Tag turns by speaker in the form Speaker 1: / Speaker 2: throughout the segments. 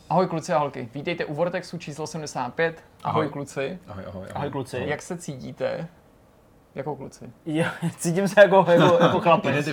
Speaker 1: Ahoj kluci a holky, vítejte u Vortexu číslo 75. Ahoj kluci.
Speaker 2: Ahoj kluci.
Speaker 1: Jak se cítíte? Jako kluci.
Speaker 2: Jo, cítím se jako chlapec.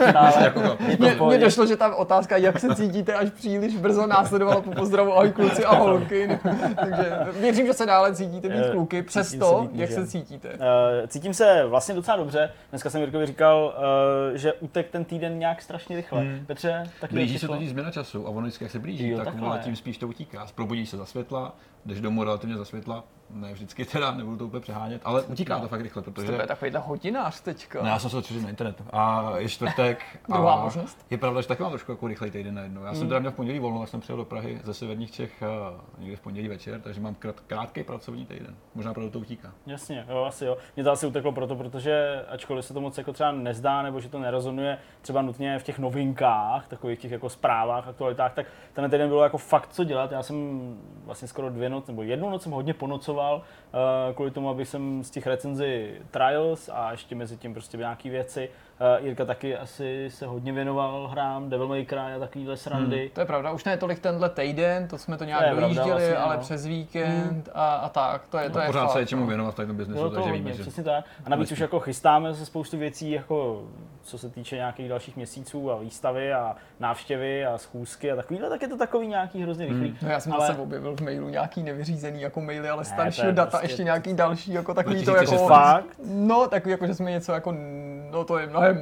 Speaker 1: Mně došlo, že ta otázka, jak se cítíte, až příliš brzo následovala po pozdravu ahoj kluci a holky. Takže věřím, že se dále cítíte být kluky. Přesto, jak se cítíte?
Speaker 2: Cítím se vlastně docela dobře. Dneska jsem Jirkovi říkal, že utek ten týden nějak strašně rychle. Petře, taky
Speaker 3: blíží se totiž změna času a ono vždycky, jak se blíží,
Speaker 2: jo,
Speaker 3: tak tím spíš to utíká. Probudíš se za světla, jdeš domů relativně za světla. Ne vždycky teda, nebudu to úplně přehánět, ale utíká to fakt rychle, protože...
Speaker 1: To je takovýhle hodinář teďka.
Speaker 3: Ne, já jsem se odčil na internet a je čtvrtek
Speaker 1: Druhá možnost.
Speaker 3: Je pravda, že taky mám trošku jako rychlej týden najednou. Já jsem teda měl v pondělí volno, tak jsem přijel do Prahy ze severních Čech někde v pondělí večer, takže mám krátký pracovní týden. Možná proto to utíká.
Speaker 2: Jasně, jo, asi jo. Mě to asi uteklo protože ačkoliv se to moc jako třeba nezdá, nebo že to nerezonuje třeba nutně v těch novinkách, takových těch jako zprávách, aktualitách, tak ten týden bylo jako fakt co dělat. Já jsem vlastně skoro 2 noci, nebo 1 noc jsem hodně ponocoval, kvůli tomu, aby jsem z těch recenzí Trials a ještě mezi tím prostě nějaký věci. Jirka taky asi se hodně věnoval hrám, Devil May Cry a takovýhle srandy.
Speaker 1: To je pravda, už ne tolik tenhle týden, to jsme to nějak dojížděli, vlastně, ale přes víkend a tak, to je
Speaker 3: pořád
Speaker 1: fakt,
Speaker 3: se je čemu věnovat v tomto biznesu, takže víme, že...
Speaker 2: Přesně tak. A navíc už jako chystáme se spoustu věcí, jako co se týče nějakých dalších měsíců a výstavy a návštěvy a schůzky a takovýhle, tak je to takový nějaký hrozně rychlý.
Speaker 1: No já jsem zase objevil v mailu nějaký nevyřízený jako maily, ale staršího data, prostě ještě nějaký další jako takový to jako...
Speaker 2: Fakt?
Speaker 1: No, takový jako, že jsme něco jako, no to je mnohem,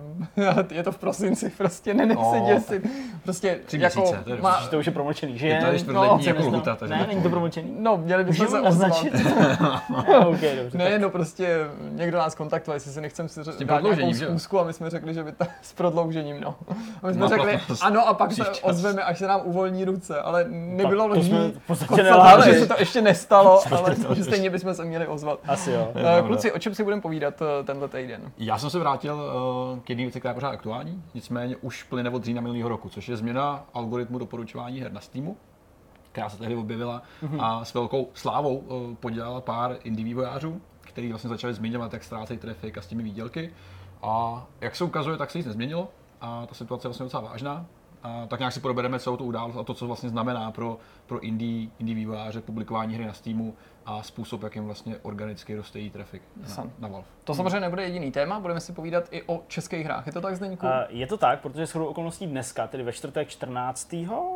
Speaker 1: je to v prosinci, prostě se děsit. Prostě
Speaker 3: 3
Speaker 1: jako
Speaker 3: měsíce,
Speaker 2: to už je promlčený, že?
Speaker 3: To je čtvrtletní jako lhůta.
Speaker 2: Ne, není to promlčený.
Speaker 1: No, měli bychom se ozvat.
Speaker 2: Okay, dobře,
Speaker 1: ne, no prostě někdo nás kontaktoval, jestli si nechcem si dát nějakou zkusku a my jsme řekli, že by s prodloužením, no. A my jsme řekli ano a pak se ozveme, až se nám uvolní ruce, ale nebylo lží. Že se to ještě nestalo, ale stejně bychom se měli ozvat.
Speaker 2: Asi jo.
Speaker 1: Kluci, o čem si budeme povídat tenhle týden?
Speaker 3: Já jsem se vrátil k jedné věci, která je pořád aktuální, nicméně už plyne od října minulého roku, což je změna algoritmu doporučování her na Steamu, která se tehdy objevila a s velkou slávou podělala pár indie vývojářů, kteří vlastně začali zmiňovat, jak ztrácejí trafik a s těmi výdělky. A jak se ukazuje, tak se nic nezměnilo a ta situace je vlastně docela vážná. A tak nějak si probereme celou tu událost a to, co vlastně znamená pro indie vývojáře publikování hry na Steamu a způsob, jakým vlastně organicky roste její trafik na Valve.
Speaker 1: To samozřejmě nebude jediný téma, budeme si povídat i o českých hrách. Je to tak, Zdeňku?
Speaker 2: Je to tak, protože shodou okolností dneska, tedy ve čtvrtek 14.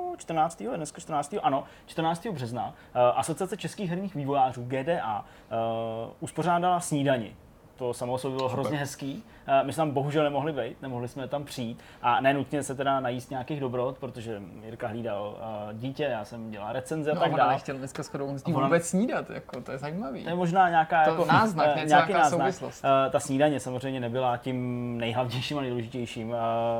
Speaker 2: je dneska 14. Ano, 14. března, Asociace českých herních vývojářů GDA uspořádala snídani. To samo o sobě bylo hrozně hezký. My jsme tam bohužel nemohli být, nemohli jsme tam přijít a nenutně se teda najíst nějakých dobrot, protože Jirka hlídal dítě, já jsem dělal recenze a tak dále.
Speaker 1: Ona nechtěl dneska shodou vůbec snídat, jako, to je zajímavý.
Speaker 2: To je možná nějaká
Speaker 1: to
Speaker 2: jako
Speaker 1: náznak,
Speaker 2: nějaký náznak.
Speaker 1: Souvislost.
Speaker 2: Ta snídaně samozřejmě nebyla tím nejhlavnějším a nejdůležitějším.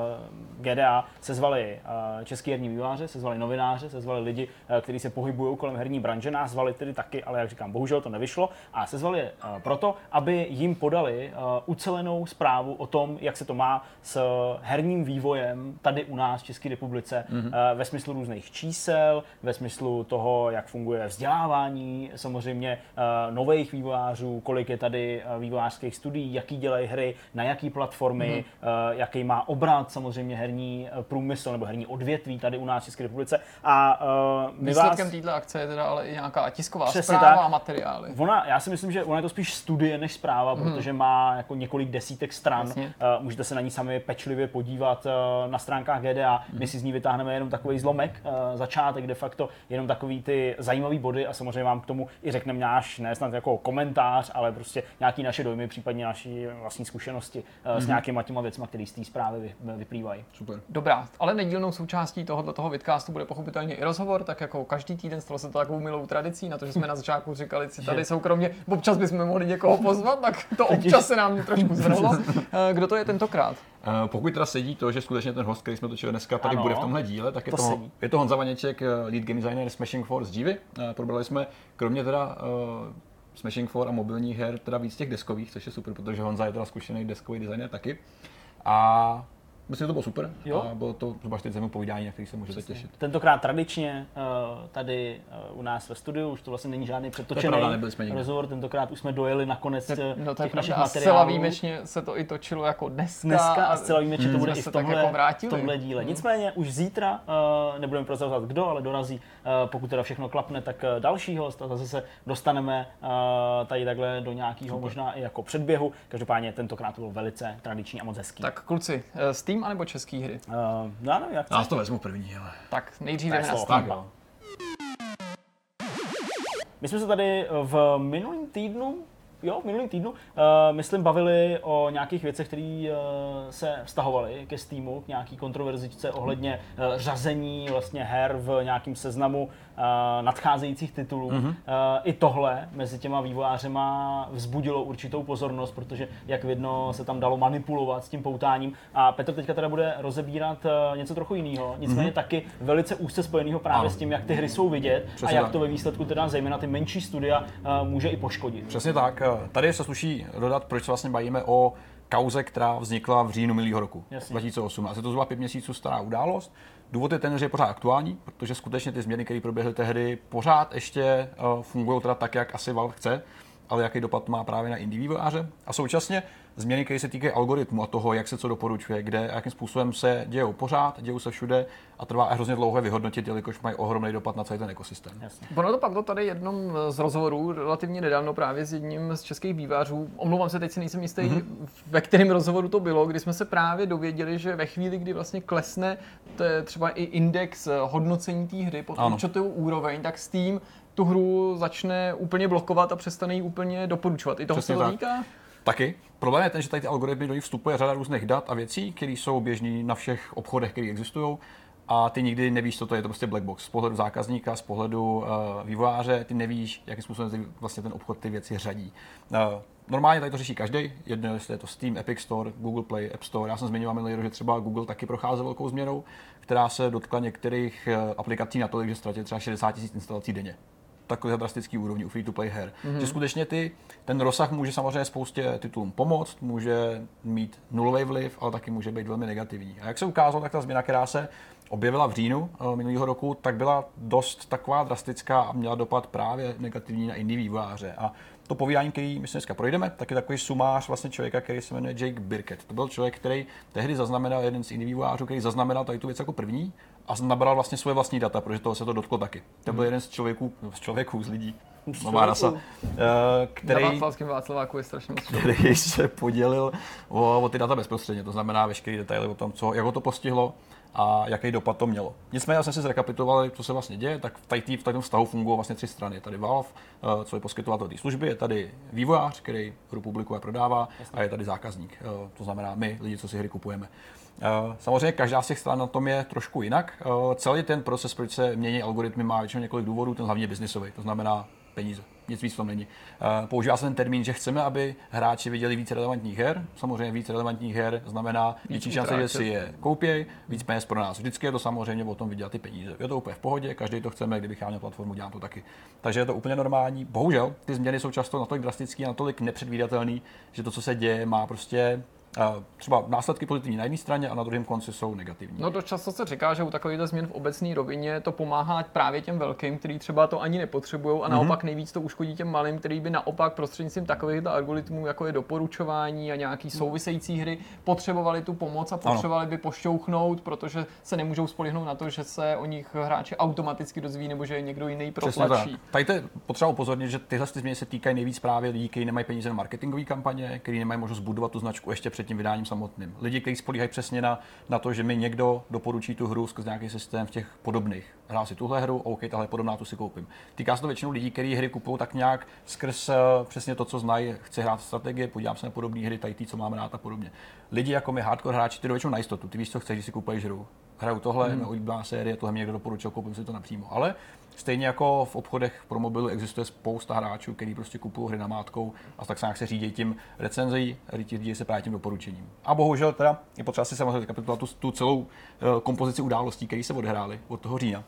Speaker 2: GDA sezvali český herní vývojáře, sezvali novináře, sezvali lidi, kteří se pohybují kolem herní branže, nás zvali tedy taky, ale jak říkám, bohužel to nevyšlo a sezvali je proto, aby jim podali ucelenou zprávu o tom, jak se to má s herním vývojem tady u nás v České republice, ve smyslu různých čísel, ve smyslu toho, jak funguje vzdělávání, samozřejmě nových vývojářů, kolik je tady vývojářských studií, jaký dělají hry, na jaký platformy, jaký má obrat samozřejmě herní průmysl nebo herní odvětví tady u nás v České republice. A
Speaker 1: výsledkem této akce je teda ale i nějaká tisková zpráva a materiály.
Speaker 2: Já si myslím, že ona je to spíš studie než zpráva, protože má jako několik desítek stran. Můžete se na ní sami pečlivě podívat na stránkách GDA. My si z ní vytáhneme jenom takový zlomek, začátek de facto, jenom takový ty zajímavý body a samozřejmě vám k tomu i řekneme náš, ne snad jako komentář, ale prostě nějaký naše dojmy, případně naší vlastní zkušenosti s nějakýma těma věcma, které z té zprávy vyplývají.
Speaker 3: Super.
Speaker 1: Dobrá, ale nedílnou součástí toho vidcastu bude pochopitelně i rozhovor, tak jako každý týden stalo se to takovou milou tradicí, na to, že jsme na začátku říkali si tady soukromně, občas bychom mohli někoho pozvat, tak to občas se nám trošku zvrhlo. Kdo to je tentokrát?
Speaker 3: Pokud teda sedí to, že skutečně ten host, který jsme točili dneska, tady bude v tomhle díle, tak je to Honza Vaněček, lead game designer Smashing 4 z Jivy. Probrali jsme kromě teda Smashing 4 a mobilních her teda víc těch deskových, což je super, protože Honza je teda zkušený deskový designer taky. A Myslím, že to bylo super.
Speaker 2: Jo?
Speaker 3: A bylo to zhruba 40 minut povídání, na který se můžete těšit.
Speaker 2: Tentokrát tradičně tady u nás ve studiu, už to vlastně není žádný předtočený rozhovor, tentokrát už jsme dojeli na konec těch našich materiálů.
Speaker 1: Zcela výjimečně se to i točilo jako dneska
Speaker 2: a zcela výjimečně to bude i v tomhle díle. Nicméně už zítra, nebudeme prozrazovat kdo, ale dorazí, pokud teda všechno klapne, tak další host a zase se dostaneme tady takhle do nějakého možná i jako předběhu. Každopádně tentokrát to bylo velice tradiční a moc hezký.
Speaker 1: Tak kluci, Steam anebo český hry?
Speaker 2: Já nevím, jak
Speaker 3: já to vezmu první, ale...
Speaker 1: Tak nejdříve na Steam.
Speaker 2: My jsme se tady v minulém týdnu, myslím, bavili o nějakých věcech, které se vztahovaly ke Steamu, k nějaký kontroverzičce ohledně řazení vlastně her v nějakém seznamu nadcházejících titulů. I tohle mezi těma vývojářema vzbudilo určitou pozornost, protože jak vidno se tam dalo manipulovat s tím poutáním. A Petr teďka teda bude rozebírat něco trochu jiného, nicméně taky velice úzce spojeného právě s tím, jak ty hry jsou vidět. Přesně a jak tak. To ve výsledku teda zejména ty menší studia může i poškodit.
Speaker 3: Přesně tak. Tady se sluší dodat, proč se vlastně bavíme o kauze, která vznikla v říjnu minulého roku, 2008. A je to zhruba 5 měsíců stará událost. Důvod je ten, že je pořád aktuální, protože skutečně ty změny, které proběhly tehdy, pořád ještě fungují teda tak, jak asi Valve chce, ale jaký dopad má právě na indie vývojáře. A současně změny, které se týkají algoritmu a toho, jak se co doporučuje, kde a jakým způsobem se dějou pořád, dějou se všude a trvá hrozně dlouho vyhodnotit, jelikož mají ohromný dopad na celý ten ekosystém.
Speaker 1: Ono to padlo tady jednom z rozhovorů relativně nedávno právě s jedním z českých vývojářů. Omlouvám se, teď si nejsem jistý, ve kterém rozhovoru to bylo, kdy jsme se právě dověděli, že ve chvíli, kdy vlastně klesne třeba i index hodnocení té hry pod určitou úroveň, tak Steam tu hru začne úplně blokovat a přestane ji úplně doporučovat. I toho se to týká?
Speaker 3: Taky. Problém je ten, že tady ty algoritmy do nich vstupuje řada různých dat a věcí, které jsou běžné na všech obchodech, které existují. A ty nikdy nevíš, co to je, to prostě black box. Z pohledu zákazníka, z pohledu vývojáře, ty nevíš, jakým způsobem vlastně ten obchod ty věci řadí. Normálně tady to řeší každý, jedno jestli je to Steam, Epic Store, Google Play, App Store. Já jsem zmiňoval minulý rok, že třeba Google taky procházel velkou změnou, která se dotkla některých aplikací natolik, že ztratil třeba 60 000 instalací denně. Takové drastický úrovni u free-to-play her. Že skutečně ten rozsah může samozřejmě spoustě titulům pomoct, může mít nulový vliv, ale taky může být velmi negativní. A jak se ukázalo, tak ta změna, která se objevila v říjnu minulého roku, tak byla dost taková drastická a měla dopad právě negativní na indie vývojáře. A to povídání, který my si dneska projdeme, tak je takový sumář vlastně člověka, který se jmenuje Jake Birkett. To byl člověk, který tehdy zaznamenal, jeden z indie vývojářů, který zaznamenal tady tu věc jako první a nabral vlastně svoje vlastní data, protože toho se to dotklo taky. To byl jeden z člověků, z lidí, nová rasa, který se podělil o ty data bezprostředně, to znamená veškeré detaily o tom, jak ho to postihlo a jaký dopad to mělo. Nicméně, já jsem si zrekapituloval, co se vlastně děje, tak v tom vztahu fungují vlastně 3 strany. Je tady Valve, co je poskytovatel té služby, je tady vývojář, který hru publikuje a prodává, a je tady zákazník, to znamená my, lidi, co si hry kupujeme. Samozřejmě každá z těch stran na tom je trošku jinak. Celý ten proces, proč se mění algoritmy, má většinou několik důvodů, ten hlavně biznisový, to znamená peníze. Nic víc v tom není. Používá se ten termín, že chceme, aby hráči viděli víc relevantních her. Samozřejmě víc relevantních her znamená větší šance, že si je koupěj, víc peněz pro nás. Vždycky je to samozřejmě o tom vydělat ty peníze. Je to úplně v pohodě, každý to chceme, kdybych já měl platformu, dělám to taky. Takže je to úplně normální. Bohužel ty změny jsou často natolik drastické a natolik nepředvídatelné, že to, co se děje, má prostě třeba následky pozitivní na jedné straně a na druhém konci jsou negativní.
Speaker 1: No dost často se říká, že u takovýchto změn v obecné rovině to pomáhá právě těm velkým, kteří třeba to ani nepotřebují a naopak nejvíc to uškodí těm malým, kteří by naopak prostřednictvím takovýchto algoritmů, jako je doporučování a nějaký související hry, potřebovali tu pomoc a potřebovali by pošťouchnout, protože se nemůžou spolehnout na to, že se o nich hráči automaticky dozví nebo že je někdo jiný protlačí.
Speaker 3: Tady je potřeba upozornit, že tyhle změny se týkají nejvíc právě lidí, kteří nemají peníze na marketingové kampaně, kteří nemají možnost budovat tu značku ještě před tím vydáním samotným. Lidi, kteří spolíhají přesně na to, že mi někdo doporučí tu hru skrz nějaký systém v těch podobných. Hrál si tuhle hru, OK, tahle podobná, tu si koupím. Týká se to většinou lidí, kteří hry kupují tak nějak skrz přesně to, co znají, chci hrát strategie, podívám se na podobné hry, tady ty, co máme rád a podobně. Lidi jako my hardcore hráči, ty jdou většinou na jistotu, ty víš, co chceš, když si kupuješ hru. Hraju tohle, mě oblíbená série, tohle mě někdo doporučil, koupím si to napřímo. Ale stejně jako v obchodech pro mobily existuje spousta hráčů, kteří prostě kupují hry namátkou a tak se nějak se řídí tím recenzí, řídí se právě tím doporučením. A bohužel teda je potřeba si samozřejmě rekapitulovat tu celou kompozici událostí, které se odehrály od toho října.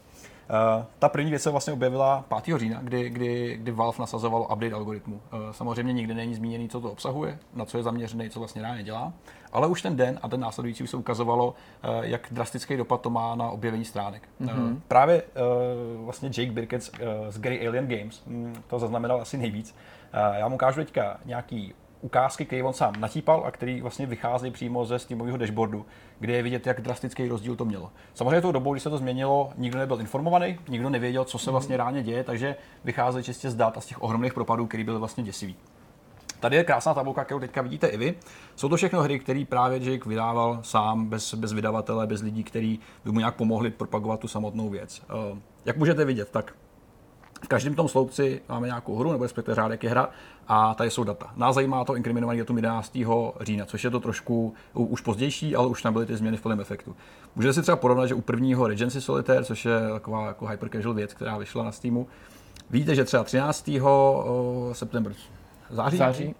Speaker 3: Ta první věc se vlastně objevila 5. října, kdy Valve nasazoval update algoritmu. Samozřejmě nikdy není zmíněný, co to obsahuje, na co je zaměřený, co vlastně reálně dělá, ale už ten den a ten následující už se ukazovalo, jak drastický dopad to má na objevení stránek. Právě vlastně Jake Birkett z Grey Alien Games to zaznamenal asi nejvíc. Já mu ukážu teďka nějaký ukázky, které on sám natípal a který vlastně vycházejí přímo ze Steamového dashboardu, kde je vidět, jak drastický rozdíl to mělo. Samozřejmě tou dobou, když se to změnilo, nikdo nebyl informovaný, nikdo nevěděl, co se vlastně reálně děje, takže vycházeli čistě z dat a z těch ohromných propadů, které byly vlastně děsivý. Tady je krásná tabulka, kterou teďka vidíte i vy. Jsou to všechno hry, které právě Jake vydával sám, bez vydavatele, bez lidí, kteří by mu nějak pomohli propagovat tu samotnou věc. Jak můžete vidět, tak v každém tom sloupci máme nějakou hru, nebo respektive řádek je hra a tady jsou data. Nás zajímá to inkriminovaný datum 11. října, což je to trošku už pozdější, ale už tam byly ty změny v plném efektu. Můžete si třeba porovnat, že u prvního Regency Solitaire, což je taková jako hyper casual věc, která vyšla na Steamu, vidíte, že třeba 13. září.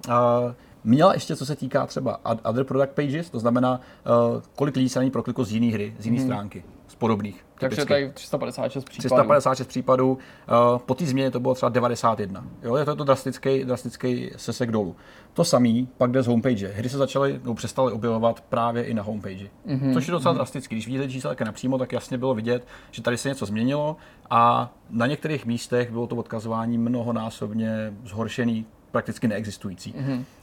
Speaker 3: Měla ještě, co se týká třeba other product pages, to znamená, kolik lidí se na ní prokliklo z jiné hry, z jiné stránky, z podobných.
Speaker 1: Takže tady 356 případů.
Speaker 3: 356 případů, po té změně to bylo třeba 91. Jo, je to drastický sesek dolů. To samý pak jde z homepage. Hry se přestaly objevovat právě i na homepage. Což je docela drastický. Když vidíte čísla napřímo, tak jasně bylo vidět, že tady se něco změnilo a na některých místech bylo to odkazování mnohonásobně zhoršený, prakticky neexistující.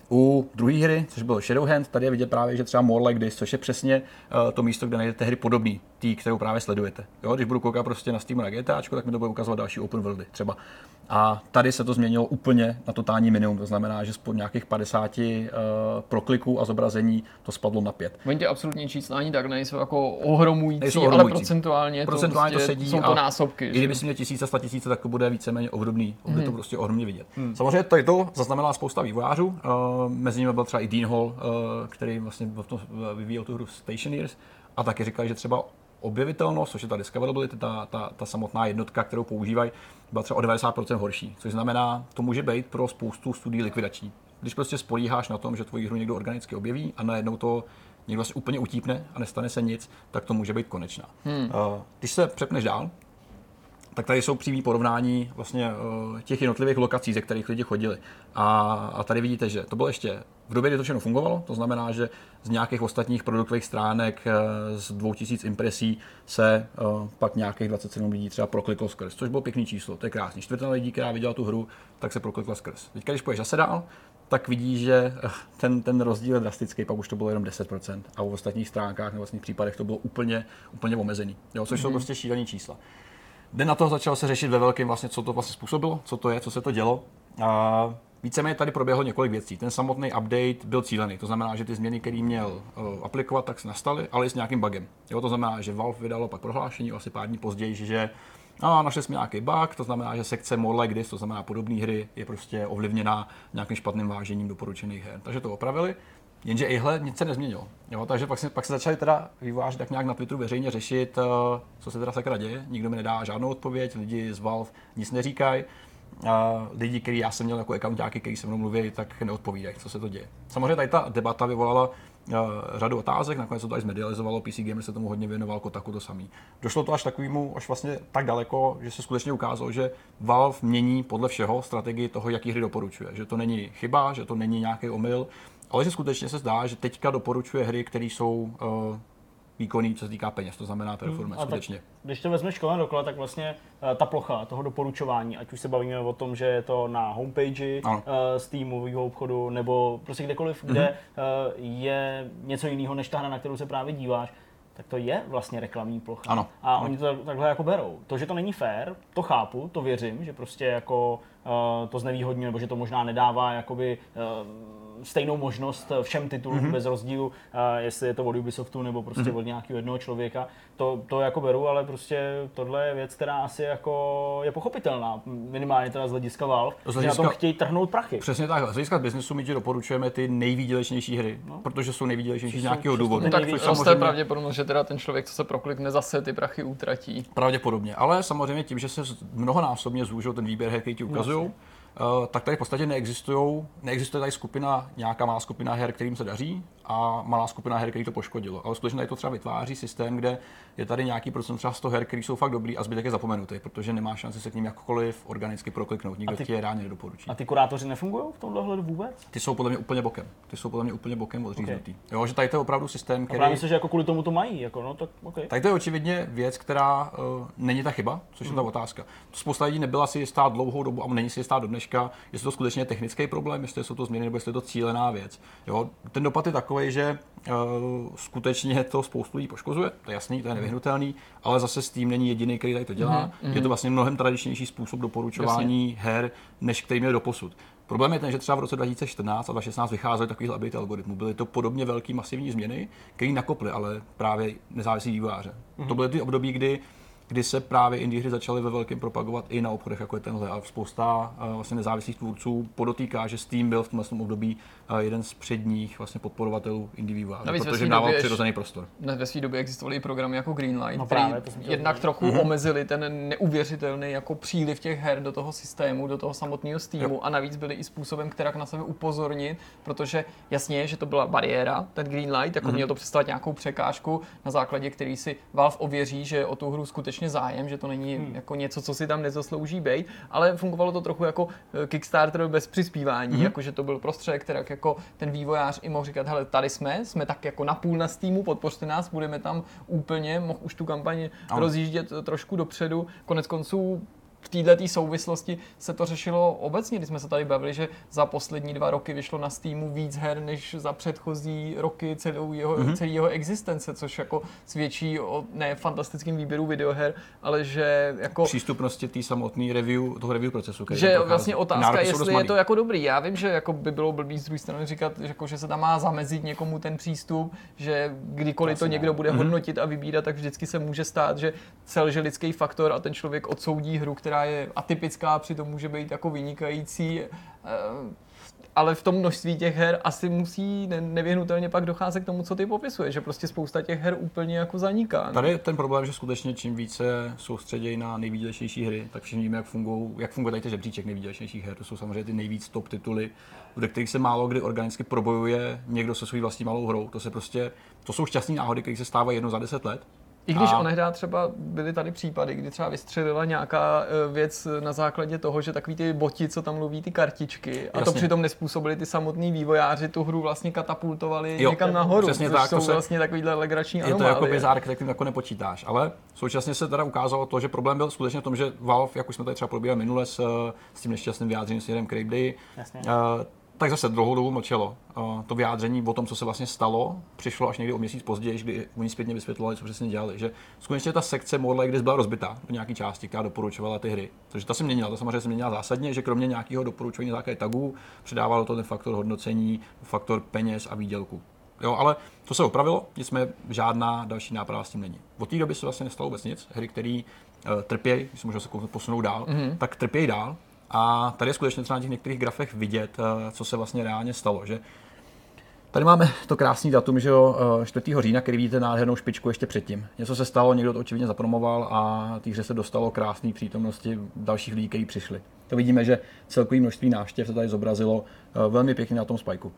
Speaker 3: U druhé hry, což bylo Shadowhand, tady je vidět právě, že třeba More Like This, což je přesně to místo, kde najdete hry podobný, tý, kterou právě sledujete. Jo, když budu koukat prostě na Steamu na GTAčko, tak mi to bude ukazovat další open worldy třeba. A tady se to změnilo úplně na totální minimum, to znamená, že spod nějakých 50 prokliků a zobrazení to spadlo na 5.
Speaker 1: Oni ty absolutní čísla ani tak nejsou jako ohromující, ale procentuálně to sedí, jsou to násobky.
Speaker 3: I kdyby si měl 1000 a 100 000, tak to bude víceméně obdobný, bude to prostě ohromně vidět. Samozřejmě tady to zaznamenala spousta vývojářů, mezi nimi byl třeba i Dean Hall, který vlastně vyvíjel tu hru Stationeers a taky říkali, že třeba objevitelnost, což je ta discoverability, ta samotná jednotka, kterou používají, byla třeba o 90% horší, což znamená, to může být pro spoustu studií likvidační. Když prostě spolíháš na tom, že tvoji hru někdo organicky objeví a najednou to někdo vlastně úplně utípne a nestane se nic, tak to může být konečná. Když se přepneš dál, tak tady jsou přímý porovnání vlastně těch jednotlivých lokací, ze kterých lidi chodili. A tady vidíte, že to bylo ještě v době, kdy to všechno fungovalo, to znamená, že z nějakých ostatních produktových stránek z 2000 impresí se pak nějakých 27 lidí třeba prokliklo skrz, což bylo pěkný číslo, to je krásný. Čtvrtina lidí, která viděla tu hru, tak se proklikla skrz. Teď, když půjdeš zase dál, tak vidíš, že ten rozdíl je drastický, pak už to bylo jenom 10% a u ostatních stránkách nebo vlastních případech to bylo úplně omezený, jo, což jsou prostě šílený čísla. Den na to začalo se řešit ve velkém vlastně, co to vlastně způsobilo, co to je, co se to dělo. Víceméně tady proběhlo několik věcí. Ten samotný update byl cílený, to znamená, že ty změny, které měl aplikovat, tak se nastaly, ale i s nějakým bugem. Jo, to znamená, že Valve vydalo pak prohlášení asi pár dní později, že našli jsme nějaký bug, to znamená, že sekce More Like This, to znamená podobné hry, je prostě ovlivněná nějakým špatným vážením doporučených her. Takže to opravili. Jenže ihle nic se nezměnilo. Jo, takže pak se začali teda vývojáři tak nějak na Twitteru veřejně řešit, co se teda sakra děje. Nikdo mi nedá žádnou odpověď, lidi z Valve nic neříkají. Lidi, který já jsem měl jako accountáky, který se mnou mluví, tak neodpovídají, co se to děje. Samozřejmě tady ta debata vyvolala řadu otázek, nakonec to tady zmedializovalo, PC Gamer se tomu hodně věnoval, Kotaku to samý. Došlo to až vlastně tak daleko, že se skutečně ukázalo, že Valve mění podle všeho strategii toho, jaký hry doporučuje. Že to není chyba, že to není nějaký omyl, ale že skutečně se zdá, že teďka doporučuje hry, které jsou výkonný, co se týká peněz, to znamená performance, skutečně.
Speaker 2: Tak, když to vezmeš kolem dokola, tak vlastně ta plocha toho doporučování, ať už se bavíme o tom, že je to na homepage Steamového obchodu, nebo prostě kdekoliv, kde je něco jiného než ta hra, na kterou se právě díváš, tak to je vlastně reklamní plocha.
Speaker 3: Ano.
Speaker 2: A oni to takhle jako berou. To, že to není fair, to chápu, to věřím, že prostě jako to znevýhodní, nebo že to možná nedává jakoby stejnou možnost všem titulům bez rozdílu, jestli je to od Ubisoftu nebo prostě od nějakého jednoho člověka. To jako beru, ale prostě tohle je věc, která asi jako je pochopitelná, minimálně teda z hlediska Valve, že na tom chtějí trhnout prachy.
Speaker 3: Přesně tak, z hlediska biznesu my ti doporučujeme ty nejvýdělečnější hry, protože jsou nejvýdělečnější z nějakého důvodu.
Speaker 1: Tak roste pravděpodobnost, že teda ten člověk, co se proklikne, zase ty prachy utratí.
Speaker 3: Pravděpodobně, ale samozřejmě tím, že se mnohonásobně zúžil ten výběr her, který ti ukazují, tak tady v podstatě neexistuje tady nějaká malá skupina her, kterým se daří a malá skupina her, který to poškodilo. Ale skutečně tady to třeba vytváří systém, kde je tady nějaký procent třeba 100 her, který jsou fakt dobrý a zbytek je zapomenutý, protože nemá šanci se k ním jakkoliv organicky prokliknout. Nikdo ti je reálně nedoporučí.
Speaker 2: A ty kurátoři nefungují v tomhle hledu vůbec?
Speaker 3: Ty jsou podle mě úplně bokem odříznutý. Okay. Jo, že tady to je opravdu systém, který...
Speaker 2: Právě myslím, že jako kvůli tomu to mají, jako no, tak okay.
Speaker 3: Tady to je očividně věc, která není ta chyba, což je ta otázka. Spousta lidí nebyla si jistá dlouhou dobu a není si jistá do dneška, jestli to skutečně je technický problém, jestli jsou to změny nebo jestli je to cílená věc. Jo, ten dopad je takový, že skutečně to spoustu lidí poškozuje, to je jasný, to je nevyhnutelný, ale zase Steam není jediný, který tady to dělá. Je to vlastně mnohem tradičnější způsob doporučování her, než který měl doposud. Problém je ten, že třeba v roce 2014 a 2016 vycházely takovýhle update algoritmů. Byly to podobně velké masivní změny, které nakoply, ale právě nezávislí vývojáře. To byly ty období, kdy se právě indie hry začaly ve velkém propagovat i na obchodech, jako je tenhle. A spousta vlastně nezávislých tvůrců podotýká, že Steam byl v tomhle období jeden z předních vlastně podporovatelů indie vývojářů, protože dával přirozený prostor.
Speaker 1: Ve své době existovaly i programy jako Greenlight, který jednak trochu omezili ten neuvěřitelný jako příliv těch her do toho systému, do toho samotného Steamu a navíc byly i způsobem, kterak na sebe upozornit, protože jasně, že to byla bariéra, ten Greenlight, jako měl to představovat nějakou překážku, na základě který si Valve ověří, že o tu hru skutečně zájem, že to není jako něco, co si tam nezaslouží být, ale fungovalo to trochu jako Kickstarter bez přispívání, jakože to byl prostředek, kterak jako ten vývojář i mohl říkat, hele, tady jsme tak jako napůl na Steamu, podpořte nás, budeme tam úplně, mohl už tu kampaň rozjíždět trošku dopředu, konec konců v této souvislosti se to řešilo obecně, když jsme se tady bavili, že za poslední 2 roky vyšlo na Steamu víc her, než za předchozí roky celý jeho existence, což jako svědčí o ne fantastickém výběru videoher, ale že jako...
Speaker 3: přístupnosti té samotné toho review procesu.
Speaker 1: Že vlastně otázka, jestli je to jako dobrý. Já vím, že jako by bylo blbý z druhé strany říkat, že se tam má zamezit někomu ten přístup, že kdykoliv to někdo bude hodnotit a vybírat, tak vždycky se může stát, že selže lidský faktor a ten člověk odsoudí hru, která je atypická, přitom může být jako vynikající, ale v tom množství těch her asi musí nevyhnutelně pak docházet k tomu, co ty popisuješ, že prostě spousta těch her úplně jako zaniká.
Speaker 3: Tady je ten problém, že skutečně čím více soustředějí na nejvýdělečnější hry, tak všichni víme, jak funguje tady ten žebříček nejvýdělečnějších her. To jsou samozřejmě ty nejvíc top tituly, do kterých se málo kdy organicky probojuje někdo se svou vlastní malou hrou. To jsou šťastné náhody, které se stávají jednou za 10 let.
Speaker 1: I když onehdá třeba byly tady případy, kdy třeba vystřelila nějaká věc na základě toho, že takový ty boti, co tam loví ty kartičky, a to přitom nespůsobili ty samotní vývojáři, tu hru vlastně katapultovali někam nahoru, což tak, jsou vlastně takovýhle legrační anomálie.
Speaker 3: Je to jako bizár, který tím jako nepočítáš, ale současně se teda ukázalo to, že problém byl skutečně v tom, že Valve, jak už jsme tady třeba probírali minule s tím nešťastným vyjádřením směrem Craig Day, tak zase dlouhou dobu mlčelo. To vyjádření o tom, co se vlastně stalo, přišlo až někdy o měsíc později, kdy oni zpětně vysvětlovali, co přesně dělali. Že skutečně ta sekce More Like byla rozbitá do nějaké části, která doporučovala ty hry. Takže ta se měnila, to samozřejmě se měnila zásadně, že kromě nějakého doporučování na základě tagů přidávalo to ten faktor hodnocení, faktor peněz a výdělku. Jo, ale to se opravilo, nicméně žádná další náprava s tím není. Od té doby se vlastně nestalo vůbec nic. Hry, které trpějí, když se můžeme se posunout dál, tak trpějí dál. A tady je skutečně třeba na těch některých grafech vidět, co se vlastně reálně stalo. Že tady máme to krásný datum, že 4. října, který vidíte nádhernou špičku ještě předtím. Něco se stalo, někdo to očividně zapromoval a té hře se dostalo krásné přítomnosti dalších lidí, kteří přišli. To vidíme, že celkové množství návštěv se tady zobrazilo velmi pěkně na tom spajku.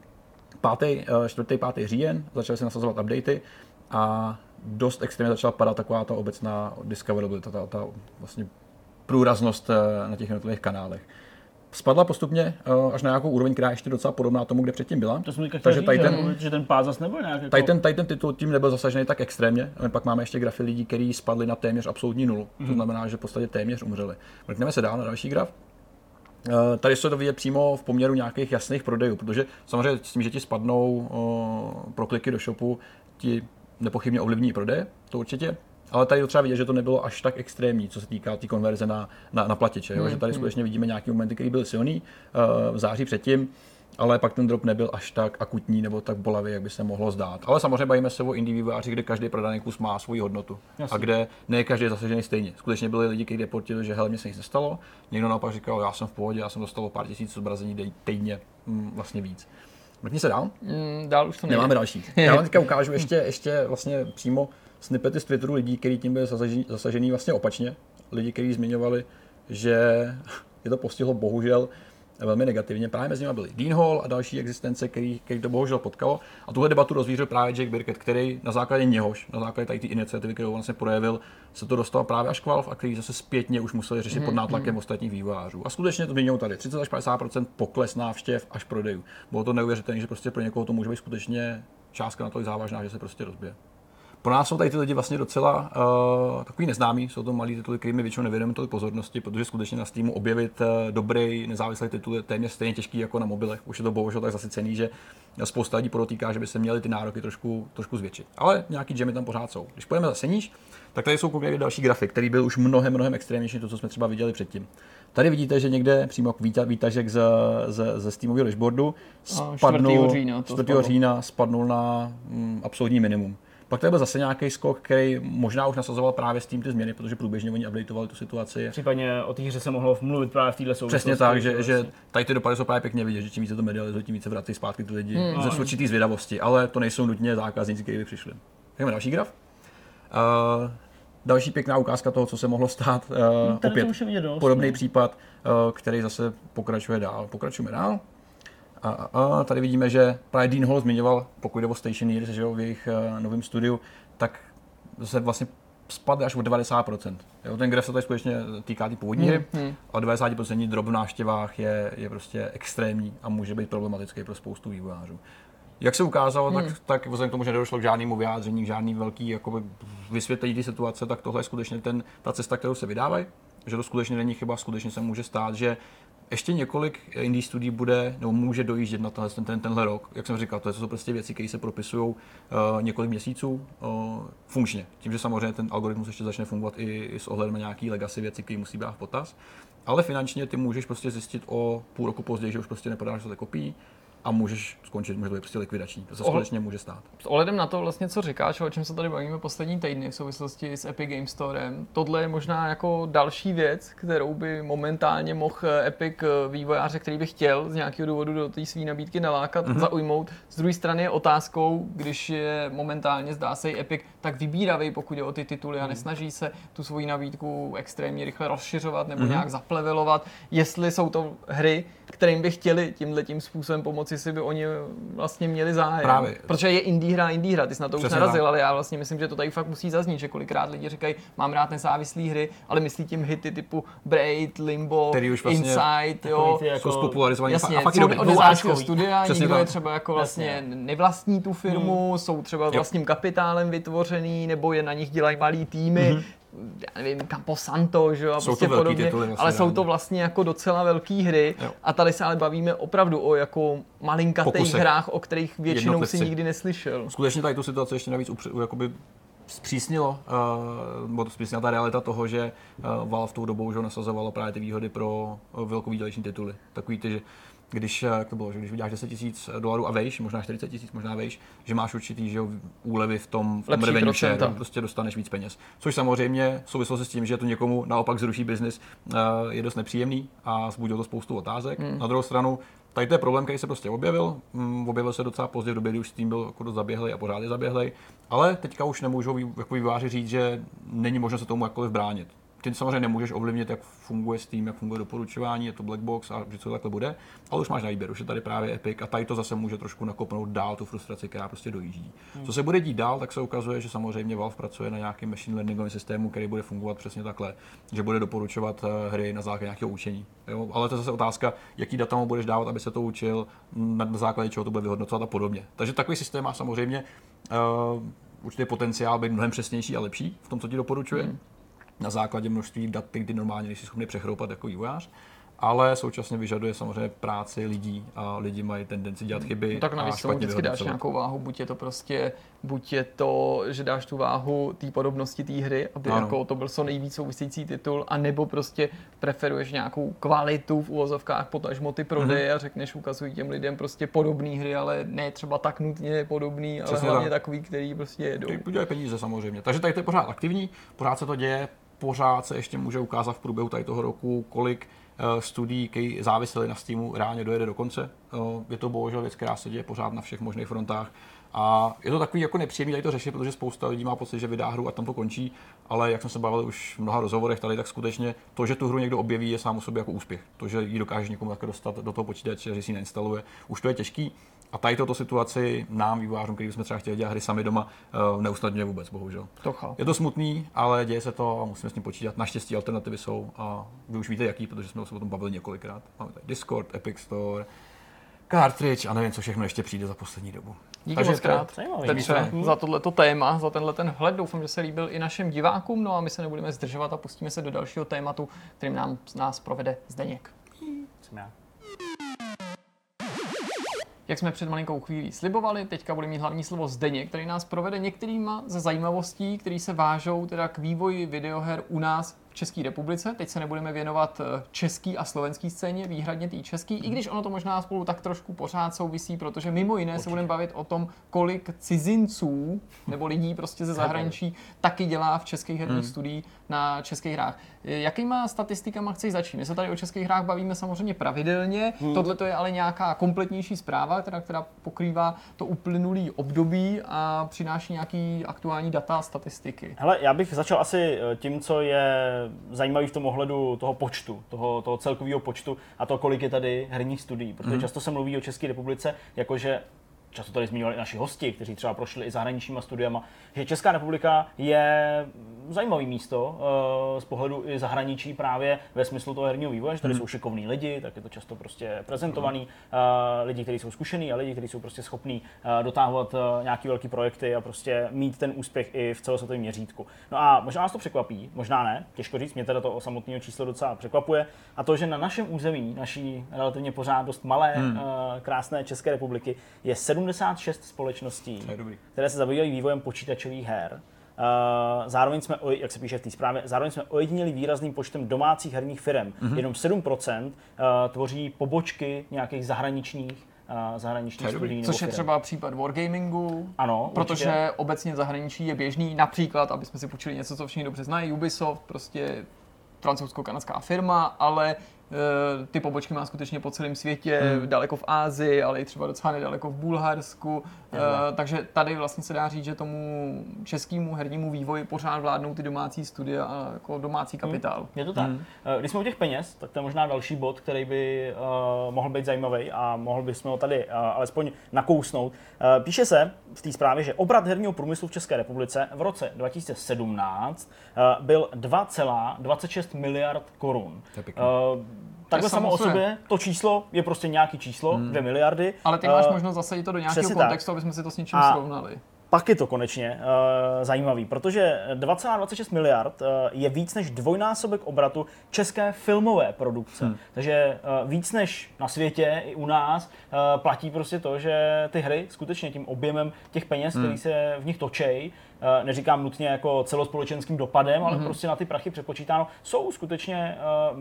Speaker 3: 4. 5. říjen začaly se nasazovat updaty a dost extrémně začala padat taková ta obecná discoverability, ta vlastně průraznost na těch jednotlivých kanálech. Spadla postupně až na nějakou úroveň, která je ještě docela podobná tomu, kde předtím byla.
Speaker 2: To jsme takže tady že ten pád zase nebyl nějak
Speaker 3: jako... Tady ten titul tím nebyl zasažený tak extrémně. A pak máme ještě grafy lidí, kteří spadli na téměř absolutní nulu. To znamená, že v podstatě téměř umřeli. Mrkneme se dál na další graf. Tady se to vidět přímo v poměru nějakých jasných prodejů, protože samozřejmě s tím, že ti spadnou prokliky do shopu, ti nepochybně ovlivní prodeje, to určitě. Ale tady třeba vidět, že to nebylo až tak extrémní, co se týká té konverze na platiče. Že tady skutečně vidíme nějaké momenty, které byly silný v září předtím, ale pak ten drop nebyl až tak akutní nebo tak bolavý, jak by se mohlo zdát. Ale samozřejmě bavíme se o indie vývojáři, kde každý prodaný kus má svoji hodnotu. Jasně. A kde ne každý je zasažený stejně. Skutečně byli lidi, kteří reportili, že hele, mě se nic nestalo. Někdo naopak říkal, já jsem v pohodě, já jsem dostal pár tisíc zobrazení týdně, vlastně víc. Mrkni se dál?
Speaker 1: Dál už to nejde.
Speaker 3: Nemáme další. Já vám teďka ukážu ještě vlastně přímo snippety z Twitteru lidí, kteří tím byli zasažený vlastně opačně. Lidi, kteří zmiňovali, že je to postihlo bohužel velmi negativně. Právě mezi nimi byli Dean Hall a další existence, který to bohužel potkalo. A tuhle debatu rozvířil právě Jake Birkett, který na základě něhož, na základě tady té iniciativy, kterou vlastně projevil, se to dostal právě až k Valve a který zase zpětně už museli řešit pod nátlakem ostatních vývojářů. A skutečně to změnilo tady 30 až 50% pokles návštěv až prodejů. Bylo to neuvěřitelné, že prostě pro někoho to může být skutečně částka natolik závažná, že se prostě rozbije. Pro nás jsou tady ty lidi vlastně docela takový neznámí, jsou to malí tituly, kterým my většinou nevěnujeme tolik pozornosti, protože skutečně na Steamu objevit dobrý nezávislý titul je téměř stejně těžký jako na mobilech. Už je to bohužel tak zasycený, že spousta lidí podotýká, že by se měly ty nároky trošku zvětšit. Ale nějaký džemy tam pořád jsou. Když pojďme zase níž, tak tady jsou konkrétně další grafik, který byl už mnohem extrémnější to, co jsme třeba viděli předtím. Tady vidíte, že někde přímo výtažek ze Steamového dashboardu 4. října spadnul na absolutní minimum. Pak tady byl zase nějaký skok, který možná už nasazoval právě s tím ty změny, protože průběžně oni updateovali tu situaci.
Speaker 2: Případně o té hře se mohlo mluvit právě v téhle souvislosti.
Speaker 3: Přesně tak, že tady ty dopady jsou právě pěkně vidět, že čím více to medializuje, tím více vrací zpátky ty lidi ze určitý zvědavosti, ale to nejsou nutně zákazníci, kteří by přišli. Jdeme další graf. Další pěkná ukázka toho, co se mohlo stát. Opět podobný případ, který zase pokračuje dál. Pokračujeme dál. A tady vidíme, že právě Dean Hall zmiňoval, pokud jde o Stationeers, že jo, v jejich novém studiu, tak se vlastně spadne až o 90%. Jo, ten graf se tady skutečně týká té původní hry, ale 90% drop v návštěvách je prostě extrémní a může být problematický pro spoustu vývojářů. Jak se ukázalo, tak vzhledem k tomu, že nedošlo k žádnému vyjádření, k žádný velký jakoby, vysvětlení té situace, tak tohle je skutečně ta cesta, kterou se vydávají, že to skutečně není chyba, skutečně se může stát, že ještě několik indie studií bude nebo může dojíždět na tenhle rok. Jak jsem říkal, to jsou prostě věci, které se propisují několik měsíců funkčně. Tím, že samozřejmě ten algoritmus ještě začne fungovat i s ohledem na nějaký legacy věci, které musí brát v potaz. Ale finančně ty můžeš prostě zjistit o půl roku později, že už prostě nepodáš dostatek kopií a můžeš skončit, může to být prostě likvidační. To se skutečně může stát.
Speaker 1: S ohledem na to vlastně, co říkáš, o čem se tady bavíme poslední týdny v souvislosti s Epic Games Storem, tohle je možná jako další věc, kterou by momentálně mohl Epic vývojáře, který by chtěl z nějakého důvodu do té své nabídky nalákat, zaujmout. Z druhé strany je otázkou, když je momentálně, zdá se i Epic, tak vybíravý, pokud je o ty tituly a nesnaží se tu svoji nabídku extrémně rychle rozšiřovat nebo nějak zaplevelovat, jestli jsou to hry, kterým by chtěli tímhletím způsobem pomoci, si by oni vlastně měli zájem.
Speaker 3: Právě.
Speaker 1: Protože je indie hra, ty jsi na to už narazil, ale já vlastně myslím, že to tady fakt musí zaznít, že kolikrát lidi říkají, mám rád nezávislé hry, ale myslí tím hity typu Braid, Limbo, vlastně Inside, jo.
Speaker 3: Jsou spopularizovaní.
Speaker 1: Jasně, jsou od nezávislého studia, někdo je třeba jako vlastně nevlastní tu firmu, jsou třeba vlastním kapitálem vytvořený, nebo je na nich dělají malý týmy. Já nevím, Campo Santo, že jo, a prostě podobně, tituly, vlastně, ale jsou to vlastně jako docela velké hry a tady se ale bavíme opravdu o jako malinkatých hrách, o kterých většinou si nikdy neslyšel.
Speaker 3: Skutečně tady tu situaci ještě navíc jakoby zpřísnila ta realita toho, že Valve tou dobou že nasazovalo právě ty výhody pro velkovýdělečné tituly. Takový ty, že když vyděláš $10,000 a vejš, možná 40,000, možná vejš, že máš určitý že úlevy v tom revenue share, prostě dostaneš víc peněz. Což samozřejmě v souvislosti s tím, že to někomu naopak zruší biznis, je dost nepříjemný a vzbudilo to spoustu otázek. Na druhou stranu, tady to je problém, který se prostě objevil se docela pozdě v době, kdy už Steam byl jako dost zaběhlej a pořád je zaběhlej, ale teďka už nemůžou jako vývojáři říct, že není možno se tomu jakkoliv bránit. Ty samozřejmě nemůžeš ovlivnit, jak funguje Steam, jak funguje doporučování, je to black box a že co takhle bude, ale už máš na výběr, už je tady právě Epic a tady to zase může trošku nakopnout dál tu frustraci, která prostě dojíždí. Co se bude dít dál, tak se ukazuje, že samozřejmě Valve pracuje na nějakém machine learningovém systému, který bude fungovat přesně takhle, že bude doporučovat hry na základě nějakého učení. Jo? Ale to je zase otázka, jaký data mu budeš dávat, aby se to učil, na základě čeho to bude vyhodnocovat a podobně. Takže takový systém má samozřejmě určitý potenciál být mnohem přesnější a lepší v tom, co ti doporučuje. Na základě množství dat, kdy normálně nejsi schopný přechroupat jako vývojář, ale současně vyžaduje samozřejmě práci lidí a lidi mají tendenci dělat chyby.
Speaker 1: No tak navíc tomu vždycky dáš nějakou váhu, buď je to, že dáš tu váhu té podobnosti té hry, aby jako to byl co nejvíc související titul, anebo prostě preferuješ nějakou kvalitu v uvozovkách, potažmo ty prodeje a řekneš, ukazují těm lidem prostě podobné hry, ale ne třeba tak nutně podobný, ale hlavně takový, který prostě jedou.
Speaker 3: Udělají peníze samozřejmě. Takže tady to je pořád aktivní, pořád se to děje, pořád se ještě může ukázat v průběhu tady toho roku, kolik studií, které závisely na Steamu, reálně dojede do konce. Je to bohužel věc, která se děje pořád na všech možných frontách A je to takový jako nepříjemný tady to řešit, protože spousta lidí má pocit, že vydá hru a tam to končí, ale jak jsem se bavil už v mnoha rozhovorech tady, tak skutečně to, že tu hru někdo objeví, je sám o sobě jako úspěch. To, že ji dokáže někomu také dostat do toho počítače, že si ji nainstaluje, už to je těžký. A tady toto situaci nám, vývojářům, který jsme třeba chtěli dělat hry sami doma, neusnadňuje vůbec, bohužel. Je to smutný, ale děje se to a musíme s tím počítat. Naštěstí alternativy jsou a vy už víte jaký, protože jsme se o tom bavili několikrát. Máme tady Discord, Epic Store, Cartridge a nevím, co všechno ještě přijde za poslední dobu.
Speaker 1: Díky moc krát, Petře, za tohleto téma, za tenhle ten vhled. Doufám, že se líbil i našim divákům, no a my se nebudeme zdržovat a pustíme se do dalšího tématu, kterým nás provede Zdeněk. Jak jsme před malinkou chvílí slibovali, teďka bude mít hlavní slovo Zdeněk, který nás provede některýma ze zajímavostí, které se vážou teda k vývoji videoher u nás v České republice. Teď se nebudeme věnovat český a slovenský scéně, výhradně té český, i když ono to možná spolu tak trošku pořád souvisí, protože mimo jiné se budeme bavit o tom, kolik cizinců nebo lidí prostě ze zahraničí taky dělá v českých herních studiích na českých hrách. Jakýma statistikama chceš začít? My se tady o českých hrách bavíme samozřejmě pravidelně, tohle to je ale nějaká kompletnější zpráva, která pokrývá to uplynulý období a přináší nějaký aktuální data a statistiky.
Speaker 2: Hele, já bych začal asi tím, co je zajímavý v tom ohledu toho počtu, toho celkového počtu a to, kolik je tady herních studií, protože často se mluví o České republice, jakože často tady zmiňovali naši hosti, kteří třeba prošli i zahraničníma studiama, že Česká republika je zajímavý místo z pohledu i zahraničí právě ve smyslu toho herního vývoje, že tady jsou šikovní lidi, tak je to často prostě prezentovaný, lidi, kteří jsou zkušení a lidi, kteří jsou prostě schopní dotáhovat nějaký velký projekty a prostě mít ten úspěch i v celosvětovém měřítku. No a možná nás to překvapí, možná ne, těžko říct, mě teda to o samotného číslo docela překvapuje a to, že na našem území, naší relativně pořád dost malé, krásné České republiky je 76 společností, které se zabývají vývojem počítačových her. Zároveň jsme, jak se píše v té zprávě, zároveň jsme ojediněli výrazným počtem domácích herních firem. Jenom 7% tvoří pobočky nějakých zahraničních studií.
Speaker 1: Což je třeba případ Wargamingu,
Speaker 2: ano,
Speaker 1: protože
Speaker 2: určitě.
Speaker 1: Obecně v zahraničí je běžný, například, aby jsme si půjčili něco, co všichni dobře znají, Ubisoft, prostě francouzsko-kanadská firma, ale ty pobočky má skutečně po celém světě, daleko v Asii, ale i třeba docela nedaleko v Bulharsku. Takže tady vlastně se dá říct, že tomu českému hernímu vývoji pořád vládnou ty domácí studia a jako domácí kapitál.
Speaker 2: Je to tak. Když jsme u těch peněz, tak to je možná další bod, který by mohl být zajímavý a mohl bychom ho tady alespoň nakousnout. Píše se v té zprávě, že obrat herního průmyslu v České republice v roce 2017 byl 2,26 miliard korun. Takhle samo o sobě to číslo je prostě nějaký číslo, 2 miliardy.
Speaker 1: Ale ty máš možnost zasadit to do nějakého kontextu, aby jsme si to s něčím srovnali.
Speaker 2: Pak je to konečně zajímavý, protože 2,26 miliard je víc než dvojnásobek obratu české filmové produkce. Takže víc než na světě i u nás platí prostě to, že ty hry skutečně tím objemem těch peněz, který se v nich točí, neříkám nutně jako celospolečenským dopadem, ale prostě na ty prachy přepočítáno, jsou skutečně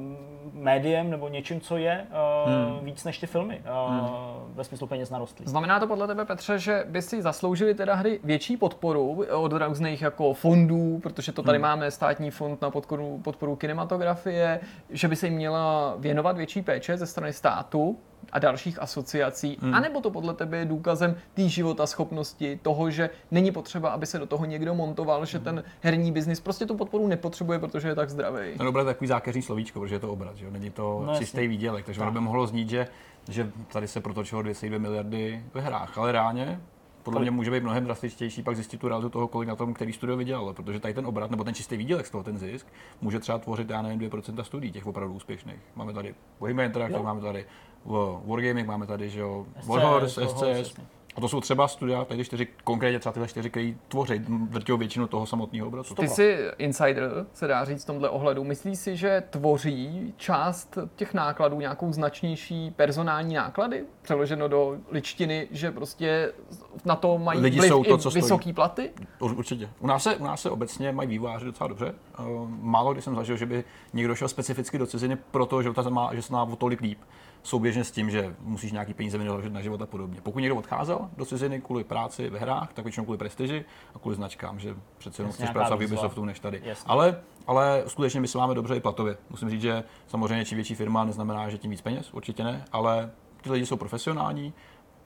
Speaker 2: médiem nebo něčím, co je víc než ty filmy ve smyslu peněz narostlý.
Speaker 1: Znamená to podle tebe, Petře, že by si zasloužili teda hry větší podporu od různých jako fondů, protože to tady máme státní fond na podporu kinematografie, že by se jim měla věnovat větší péče ze strany státu a dalších asociací, anebo to podle tebe je důkazem té životaschopnosti, toho, že není potřeba, aby se do toho někdo montoval, že ten herní biznis prostě tu podporu nepotřebuje, protože je tak zdravý.
Speaker 3: Ten obrat je takový zákeřný slovíčko, protože je to obrat, že jo? Není to čistý výdělek, takže ono by mohlo znít, že tady se protočilo 202 miliardy ve hrách, ale reálně podle mě může být mnohem drastičtější pak zjistit tu realitu toho, kolik na tom, který studio vydělalo, protože tady ten obrat nebo ten čistý výdělek z toho, ten zisk, může třeba tvořit, já nevím, 2% studií těch opravdu úspěšných. Máme tady Bohemia Interactive, máme tady Wargaming, máme tady, že jo, Warhorse, SCS. A to jsou třeba studia, tady konkrétně třeba tyhle 4, který tvoří drtivou většinu toho samotného obratu.
Speaker 1: Ty jsi insider, se dá říct v tomhle ohledu. Myslíš si, že tvoří část těch nákladů nějakou značnější personální náklady? Přeloženo do ličtiny, že prostě na to mají
Speaker 3: lidi
Speaker 1: vliv
Speaker 3: jsou to,
Speaker 1: i vysoký platy?
Speaker 3: Určitě. U nás se obecně mají vývojáři docela dobře. Málo kdy jsem zažil, že by někdo šel specificky do ciziny, protože že se má o tolik líp. Souběžně s tím, že musíš nějaký peníze vynaložit na život a podobně. Pokud někdo odcházel do ciziny kvůli práci ve hrách, tak většinou kvůli prestiži a kvůli značkám, že přece jenom chceš pracovat v Ubisoftu než tady. Ale skutečně my se máme dobře i platově. Musím říct, že samozřejmě čím větší firma neznamená, že tím víc peněz, určitě ne, ale ty lidi jsou profesionální,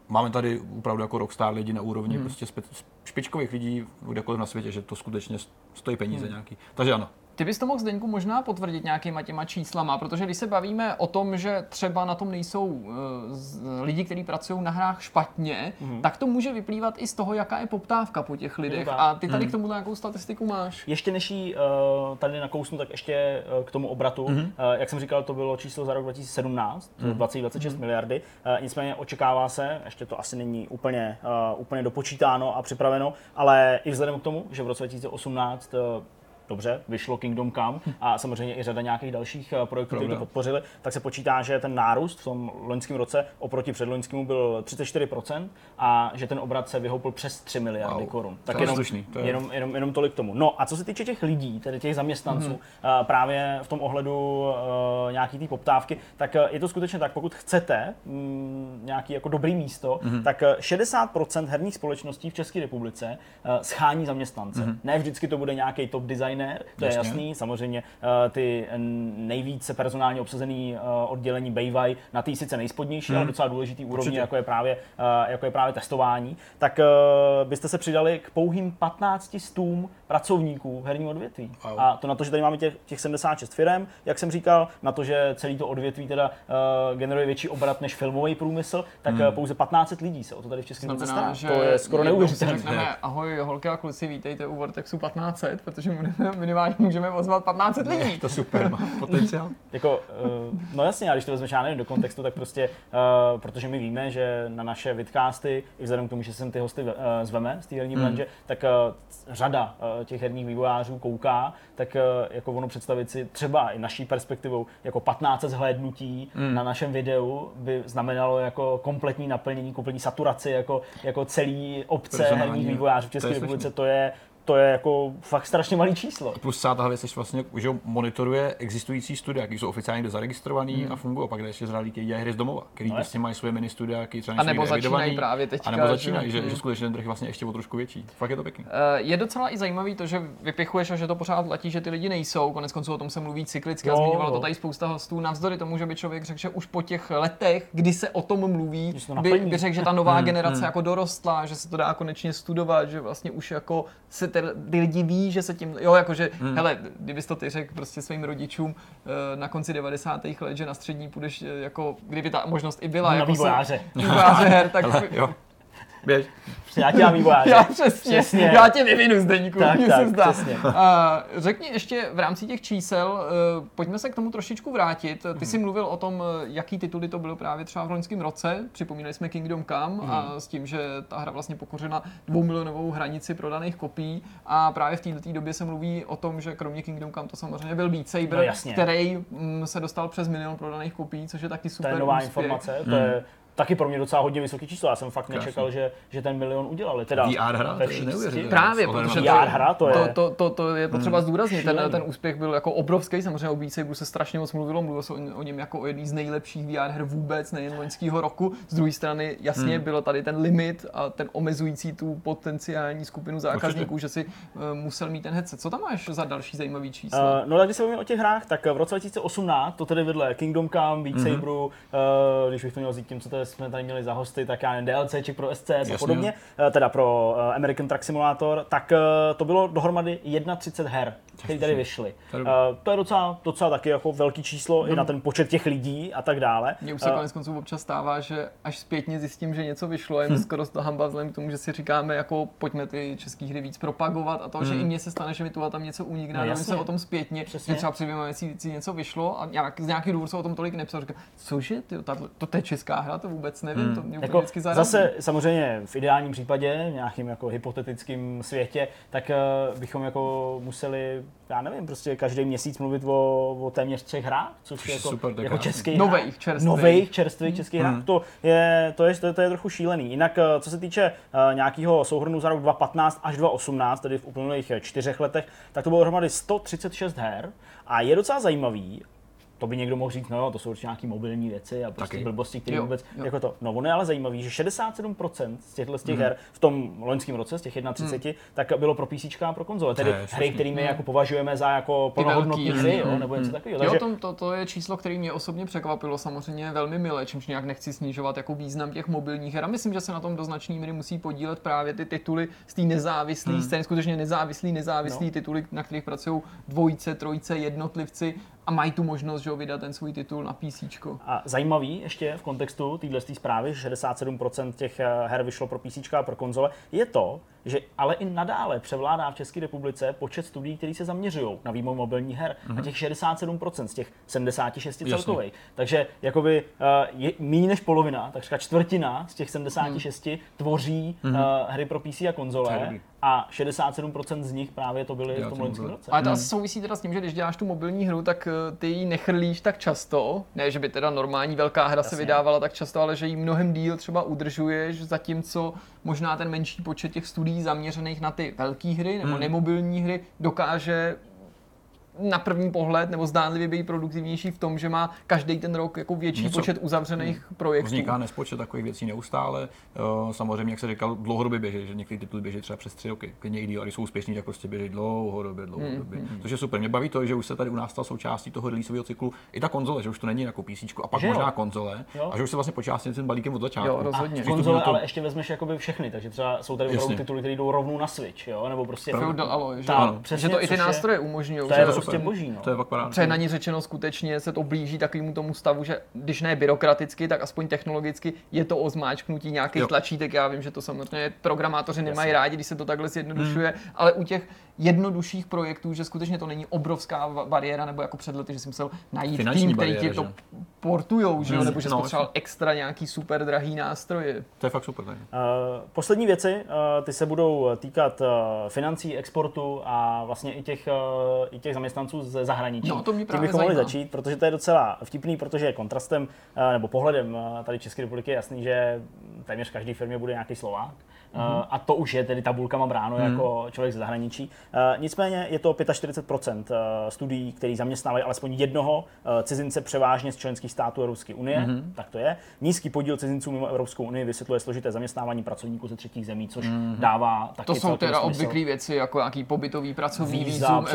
Speaker 3: máme tady opravdu jako rockstar lidi na úrovni prostě špičkových lidí kdekoliv na světě, že to skutečně stojí peníze nějaký. Takže ano.
Speaker 1: Ty bys to mohl, Zdeňku, možná potvrdit nějakýma těma číslama, protože když se bavíme o tom, že třeba na tom nejsou lidi, kteří pracují na hrách špatně, tak to může vyplývat i z toho, jaká je poptávka po těch lidech. A ty tady k tomu nějakou statistiku máš?
Speaker 2: Ještě než jí tady nakousnu, tak ještě k tomu obratu. Jak jsem říkal, to bylo číslo za rok 2017, 2026 miliardy. Nicméně očekává se, ještě to asi není úplně dopočítáno a připraveno, ale i vzhledem k tomu, že v roce 2018 dobře, vyšlo Kingdom Come a samozřejmě i řada nějakých dalších projektů, které to podpořili, tak se počítá, že ten nárůst v tom loňském roce oproti předloňskému byl 34% a že ten obrat se vyhoupl přes 3 miliardy korun. Tak jenom tolik k tomu. No a co se týče těch lidí, tedy těch zaměstnanců, právě v tom ohledu nějaký té poptávky, tak je to skutečně tak, pokud chcete nějaký jako dobrý místo, tak 60% herních společností v České republice schání zaměstnance. Ne vždycky to bude nějaký top designer, to je jasný, samozřejmě ty nejvíce personálně obsazený oddělení bývají na té sice nejspodnější, ale docela důležitý úrovni, jako je právě testování, tak byste se přidali k pouhým 15 stům pracovníků v herním odvětví. Wow. A to na to, že tady máme těch 76 firem, jak jsem říkal, na to, že celý to odvětví teda generuje větší obrat než filmový průmysl, tak pouze 15 lidí se o to tady v České republice stará. To je skoro neuvěřitelné.
Speaker 1: Ahoj holky a kluci, vítejte u Vortexu 1500, protože minimálně můžeme ozvat 1500 lidí.
Speaker 3: To super, má potenciál.
Speaker 2: No jasně, a když to vezmeš do kontextu, tak prostě, protože my víme, že na naše vidcasty, i vzhledem k tomu, že sem ty hosty zveme z té herní branže, tak řada těch herních vývojářů kouká, tak jako ono představit si třeba i naší perspektivou jako 15 zhlédnutí na našem videu by znamenalo jako kompletní naplnění, kompletní saturaci jako celý obce herních vývojářů v České republice. To je jako fakt strašně malý číslo.
Speaker 3: Plus ta věc, že vlastně že monitoruje existující studia, které jsou oficiálně zaregistrovaný a fungují. Pak ještě zralí, kteří dělají hry z domova, který vlastně mají svoje mini studia, který třeba
Speaker 1: nejsou začínají právě teďka.
Speaker 3: A nebo začínají, že skutečně ten trh vlastně ještě o trošku větší. Fakt je to pěkný.
Speaker 1: Je docela i zajímavý to, že vypichuješ a že to pořád platí, že ty lidi nejsou. Koneckonců o tom se mluví cyklicky a zmiňovalo to tady spousta hostů. Navzdory tomu, že by člověk řekl, že už po těch letech, kdy se o tom mluví, by řekl, že ta nová generace jako dorostla, že se to dá konečně studovat, že vlastně už jako se ty lidi ví, že se tím, jakože, hele, kdybys to ty řekl prostě svým rodičům na konci 90. let, že na střední půjdeš, jako, kdyby ta možnost i byla,
Speaker 2: na
Speaker 1: jako
Speaker 2: vývojáře
Speaker 1: her, tak
Speaker 3: běž.
Speaker 2: Já tě mám vývojáře.
Speaker 1: Já přesně. Já tě vyvinu, Zdeňku.
Speaker 2: Tak, přesně.
Speaker 1: Řekni ještě v rámci těch čísel, pojďme se k tomu trošičku vrátit. Ty jsi mluvil o tom, jaký tituly to bylo právě třeba v loňském roce. Připomínali jsme Kingdom Come a s tím, že ta hra vlastně pokořila 2 milionovou hranici prodaných kopií a právě v této době se mluví o tom, že kromě Kingdom Come to samozřejmě byl Beat Saber, který se dostal přes 1 milion prodaných kopií, což je taky super.
Speaker 2: To je nová informace, to je taky pro mě docela hodně vysoký číslo. Já jsem fakt nečekal, že ten 1 milion udělali. Teda
Speaker 3: VR hra, to je neuvěřitelné.
Speaker 1: Právě, protože
Speaker 2: VR hra,
Speaker 1: to je potřeba zdůraznit. Ten úspěch byl jako obrovský, samozřejmě o Beat Saberu se strašně moc mluvilo se o něm jako o jedný z nejlepších VR her vůbec, nejen loňského roku. Z druhé strany jasně bylo tady ten limit a ten omezující tu potenciální skupinu zákazníků, že si musel mít ten headset. Co tam máš za další zajímavý číslo?
Speaker 2: No tak když se bavíme o těch hrách, tak v roce 2018 to tedy vedle Kingdom Come, Beat Saberu, když bych to měl vzít tím, co jsme tady měli za hosty, tak já nevím, DLCček pro SCS a podobně, teda pro American Truck Simulator, tak to bylo dohromady 31 her, které tady vyšly. To je docela taky jako velký číslo i na ten počet těch lidí a tak dále.
Speaker 1: Mně už se koneckonců občas stává, že až zpětně zjistím, že něco vyšlo, je mi skoro z toho hamba vzhledem k tomu, že si říkáme, jako pojďme ty české hry víc propagovat a to, že i mně se stane, že mi tu a tam něco unikne, a se o tom zpětně, že třeba před 2 měsíci něco vyšlo a z nějakých důvodů se o tom tolik nepsal, říkám, cože, to je česká hra, to vůbec nevím, to mě
Speaker 2: jako
Speaker 1: vždycky zarazí.
Speaker 2: Zase samozřejmě v ideálním případě, v nějakým jako hypotetickým světě, tak bychom jako museli, já nevím, prostě každý měsíc mluvit o téměř 3 hrách, což je jako český nových čerstvých českých hrách. To je trochu šílený. Jinak co se týče nějakého souhrnu za rok 2015 až 2018, tedy v uplynulých 4 letech, tak to bylo dohromady 136 her a je docela zajímavý, to by někdo mohl říct, no jo, to jsou určitě nějaký mobilní věci a prostě blbosti, které vůbec jako to. No, ono je ale zajímavý, že 67% z těch her v tom loňském roce, z těch 31, tak bylo pro PC a pro konzole. Tedy hry, které my jako považujeme za jako plnohodnotné hry, jo, nebo něco takového.
Speaker 1: Jo, to je číslo, které mě osobně překvapilo, samozřejmě velmi milé, čímž nějak nechci snižovat jako význam těch mobilních her. A myslím, že se na tom do značné míry musí podílet právě ty tituly z té nezávislé scény, skutečně nezávislý tituly, na kterých pracují dvojice, trojice, jednotlivci a mají tu možnost, že vydat ten svůj titul na PC.
Speaker 2: A zajímavý ještě v kontextu téhle zprávy, že 67% těch her vyšlo pro PC a pro konzole, je to, že ale i nadále převládá v České republice počet studií, které se zaměřují na vývoj mobilních her. A těch 67% z těch 76 celkových. Takže jakoby méně než polovina, takřka čtvrtina z těch 76 tvoří hry pro PC a konzole. A 67% z nich právě to byly v tom loňském roce.
Speaker 1: Ale to asi souvisí teda s tím, že když děláš tu mobilní hru, tak ty ji nechrlíš tak často. Ne, že by teda normální velká hra se vydávala tak často, ale že ji mnohem díl třeba udržuješ, zatímco možná ten menší počet těch studií zaměřených na ty velké hry nebo nemobilní hry dokáže na první pohled nebo zdánlivě být produktivnější v tom, že má každý ten rok jako větší počet uzavřených projektů.
Speaker 3: Vzniká nespočet takových věcí neustále. Samozřejmě, jak se říkal, dlouhodobě běží, že některé tituly běží třeba přes 3 roky, klidně i díl, a když jsou úspěšní, tak prostě běží dlouhodobě. Což je super. Mě baví to, že už se tady u nás stala součástí toho releaseového cyklu i ta konzole, že už to není jako PC a pak možná konzole, a že už se vlastně počítá s tím balíkem od začátku.
Speaker 1: Jo, rozhodně.
Speaker 2: Konzole, ale ještě vezmeš jakoby všechny, takže třeba jsou tady opravdu tituly, které jdou rovnou na Switch, jo, nebo prostě
Speaker 1: že to i ty nástroje umožňují.
Speaker 2: To je prostě boží, no.
Speaker 1: Protože na ní řečeno skutečně se to blíží takovému tomu stavu, že když ne byrokraticky, tak aspoň technologicky je to o zmáčknutí nějakých tlačítek. Já vím, že to samozřejmě programátoři nemají rádi, když se to takhle zjednodušuje, ale u těch jednodušších projektů, že skutečně to není obrovská bariéra, nebo jako před lety, že jsi musel najít tým, který ti to portujou, že? Nebo že jsi potřeboval extra nějaký super drahý nástroje.
Speaker 3: To je fakt super.
Speaker 2: Poslední věci, ty se budou týkat financí, exportu a vlastně i těch zaměstnanců ze zahraničí.
Speaker 1: No, to mě
Speaker 2: právě bychom mohli začít, protože to je docela vtipný, protože kontrastem nebo pohledem tady České republiky je jasný, že téměř v každé firmě bude nějaký Slovák. A to už je tedy tabulkama bráno jako člověk ze zahraničí. Nicméně je to 45% studií, který zaměstnávají alespoň jednoho cizince převážně z členských států Evropské unie. Tak to je. Nízký podíl cizinců mimo Evropskou unii vysvětluje složité zaměstnávání pracovníků ze třetích zemí, což dává taky.
Speaker 1: To jsou teda obvyklé věci, jako nějaký pobytový pracovní vízum,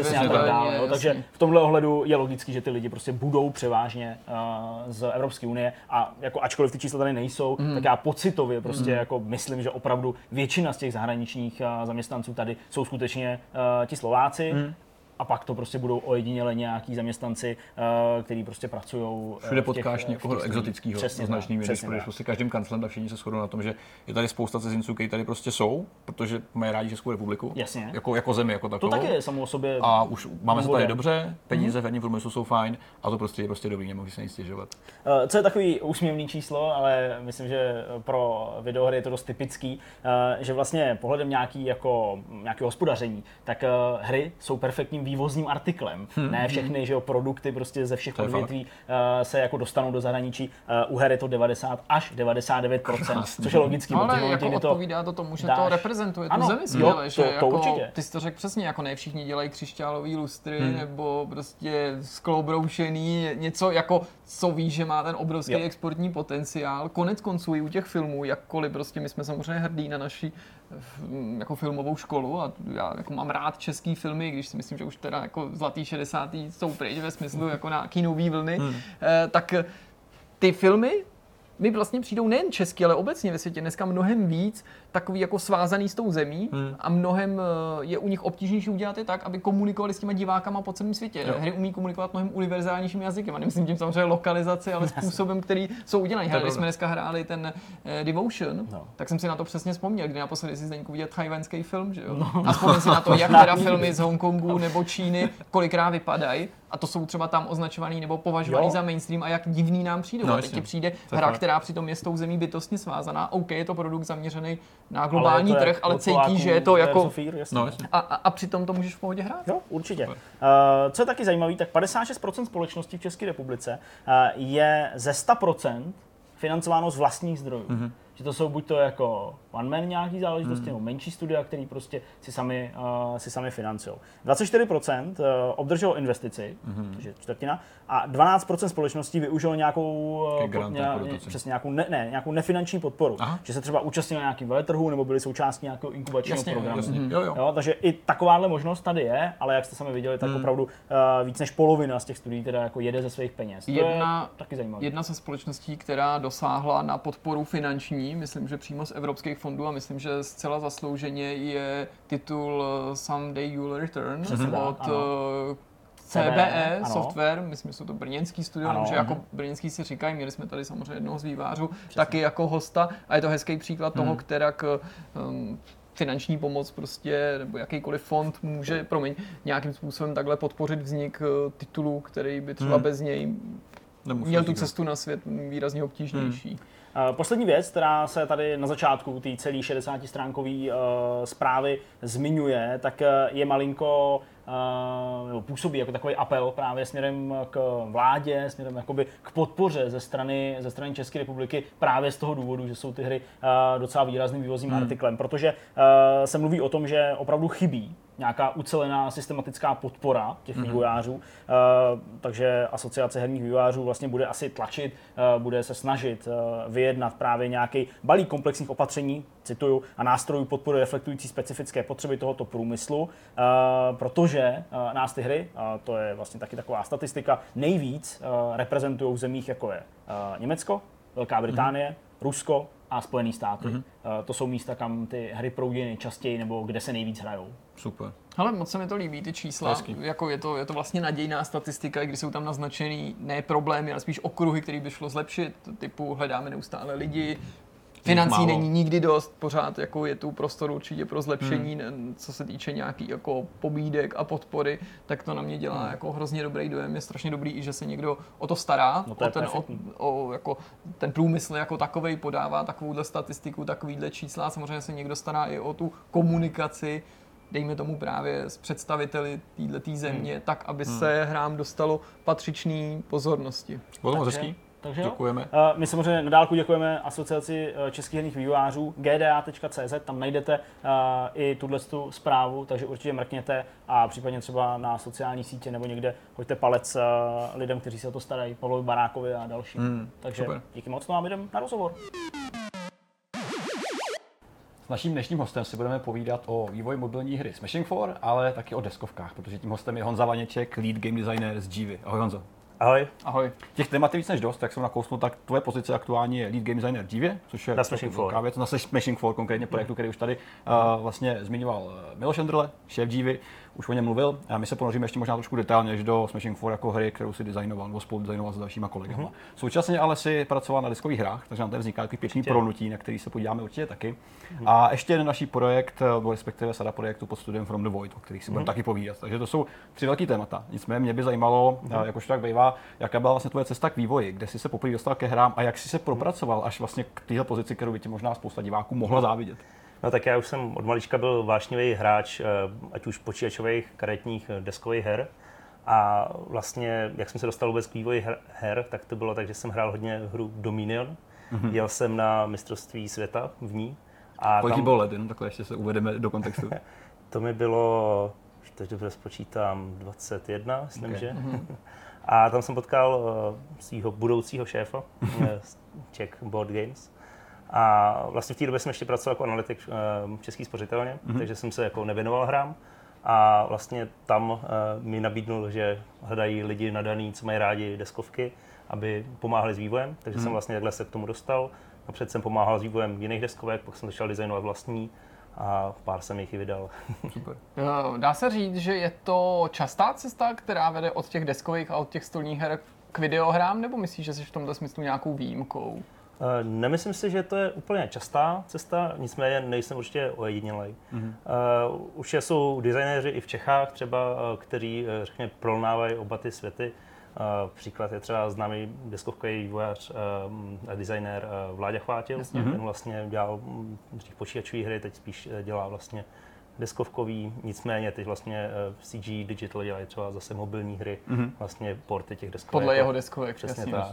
Speaker 2: takže v tomhle ohledu je logický, že ty lidi prostě budou převážně z Evropské unie a jako ačkoliv ty čísla tady nejsou, tak já pocitově prostě jako myslím, že opravdu většina z těch zahraničních zaměstnanců tady jsou skutečně ti Slováci. A pak to prostě budou ojediněle nějaký zaměstnanci, kteří prostě pracují.
Speaker 3: Všude potkáš někoho exotického, značný, když projdeš prostě každým kanclem, a všichni se shodují na tom, že je tady spousta cizinců, kteří tady prostě jsou, protože mají rádi Českou republiku.
Speaker 2: Jasně.
Speaker 3: Jako zemi, jako takovou.
Speaker 2: To taky je samo o sobě.
Speaker 3: A už máme se tady dobře, peníze v herním průmyslu jsou fajn a to prostě je prostě dobrý, nemohli se nic stěžovat.
Speaker 2: Co je takový úsměvný číslo, ale myslím, že pro videohry je to dost typický, že vlastně pohledem nějakého hospodaření, tak hry jsou perfektním vývozním artiklem. Ne všechny, že jo, produkty prostě ze všech odvětví se jako dostanou do zahraničí. U her je to 90 až 99%, což je logický.
Speaker 1: Ale jako odpovídá to tomu, že to reprezentuje tu zemi skvěle, že jako,
Speaker 2: určitě.
Speaker 1: Ty jsi to řekl přesně, jako ne všichni dělají křišťálový lustry nebo prostě skloubroušený, něco jako, co víš, že má ten obrovský exportní potenciál. Konec konců i u těch filmů, jakkoliv prostě my jsme samozřejmě hrdí na naši jako filmovou školu a já jako mám rád český filmy, když si myslím, že už teda jako zlatý 60. jsou pryč ve smyslu jako na kinový vlny, tak ty filmy mi vlastně přijdou nejen česky, ale obecně ve světě dneska mnohem víc takový jako svázaný s tou zemí a mnohem je u nich obtížnější udělat je tak, aby komunikovali s těma divákama po celém světě. Hry umí komunikovat mnohem univerzálnějším jazykem a nemyslím tím samozřejmě lokalizaci, ale způsobem, který jsou udělaný. Když jsme dneska hráli ten Devotion, tak jsem si na to přesně vzpomněl, kdy naposledy si Zdeňku vidět tchajwanský film, že jo? A vzpomněl si na to, jak teda filmy z Hongkongu nebo Číny kolikrát vypadají. A to jsou třeba tam označovaný nebo považovaný za mainstream a jak divný nám přijde. A teď ti přijde hra, která přitom je s tou zemí bytostně svázaná. OK, je to produkt zaměřený na globální trh, ale cítí, že je to jako... A přitom to můžeš v pohodě hrát.
Speaker 2: Jo, určitě. Co je taky zajímavé, tak 56% společností v České republice je ze 100% financováno z vlastních zdrojů. že to jsou buď to jako one-man nějaký záležitosti, nebo menší studia, který prostě si sami financují. 24% obdrželo investici, což je čtvrtina, a 12% společností využilo nějakou nefinanční podporu. Aha. Že se třeba účastnili na nějakým veletrhu nebo byli součástí nějakého inkubačního programu. Jasně. Jo, takže i takováhle možnost tady je, ale jak jste sami viděli, tak opravdu víc než polovina z těch studií teda jako jede ze svých peněz. To je taky zajímavé.
Speaker 1: Jedna ze společností, která dosáhla na podporu finanční, myslím, že přímo z evropských fondů a myslím, že zcela zaslouženě je titul Someday You'll Return od CBE Software, myslím, že jsou to brněnský studio, že jako brněnský si říkají, měli jsme tady samozřejmě jednoho z vývářů, taky jako hosta a je to hezký příklad toho, kterak finanční pomoc prostě, nebo jakýkoliv fond může, nějakým způsobem takhle podpořit vznik titulu, který by třeba bez něj měl tu cestu na svět výrazně obtížnější.
Speaker 2: Poslední věc, která se tady na začátku té celé 60-stránkové zprávy zmiňuje, tak je malinko působí jako takový apel právě směrem k vládě, směrem jakoby k podpoře ze strany České republiky právě z toho důvodu, že jsou ty hry docela výrazným vývozním artiklem, protože se mluví o tom, že opravdu chybí nějaká ucelená systematická podpora těch vývojářů, takže asociace herních vývojářů vlastně bude asi tlačit, bude se snažit vyjednat právě nějaký balík komplexních opatření, cituju, a nástrojů podpory reflektující specifické potřeby tohoto průmyslu, protože nás ty hry, to je vlastně taky taková statistika, nejvíc reprezentují v zemích jako je Německo, Velká Británie, Rusko a Spojené státy. To jsou místa, kam ty hry proudí nejčastěji nebo kde se nejvíc hrajou.
Speaker 3: Super.
Speaker 1: Ale moc se mi to líbí, ty čísla, jako je to vlastně nadějná statistika, kdy jsou tam naznačený ne problémy, ale spíš okruhy, které by šlo zlepšit, typu hledáme neustále lidi, financí není nikdy dost, pořád jako je tu prostor určitě pro zlepšení, co se týče nějaký jako pobídek a podpory, tak to na mě dělá jako hrozně dobrý dojem. Je strašně dobrý i, že se někdo o to stará, jako ten průmysl jako takovej podává takovouhle statistiku, takovýhle čísla. Samozřejmě se někdo stará i o tu komunikaci, dejme tomu právě s představiteli této země, tak aby se hrám dostalo patřičný pozornosti.
Speaker 3: Bylo hezký.
Speaker 2: Takže
Speaker 3: děkujeme.
Speaker 2: My samozřejmě na dálku děkujeme Asociaci českých herních vývojářů gda.cz, tam najdete i tuto zprávu, takže určitě mrkněte a případně třeba na sociální sítě nebo někde hoďte palec lidem, kteří se o to starají, Pavlovi Barákovi a dalším. Takže super. Díky moc, no a jdeme na rozhovor.
Speaker 3: S naším dnešním hostem si budeme povídat o vývoji mobilní hry Smashing 4, ale taky o deskovkách, protože tím hostem je Honza Vaněček, lead game designer z Jivy. Ahoj Honzo.
Speaker 2: Ahoj.
Speaker 1: Ahoj.
Speaker 3: Těch témat je víc než dost, jak jsem nakousnul, tak tvoje pozice aktuálně je lead game designer v Jivě, což je
Speaker 2: na Smashing 4.
Speaker 3: Věc, na Smashing 4 konkrétně projektu, který už tady vlastně zmiňoval Miloš Endrle, šéf Jivy, už o něm mluvil. A my se ponoříme ještě možná trošku detailně než do Smashing 4 jako hry, kterou si designoval nebo spolu designoval s dalšíma kolegama. Současně ale si pracoval na deskových hrách, takže nám tady vzniká takový pěkný pronutí, na který se podíváme určitě taky. A ještě jeden naší projekt, respektive sada projektu pod studiem From the Void, o kterých si budeme taky povídat. Takže to jsou 3 velký témata. Nicméně mě by zajímalo, jakož tak bývá, jaká byla vlastně tvoje cesta k vývoji, kde jsi se poprvé dostal ke hrám a jak jsi se propracoval až vlastně k téhle pozici, kterou by ti možná spousta diváků mohla závidět.
Speaker 4: No tak já už jsem od malička byl vášnivý hráč, ať už počítačových, karetních, deskových her. A vlastně, jak jsem se dostal vůbec k vývoji her, tak to bylo tak, že jsem hrál hodně hru Dominion. Jel jsem na mistrovství světa v ní.
Speaker 3: Kolik bylo let, takhle ještě se uvedeme do kontextu.
Speaker 4: To mi bylo, že teď dobře spočítám, 21, myslím, že. A tam jsem potkal svého budoucího šéfa z Czech Board Games. A vlastně v té době jsem ještě pracoval jako analytik v České spořitelně, takže jsem se jako nevěnoval hrám. A vlastně tam mi nabídnul, že hledají lidi nadaný, co mají rádi deskovky, aby pomáhali s vývojem. Takže jsem vlastně takhle se k tomu dostal. Napřed jsem pomáhal s vývojem jiných deskovek, pak jsem začal designovat vlastní a pár jsem jich i vydal.
Speaker 1: Super. Dá se říct, že je to častá cesta, která vede od těch deskových a od těch stolních her k videohrám, nebo myslíš, že jsi v tomto smyslu nějakou výjimkou?
Speaker 4: Nemyslím si, že to je úplně častá cesta, nicméně nejsem určitě ojedinělej. Už jsou designéři i v Čechách třeba, kteří řekněme prolnávají oba ty světy. Příklad je třeba známý deskovkový vývojář a designér Vláďa Chvátil. Ten vlastně dělal dřív počítačové hry, teď spíš dělá vlastně deskovkový, nicméně teď vlastně CG Digital dělají třeba zase mobilní hry, vlastně porty těch deskovek.
Speaker 1: Podle jeho deskovek,
Speaker 4: přesně
Speaker 1: jasně.
Speaker 4: tak.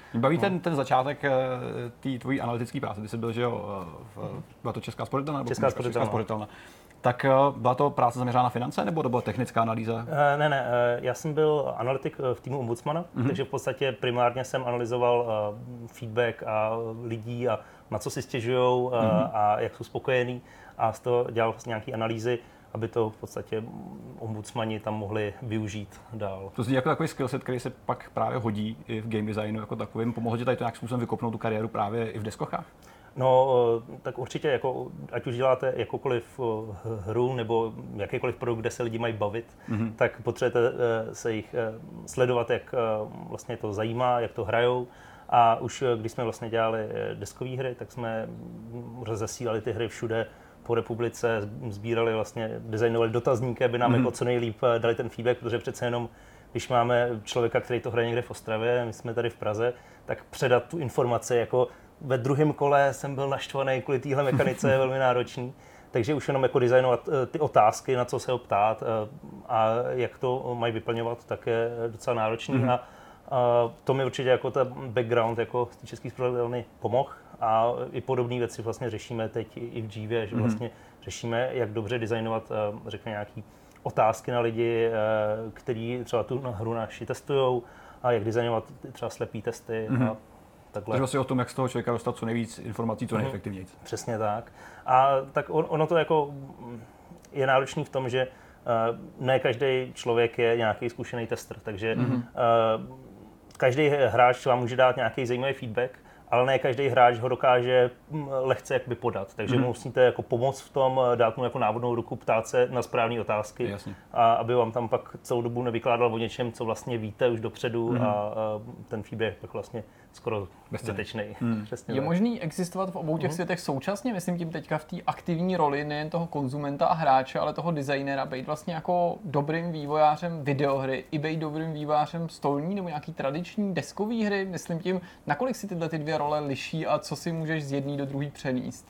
Speaker 3: Baví ten začátek té tvojí analytické práce. Ty jsi byl, že jo, byla to Česká spořitelna?
Speaker 4: Česká spořitelna.
Speaker 3: Tak byla to práce zaměřená na finance, nebo to byla technická analýza?
Speaker 4: Ne, já jsem byl analytik v týmu ombudsmana, takže v podstatě primárně jsem analyzoval feedback a lidí a na co si stěžujou a jak jsou spokojení a z toho dělal vlastně nějaké analýzy, aby to v podstatě ombudsmani tam mohli využít dál.
Speaker 3: To zní jako takový skillset, který se pak právě hodí i v game designu jako takovým. Pomohlo ti tady to nějakým způsobem vykopnout tu kariéru právě i v deskochách?
Speaker 4: No, tak určitě, jako, ať už děláte jakoukoliv hru nebo jakýkoliv produkt, kde se lidi mají bavit, tak potřebujete se jich sledovat, jak vlastně to zajímá, jak to hrajou. A už když jsme vlastně dělali deskové hry, tak jsme rozesílali ty hry všude po republice, sbírali vlastně, designovali dotazníky, aby nám jako co nejlíp dali ten feedback, protože přece jenom, když máme člověka, který to hraje někde v Ostravě, my jsme tady v Praze, tak předat tu informaci jako ve druhém kole jsem byl naštvaný kvůli téhle mechanice, je velmi náročný. Takže už jenom jako designovat ty otázky, na co se ho ptát a jak to mají vyplňovat, tak je docela náročný. A to mi určitě jako ten background jako z té české spořitelny pomohl. A i podobné věci vlastně řešíme teď i v Jivě, že vlastně řešíme, jak dobře designovat, řekněme, nějaké otázky na lidi, kteří třeba tu hru naši testujou, a jak designovat třeba slepý testy. A takhle.
Speaker 3: Takže vlastně o tom, jak z toho člověka dostat co nejvíc informací, co nejefektivněji.
Speaker 4: Přesně tak. A tak ono to jako je náročný v tom, že ne každý člověk je nějaký zkušený tester, takže každý hráč vám může dát nějaký zajímavý feedback, ale ne každý hráč ho dokáže lehce jakoby podat. Takže musíte jako pomoct v tom, dát mu jako návodnou ruku, ptát se na správné otázky, a aby vám tam pak celou dobu nevykládal o něčem, co vlastně víte už dopředu a ten feedback pak vlastně skoro zbytečný.
Speaker 1: Je možný existovat v obou těch světech současně? Myslím tím teďka v té aktivní roli nejen toho konzumenta a hráče, ale toho designera, být vlastně jako dobrým vývojářem videohry, i být dobrým vývojářem stolní nebo nějaký tradiční deskový hry. Myslím tím, nakolik si tyhle ty dvě role liší a co si můžeš z jedné do druhé přenést?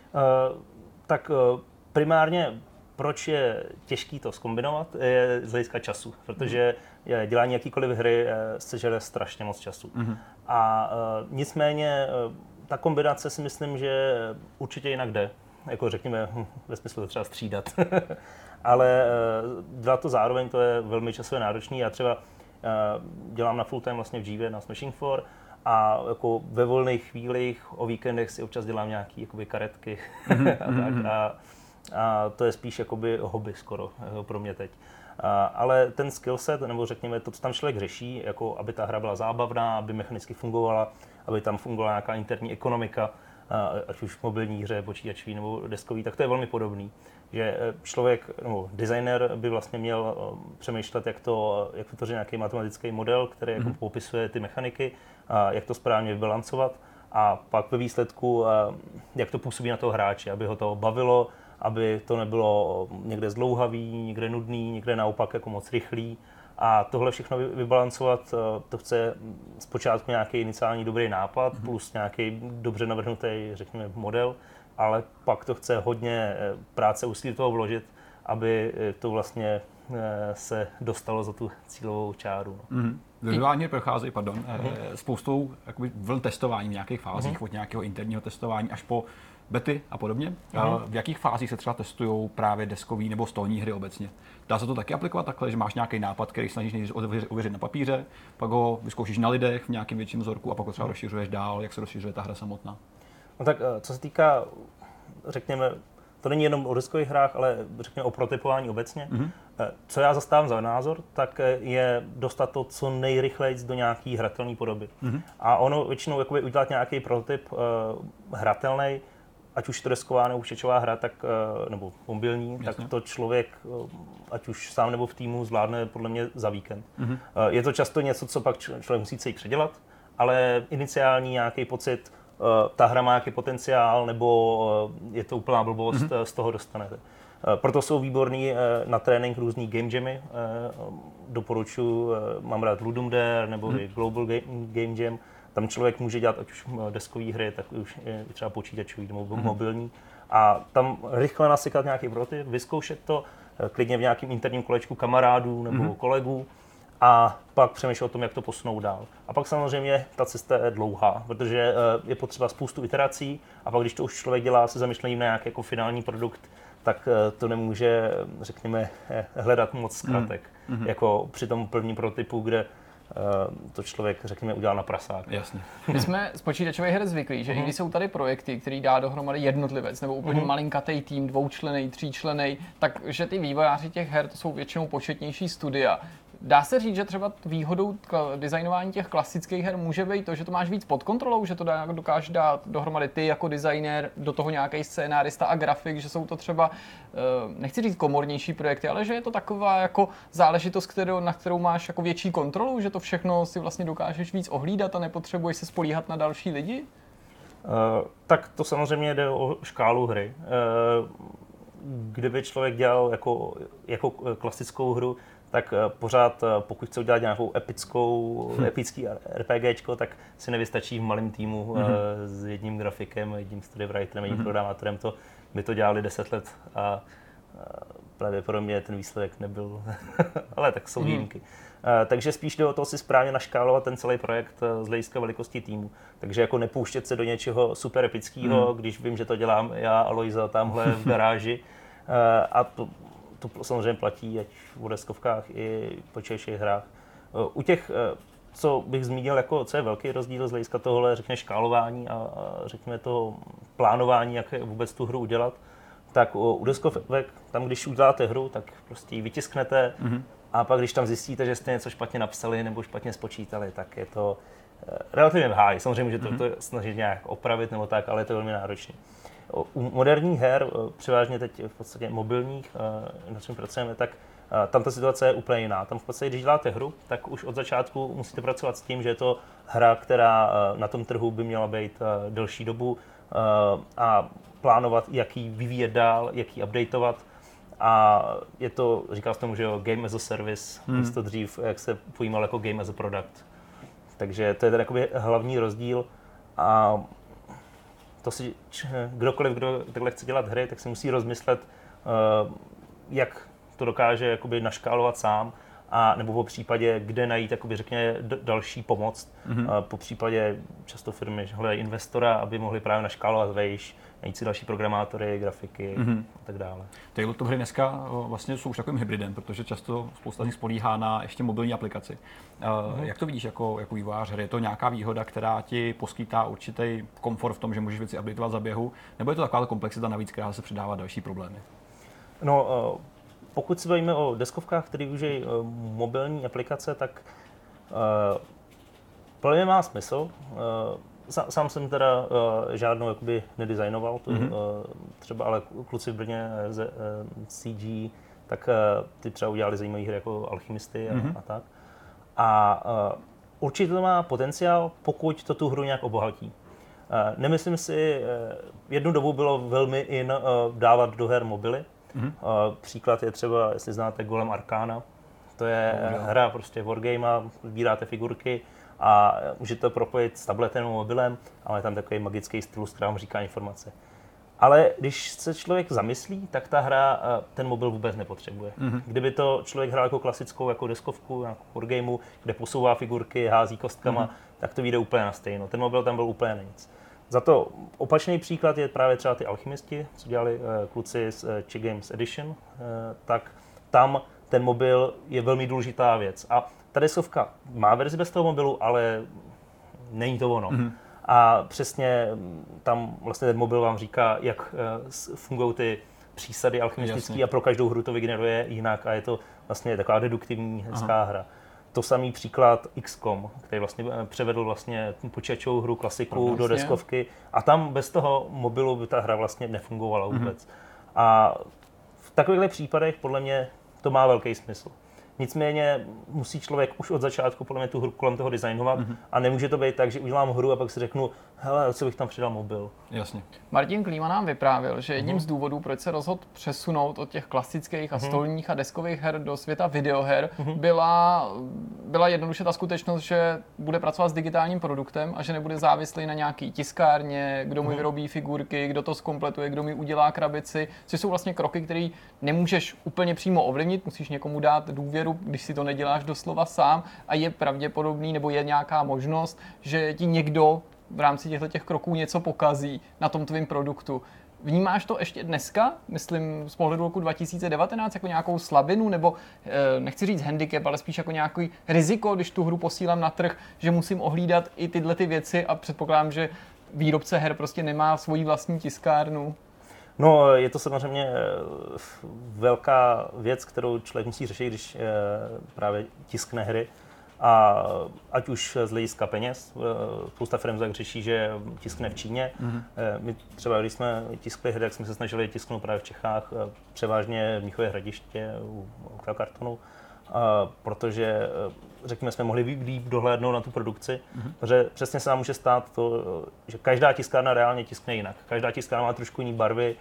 Speaker 4: Primárně proč je těžký to zkombinovat, je z hlediska času, protože dělání jakýkoliv hry se žere strašně moc času. A nicméně ta kombinace si myslím, že určitě jinak jde, jako řekněme ve smyslu to třeba střídat. Ale dělat to zároveň, to je velmi časově náročný. Já třeba dělám na full time vlastně v Jivě na Smashing 4 a jako ve volných chvílích o víkendech si občas dělám nějaký jakoby karetky a to je spíš jakoby hobby skoro pro mě teď. Ale ten skillset, nebo řekněme to, co tam člověk řeší, jako aby ta hra byla zábavná, aby mechanicky fungovala, aby tam fungovala nějaká interní ekonomika, ať už v mobilní hře, počítačový nebo deskový, tak to je velmi podobný. Že člověk, nebo designer by vlastně měl přemýšlet, jak to vytvořit nějaký matematický model, který jako popisuje ty mechaniky, jak to správně vybalancovat a pak ve výsledku, jak to působí na toho hráče, aby ho to bavilo, aby to nebylo někde zdlouhavý, někde nudný, někde naopak jako moc rychlý. A tohle všechno vybalancovat, to chce zpočátku nějaký iniciální dobrý nápad, plus nějaký dobře navrhnutý, řekněme, model, ale pak to chce hodně práce, úsilí do toho vložit, aby to vlastně se dostalo za tu cílovou čáru.
Speaker 3: Vyvíjání procházejí, spoustou vln testování v nějakých fázích, od nějakého interního testování až po bety a podobně. V jakých fázích se třeba testují právě deskový nebo stolní hry obecně? Dá se to taky aplikovat takhle, že máš nějaký nápad, který snažíš nejdřív ověřit na papíře, pak ho vyzkoušíš na lidech v nějakém větším vzorku a pak ho třeba rozšiřuješ dál, jak se rozšiřuje ta hra samotná?
Speaker 4: No tak co se týká, řekněme, to není jenom o deskových hrách, ale řekněme o prototypování obecně. Co já zastávám za názor, tak je dostat to co nejrychleji do nějaký hratelné podoby. A ono většinou jakoby udělat nějaký prototyp hratelný, ať už to desková nebo počítačová hra, tak, nebo mobilní, tak to člověk, ať už sám nebo v týmu, zvládne podle mě za víkend. Je to často něco, co pak člověk musí celý předělat, ale iniciální nějaký pocit, ta hra má nějaký potenciál, nebo je to úplná blbost, z toho dostanete. Proto jsou výborný na trénink různý game jamy. Doporučuji, mám rád Ludum Dare nebo i Global Game Jam. Tam člověk může dělat ať už deskové hry, tak už třeba počítačový nebo mobilní. A tam rychle nasykat nějaký prototyp, vyzkoušet to, klidně v nějakém interním kolečku kamarádů nebo kolegů a pak přemýšlet o tom, jak to posunout dál. A pak samozřejmě ta cesta je dlouhá, protože je potřeba spoustu iterací a pak, když to už člověk dělá se zamýšlením na nějaký jako finální produkt, tak to nemůže, řekněme, hledat moc zkratek, jako při tom prvním prototypu, kde to člověk, řekněme, udělal na prasák.
Speaker 3: Jasně.
Speaker 1: My jsme z počítačových her zvyklí, že i když jsou tady projekty, který dá dohromady jednotlivec nebo úplně malinkatý tým, 2členný, 3členný, takže ty vývojáři těch her to jsou většinou početnější studia. Dá se říct, že třeba výhodou designování těch klasických her může být to, že to máš víc pod kontrolou, že to dokážeš dát dohromady ty jako designér, do toho nějaký scénárista a grafik, že jsou to třeba, nechci říct komornější projekty, ale že je to taková jako záležitost, na kterou máš jako větší kontrolu, že to všechno si vlastně dokážeš víc ohlídat a nepotřebuješ se spolíhat na další lidi?
Speaker 4: Tak to samozřejmě jde o škálu hry. Kdyby člověk dělal jako klasickou hru, tak pořád, pokud chce udělat nějakou epický RPGčko, tak si nevystačí v malém týmu s jedním grafikem, jedním story-writerem, jedním programátorem. To by to dělali 10 let a pravděpodobně ten výsledek nebyl, ale tak jsou výjimky. Takže spíš jde o to si správně naškálovat ten celý projekt z hlediska velikosti týmu. Takže jako nepouštět se do něčeho super epického, když vím, že to dělám já a Lojza tamhle v garáži. A to samozřejmě platí, ať v deskovkách i počítačových hrách. U těch, co bych zmínil, jako co je velký rozdíl z hlediska tohohle, řekněme škálování a řekněme toho plánování, jak vůbec tu hru udělat, tak u deskovek, tam když uděláte hru, tak prostě ji vytisknete a pak když tam zjistíte, že jste něco špatně napsali nebo špatně spočítali, tak je to relativně v háji. Samozřejmě můžete to snažit nějak opravit nebo tak, ale je to velmi náročné. U moderních her, převážně teď v podstatě mobilních, na čem pracujeme, tak tam ta situace je úplně jiná. Tam v podstatě, když děláte hru, tak už od začátku musíte pracovat s tím, že je to hra, která na tom trhu by měla být delší dobu a plánovat, jak ji vyvíjet dál, jak ji updateovat. A je to, říkal jsem tomu, že jo, game as a service, místo dřív, jak se pojímal jako game as a product. Takže to je ten jakoby hlavní rozdíl. A to si kdokoliv, kdo takhle chce dělat hry, tak si musí rozmyslet, jak to dokáže jakoby naškálovat sám, a nebo po případě, kde najít jakoby, řekněme, další pomoc. Po případě často firmy hledají investora, aby mohli právě naškálovat vejš, najít si další programátory, grafiky a tak dále.
Speaker 3: Tabletop hry dneska vlastně jsou už takovým hybridem, protože často spousta z nich spolíhá na ještě mobilní aplikaci. Jak to vidíš jako vývojář hry? Je to nějaká výhoda, která ti poskytá určitý komfort v tom, že můžeš věci updateovat za běhu, nebo je to taková komplexita navíc, která se přidává další problémy?
Speaker 4: No, pokud se bavíme o deskovkách, které využijí mobilní aplikace, tak pro mě má smysl. Sám jsem teda žádnou jakoby nedizajnoval, třeba ale kluci v Brně ze CG, tak ty třeba udělali zajímavé hry jako Alchymisty a tak. A určitě to má potenciál, pokud to tu hru nějak obohatí. Nemyslím si, jednu dobu bylo velmi in dávat do her mobily. Příklad je třeba, jestli znáte Golem Arcana, to je hra prostě wargame, sbíráte figurky a můžete to propojit s tabletem nebo mobilem, ale je tam takový magický stylus, který vám říká informace. Ale když se člověk zamyslí, tak ta hra ten mobil vůbec nepotřebuje. Kdyby to člověk hrál jako klasickou jako deskovku, jako wargameu, kde posouvá figurky, hází kostkama, tak to vyjde úplně na stejno. Ten mobil tam byl úplně na nic. Za to opačný příklad je právě třeba ty Alchymisti, co dělali kluci z Czech Games Edition, tak tam ten mobil je velmi důležitá věc. A ta deskovka má verzi bez toho mobilu, ale není to ono. A přesně tam vlastně ten mobil vám říká, jak fungují ty přísady alchymistické a pro každou hru to vygeneruje jinak a je to vlastně taková deduktivní hezká hra. To samý příklad XCOM, který vlastně převedl vlastně počítačovou hru klasiku do deskovky a tam bez toho mobilu by ta hra vlastně nefungovala vůbec. A v takovýchhle případech podle mě to má velký smysl. Nicméně musí člověk už od začátku podle mě tu hru kolem toho designovat a nemůže to být tak, že udělám hru a pak si řeknu, hele, co bych tam přidal mobil.
Speaker 3: Jasně.
Speaker 1: Martin Klíma nám vyprávěl, že jedním z důvodů, proč se rozhodl přesunout od těch klasických a stolních a deskových her do světa videoher, byl byla jednoduše ta skutečnost, že bude pracovat s digitálním produktem a že nebude závislý na nějaký tiskárně, kdo mu vyrobí figurky, kdo to zkompletuje, kdo mi udělá krabici, což jsou vlastně kroky, které nemůžeš úplně přímo ovlivnit, musíš někomu dát důvěru, když si to neděláš doslova sám a je pravděpodobný nebo je nějaká možnost, že ti někdo v rámci těchto kroků něco pokazí na tom tvým produktu. Vnímáš to ještě dneska, myslím z pohledu roku 2019, jako nějakou slabinu, nebo nechci říct handicap, ale spíš jako nějaký riziko, když tu hru posílám na trh, že musím ohlídat i tyhle ty věci a předpokládám, že výrobce her prostě nemá svoji vlastní tiskárnu?
Speaker 4: No, je to samozřejmě velká věc, kterou člověk musí řešit, když právě tiskne hry. A ať už z hlediska peněz, spousta firm tak řeší, že tiskne v Číně. My třeba, když jsme tiskli hry, tak jsme se snažili tisknout právě v Čechách, převážně v Mnichově Hradiště u kartonu, protože, řekněme, jsme mohli líp dohlédnout na tu produkci, protože přesně se nám může stát to, že každá tiskárna reálně tiskne jinak. Každá tiskárna má trošku jiný barvy,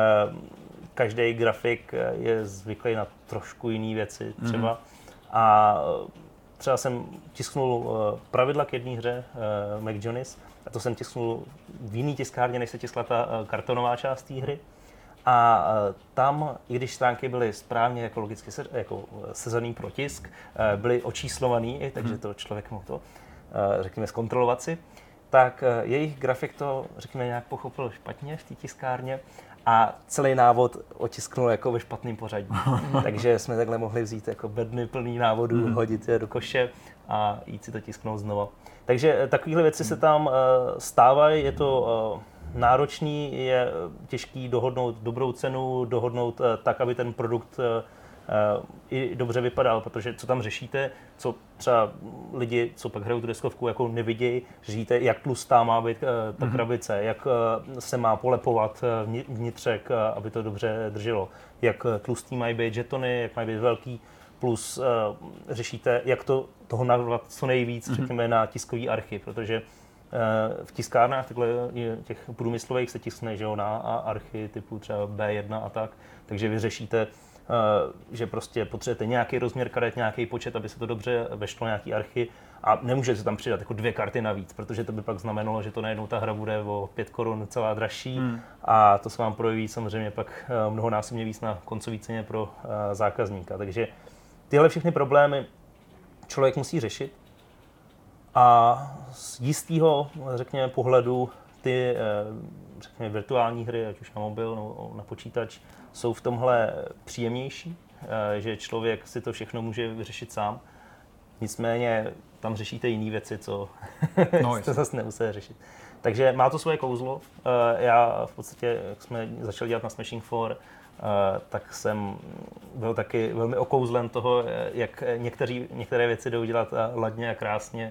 Speaker 4: každý grafik je zvyklý na trošku jiné věci třeba. A třeba jsem tisknul pravidla k jedné hře McJohnny's a to jsem tisknul v jiný tiskárně, než se tiskla ta kartonová část té hry. A tam, i když stránky byly správně jako logicky sezaný pro tisk, byly očíslovaný, takže to člověk mohl to, řekněme, zkontrolovat si, tak jejich grafik to, řekněme, nějak pochopil špatně v té tiskárně a celý návod otisknul jako ve špatném pořadí. Takže jsme takhle mohli vzít jako bedny plný návodů, hodit je do koše a jít si to tisknout znova. Takže takovéhle věci se tam stávají, je to náročný, je těžký dohodnout dobrou cenu, dohodnout tak, aby ten produkt i dobře vypadal, protože co tam řešíte, co třeba lidi, co pak hrajou tu deskovku, jako nevidějí, řešíte, jak tlustá má být ta krabice, jak se má polepovat vnitřek, aby to dobře drželo, jak tlustý mají být žetony, jak mají být velký, plus řešíte, jak toho narvat co nejvíc, řekněme, na tiskový archy, protože v tiskárnách takhle těch průmyslových se tiskne, že jo, na archy typu třeba B1 a tak, takže vy řešíte, že prostě potřebujete nějaký rozměr karet, nějaký počet, aby se to dobře vešlo nějaký archy a nemůžete tam přidat jako 2 karty navíc, protože to by pak znamenalo, že to najednou ta hra bude o 5 korun celá dražší a to se vám projeví samozřejmě pak mnohonásobně víc na koncové ceně pro zákazníka. Takže tyhle všechny problémy člověk musí řešit a z jistého, řekněme, pohledu ty, řekněme, virtuální hry, ať už na mobil nebo na počítač, jsou v tomhle příjemnější, že člověk si to všechno může vyřešit sám. Nicméně tam řešíte jiné věci, co jste zase nemuseli řešit. Takže má to svoje kouzlo. Já v podstatě, jak jsme začali dělat na Smashing 4, tak jsem byl taky velmi okouzlen toho, jak některé věci jdou dělat ladně a krásně,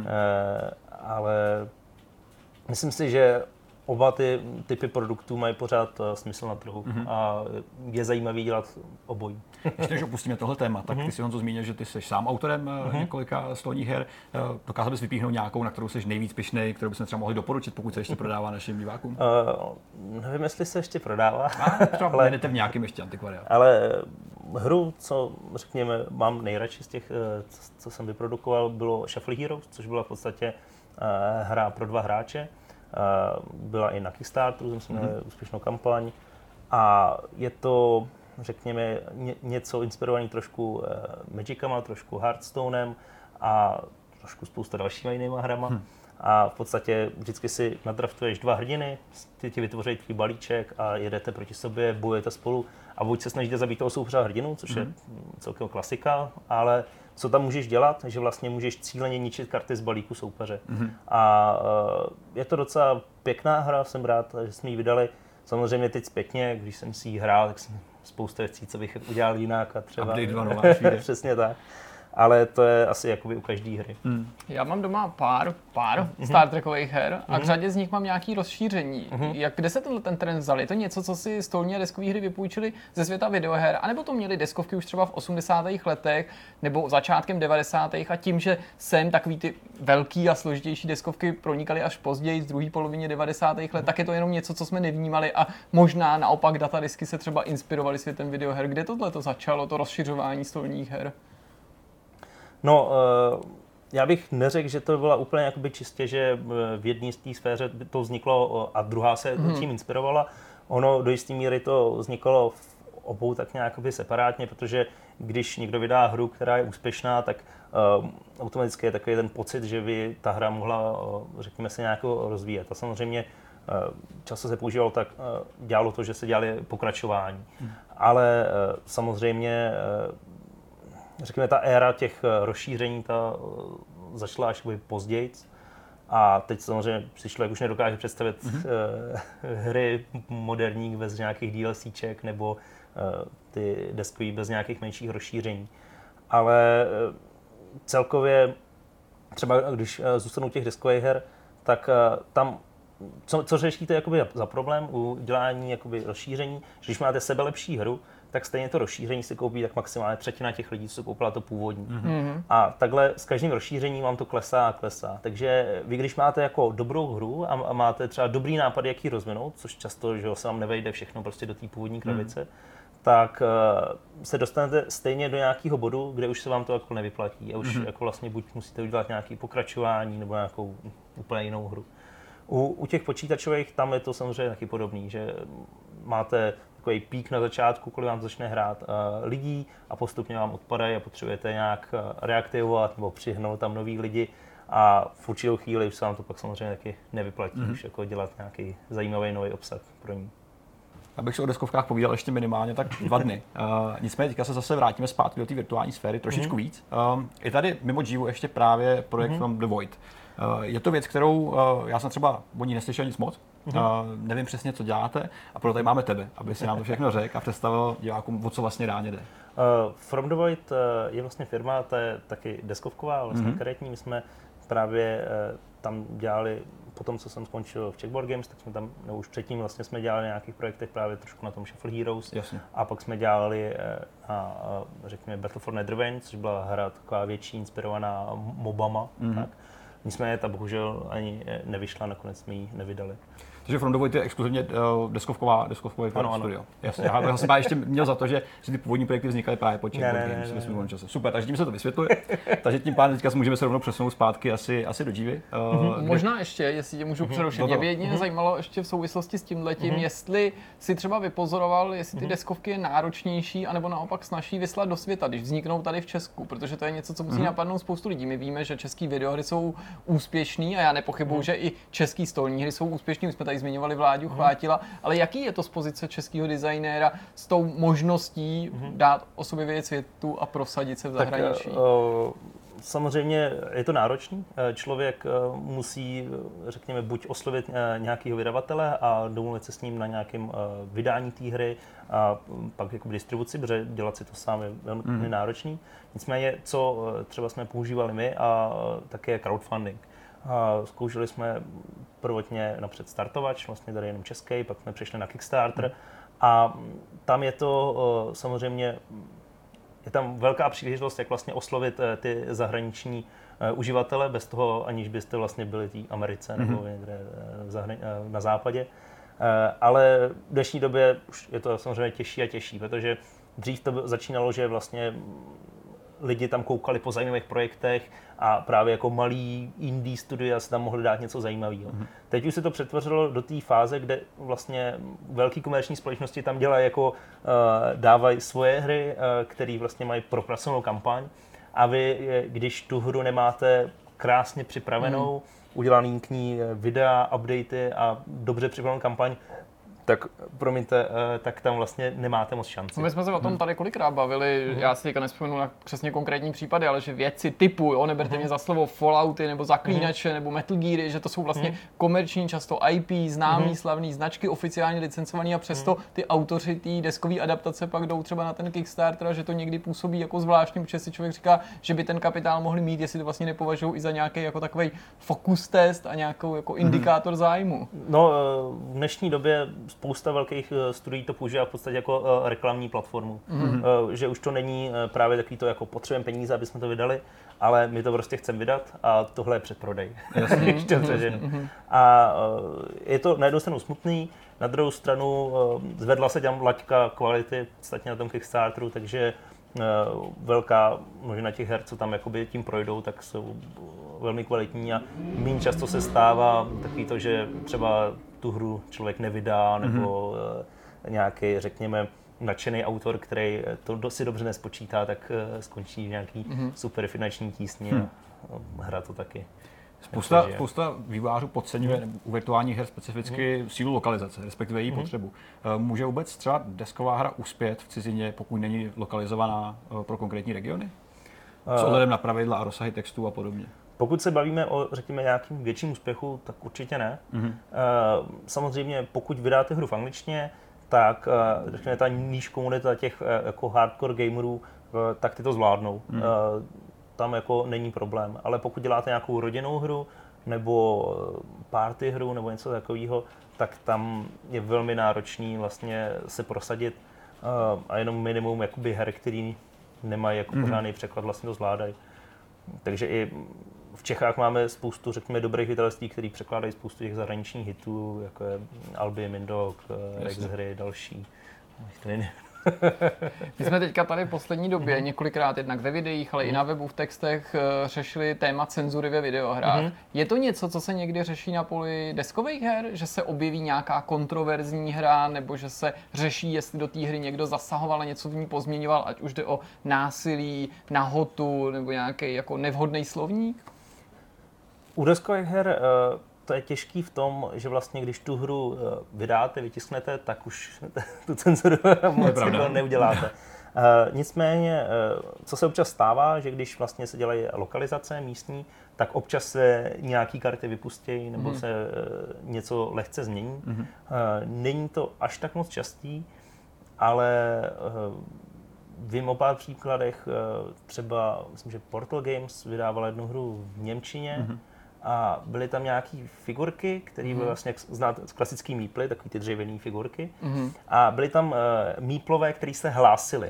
Speaker 4: ale myslím si, že oba ty typy produktů mají pořád smysl na trhu a je zajímavý dělat obojí.
Speaker 3: Ještě než opustíme tohle téma, tak ty si Honzo zmínil, že ty jsi sám autorem několika stolních her. Dokázal bys vypíchnout nějakou, na kterou jsi nejvíc pyšnej, kterou bychom třeba mohli doporučit, pokud se ještě prodává našim divákům?
Speaker 4: Nevím, jestli se ještě prodává.
Speaker 3: Třeba jdete v nějakým ještě antikvariátu.
Speaker 4: Ale hru, co řekněme mám nejradši z těch, co jsem vyprodukoval, bylo Shuffle Heroes, což byla v podstatě hra pro 2 hráče. Byla i na Kickstarteru, jsme měli úspěšnou kampaň a je to, řekněme, něco inspirovaný trošku Magicama, trošku Hearthstonem a trošku spousta dalšíma jinýma hrama. A v podstatě vždycky si nadraftuješ 2 hrdiny, ty ti vytvoří tvůj balíček a jedete proti sobě, bojujete spolu a buď se snažíte zabít toho soupeře hrdinu, což je celkem klasika, ale co tam můžeš dělat, že vlastně můžeš cíleně ničit karty z balíku soupeře. A je to docela pěkná hra, jsem rád, že jsme ji vydali. Samozřejmě teď zpětně, když jsem si ji hrál, tak jsem spousta věcí, co bych udělal jinak a třeba...
Speaker 3: Update 2 nová
Speaker 4: Přesně tak. Ale to je asi jakoby u každé hry.
Speaker 1: Já mám doma pár Star Trekových her a k řadě z nich mám nějaké rozšíření. Kde se ten trend vzal? Je to něco, co si stolní a deskové hry vypůjčili ze světa videoher, anebo to měli deskovky už třeba v 80. letech nebo začátkem 90. a tím, že sem takový ty velký a složitější deskovky pronikaly až později, z druhé polovině 90. let, tak je to jenom něco, co jsme nevnímali a možná naopak datadisky se třeba inspirovaly světem videoher. Kde tohle to začalo, to rozšiřování stolních her?
Speaker 4: No, já bych neřekl, že to byla úplně jakoby čistě, že v jedné z té sféře to vzniklo a druhá se tím inspirovala. Ono do jisté míry to vzniklo v obou tak nějak separátně, protože když někdo vydá hru, která je úspěšná, tak automaticky je takový ten pocit, že by ta hra mohla, řekněme, se nějak rozvíjet. A samozřejmě často se používalo tak, dělalo to, že se dělali pokračování. Ale samozřejmě, řekněme, ta éra těch rozšíření ta začala až později. A teď samozřejmě si člověk už nedokáže představit hry moderní bez nějakých DLCček nebo ty deskový bez nějakých menších rozšíření. Ale celkově, třeba když zůstanou těch deskových her, tak tam, co řešíte jakoby za problém u dělání jakoby rozšíření, když máte sebelepší hru, tak stejně to rozšíření si koupí tak maximálně třetina těch lidí, co koupila to původní. A takhle s každým rozšířením vám to klesá a klesá. Takže vy, když máte jako dobrou hru a máte třeba dobrý nápad, jak ji rozvinout, což často že se vám nevejde všechno prostě do té původní krabice, tak se dostanete stejně do nějakého bodu, kde už se vám to jako nevyplatí. A už jako vlastně buď musíte udělat nějaké pokračování nebo nějakou úplně jinou hru. U těch počítačových tam je to samozřejmě taky podobný, že máte takový pík na začátku, kolik vám začne hrát lidí a postupně vám odpadají a potřebujete nějak reaktivovat nebo přihnout tam nový lidi a v určitou chvíli už se vám to pak samozřejmě taky nevyplatí už jako dělat nějaký zajímavý nový obsah pro ní.
Speaker 3: Abych se o deskovkách povídal ještě minimálně tak 2 dny. Nicméně teďka se zase vrátíme zpátky do té virtuální sféry trošičku víc. Je tady mimo Jivu ještě právě projekt From the Void. Je to věc, kterou já jsem třeba o ní neslyšel nic moc, nevím přesně, co děláte a proto tady máme tebe, aby si nám to všechno řekl a představil divákům, o co vlastně reálně jde.
Speaker 4: From the Void je vlastně firma, ta je taky deskovková, vlastně karetní. My jsme právě tam dělali, po tom, co jsem skončil v Czech Board Games, tak jsme tam, nebo už předtím vlastně jsme dělali na nějakých projektech právě trošku na tom Shuffle Heroes.
Speaker 3: Jasně.
Speaker 4: A pak jsme dělali na, řekněme, Battle for Netherrealm, což byla hra taková větší, inspirovaná mobama. Tak. Nicméně ta bohužel ani nevyšla, nakonec jsme ji nevydali.
Speaker 3: Takže From the Void je exkluzivně deskovkové studio. Jasně, já jsem ještě měl za to, že ty původní projekty vznikaly právě po Czech Board Games ve svém čase. Super, takže tím se to vysvětluje. Takže tím pádem teďka můžeme se rovnou přesunout zpátky asi do Jivy.
Speaker 1: Možná ještě, jestli tě můžu přerušit, mě by jedině zajímalo ještě v souvislosti s tímhletím, jestli si třeba vypozoroval, jestli ty deskovky je náročnější, anebo naopak snazší vyslat do světa, když vzniknou tady v Česku, protože to je něco, co musí napadnout spoustu lidí. My víme, že český videohry jsou úspěšný a já nepochybuju, že i český stolní hry jsou úspěšný. My jsme tady zmiňovali Vláďu Chvátila, ale jaký je to z pozice českého designéra s tou možností dát o sobě vědět světu a prosadit se v zahraničí?
Speaker 4: Samozřejmě je to náročný. Člověk musí, řekněme, buď oslovit nějakého vydavatele a domluvit se s ním na nějakém vydání té hry a pak jako distribuci, protože dělat si to sám je velmi náročný. Nicméně, co třeba jsme používali my, a také crowdfunding. Zkoušeli jsme prvotně napřed startovač, vlastně tady jenom český, pak jsme přešli na Kickstarter a tam je to samozřejmě, je tam velká příležitost, jak vlastně oslovit ty zahraniční uživatele bez toho, aniž byste vlastně byli v Americe nebo někde na západě. Ale v dnešní době už je to samozřejmě těžší a těžší, protože dřív to začínalo, že vlastně lidi tam koukali po zajímavých projektech a právě jako malý indie studia se tam mohli dát něco zajímavého. Teď už se to přetvořilo do té fáze, kde vlastně velké komerční společnosti tam dělají jako dávají svoje hry, které vlastně mají propracovanou kampaň a vy, když tu hru nemáte krásně připravenou, udělaný k ní videa, updaty a dobře připravenou kampaň, tak promiňte, tak tam vlastně nemáte moc šanci.
Speaker 1: My jsme se o tom tady kolikrát bavili, já si teďka nespomenu na přesně konkrétní případy, ale že věci typu, neberte mě za slovo Fallouty nebo Zaklínače nebo Metal Geary, že to jsou vlastně komerční, často IP, známý, slavný značky, oficiálně licencovaný a přesto ty autoři té deskové adaptace pak jdou třeba na ten Kickstarter a že to někdy působí jako zvláštní, protože si člověk říká, že by ten kapitál mohli mít, jestli to vlastně nepovažují i za nějaký jako takovej focus test a nějakou jako indikátor zájmu.
Speaker 4: No, v dnešní době spousta velkých studií to používá v podstatě jako reklamní platformu. Že už to není právě takový to, jako potřebujeme peníze, aby jsme to vydali, ale my to prostě chceme vydat a tohle je předprodej. A je to na jednu stranu smutný, na druhou stranu zvedla se tam laťka kvality, ostatně na tom Kickstarteru, takže velká množina těch her, co tam jakoby tím projdou, tak jsou velmi kvalitní a méně často se stává takový to, že třeba tu hru člověk nevydá, nebo nějaký, řekněme, nadšený autor, který to si dobře nespočítá, tak skončí v nějaký super finanční tísni a hra to taky.
Speaker 3: Spousta vývojářů podceňuje u virtuálních her specificky sílu lokalizace, respektive její potřebu. Může vůbec třeba desková hra uspět v cizině, pokud není lokalizovaná pro konkrétní regiony? S ohledem na pravidla a rozsahy textů a podobně.
Speaker 4: Pokud se bavíme o, řekněme, nějakým větším úspěchu, tak určitě ne. Samozřejmě, pokud vydáte hru v angličtině, tak řekněme, ta níž komunita těch jako hardcore gamerů, tak ty to zvládnou. Tam jako není problém. Ale pokud děláte nějakou rodinnou hru, nebo party hru, nebo něco takového, tak tam je velmi náročný vlastně se prosadit a jenom minimum jakoby her, který nemají jako pořádný překlad, vlastně to zvládají. Takže i v Čechách máme spoustu, řekněme, dobrých vydavatelství, který překládají spoustu těch zahraničních hitů, jako je Albion, Mindog, Rex hry, další.
Speaker 1: My jsme teďka tady v poslední době několikrát jednak ve videích, ale i na webu v textech řešili téma cenzury ve videohrách. Je to něco, co se někdy řeší na poli deskových her? Že se objeví nějaká kontroverzní hra, nebo že se řeší, jestli do té hry někdo zasahoval a něco v ní pozměňoval, ať už jde o násilí, nahotu nebo nějaký jako nevhodný slovník?
Speaker 4: U deskových her to je těžký v tom, že vlastně když tu hru vydáte, vytisknete, tak už tu cenzuru moc jako neuděláte. Nicméně, co se občas stává, že když vlastně se dělají lokalizace místní, tak občas se nějaký karty vypustějí nebo se něco lehce změní. Není to až tak moc častý, ale vím o pár příkladech, třeba myslím, že Portal Games vydával jednu hru v němčině, a byly tam nějaký figurky, které byly vlastně, jak znáte, klasický míply, takový ty dřevěný figurky. A byly tam míplové, které se hlásily.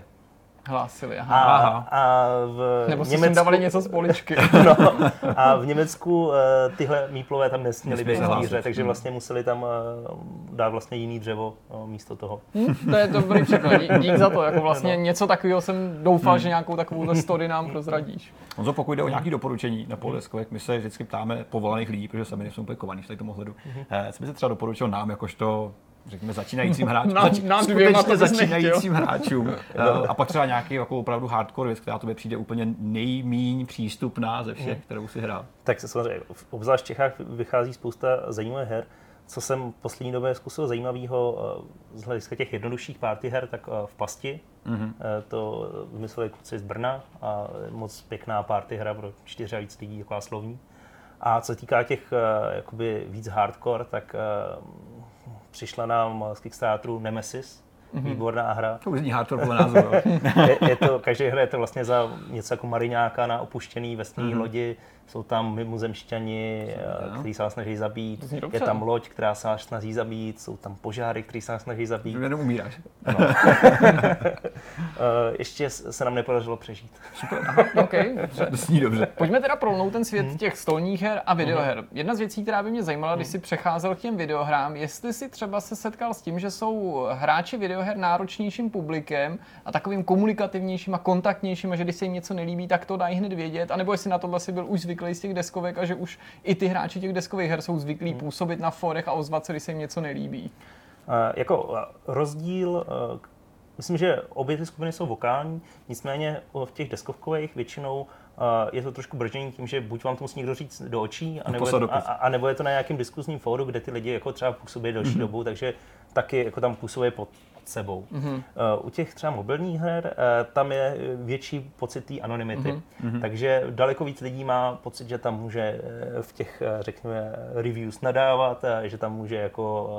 Speaker 1: Aha.
Speaker 4: A v
Speaker 1: nebo
Speaker 4: Německu...
Speaker 1: si dávali něco z poličky.
Speaker 4: No, a v Německu tyhle míplové tam nesměly být v hře, takže vlastně museli tam dát vlastně jiný dřevo místo toho.
Speaker 1: To je dobrý překlad. Dík za to. Jako vlastně něco takového jsem doufal, že nějakou takovou story nám prozradíš.
Speaker 3: Honzo, pokud jde o nějaké doporučení na poli deskovek, my se vždycky ptáme povolaných lidí, protože sami nejsou úplně kovaní v tom ohledu. Co by se třeba doporučil nám, jakožto řekněme začínajícím hráčům, začínajícím hráčům a pak třeba nějaký jako opravdu hardcore věc, která tobě přijde úplně nejmíň přístupná ze všech, kterou si hrál.
Speaker 4: Tak se samozřejmě, obzvlášť v Čechách vychází spousta zajímavých her. Co jsem v poslední době zkusil zajímavého z hlediska těch jednodušších party her, tak v Pasti. To vymysleli kluci z Brna a moc pěkná party hra pro 4 a víc lidí, taková slovní. A co se týká těch jakoby víc hardcore, tak přišla nám z Kickstarteru Nemesis, výborná hra.
Speaker 3: To už není hardcore podle názvu.
Speaker 4: Každý hra je to vlastně za něco jako mariňáka na opuštěný vesmírné lodi. Jsou tam mimozemšťani, kteří se vás snaží zabít. Je tam loď, která se vás snaží zabít. Jsou tam požáry, které se vás snaží zabít.
Speaker 3: Jenom umíráš.
Speaker 4: No. Ještě se nám nepodařilo přežít.
Speaker 1: Super, aha, okay, dobře. Pojďme teda prolnout ten svět těch stolních her a videoher. Jedna z věcí, která by mě zajímala, když jsi přecházel k těm videohrám, jestli si třeba se setkal s tím, že jsou hráči videoher náročnějším publikem a takovým komunikativnějším a kontaktnějším, a že když se jim něco nelíbí, tak to dají hned vědět, anebo jestli na tohle si byl už zvyklý z těch deskovek a že už i ty hráči těch deskových her jsou zvyklí působit na forech a ozvat se, když se jim něco nelíbí.
Speaker 4: Jako rozdíl, myslím, že obě ty skupiny jsou vokální, nicméně v těch deskovkových většinou je to trošku brždění tím, že buď vám to musí někdo říct do očí, anebo je to na nějakém diskuzním fóru, kde ty lidi jako třeba působí delší dobu, takže taky jako tam působí pod sebou. U těch třeba mobilních her tam je větší pocit té anonymity, takže daleko víc lidí má pocit, že tam může v těch, řekněme, reviews nadávat, že tam může jako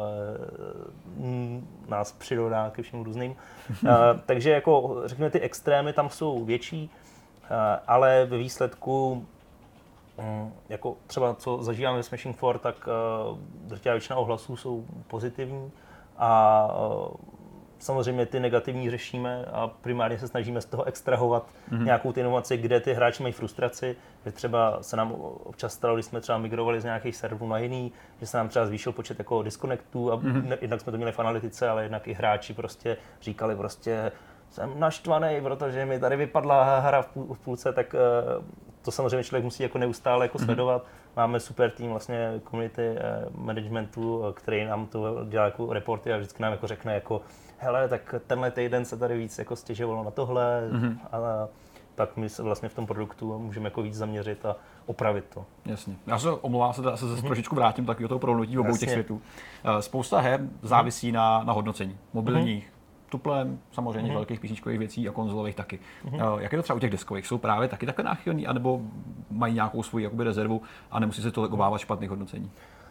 Speaker 4: nás přirodá ke všem různým. Takže jako, řekněme, ty extrémy tam jsou větší, ale ve výsledku jako třeba co zažíváme ve Smashing 4, tak drtivá většina ohlasů jsou pozitivní a samozřejmě ty negativní řešíme a primárně se snažíme z toho extrahovat nějakou ty inovaci, kde ty hráči mají frustraci, že třeba se nám občas stalo, když jsme třeba migrovali z nějakých serverů na jiný, že se nám třeba zvýšil počet jako disconnectů a jednak jsme to měli v analytice, ale jednak i hráči prostě říkali prostě jsem naštvaný, protože mi tady vypadla hra v půlce, tak to samozřejmě člověk musí jako neustále jako sledovat. Máme super tým vlastně community managementu, který nám to dělá jako reporty a vždycky nám jako řekne jako hele, tak tenhle týden se tady víc jako stěžovalo na tohle a tak my se vlastně v tom produktu můžeme jako víc zaměřit a opravit to.
Speaker 3: Jasně. Já se omlouvám, se trošičku vrátím taky do toho prohlídnutí obou těch světů. Spousta her závisí na hodnocení mobilních, tuplem, samozřejmě velkých písničkových věcí a konzolových taky. Jak je to třeba u těch deskových? Jsou právě taky takhle náchylní, anebo mají nějakou svoji jakoby rezervu a nemusí se tolik obávat špatných hodnocení?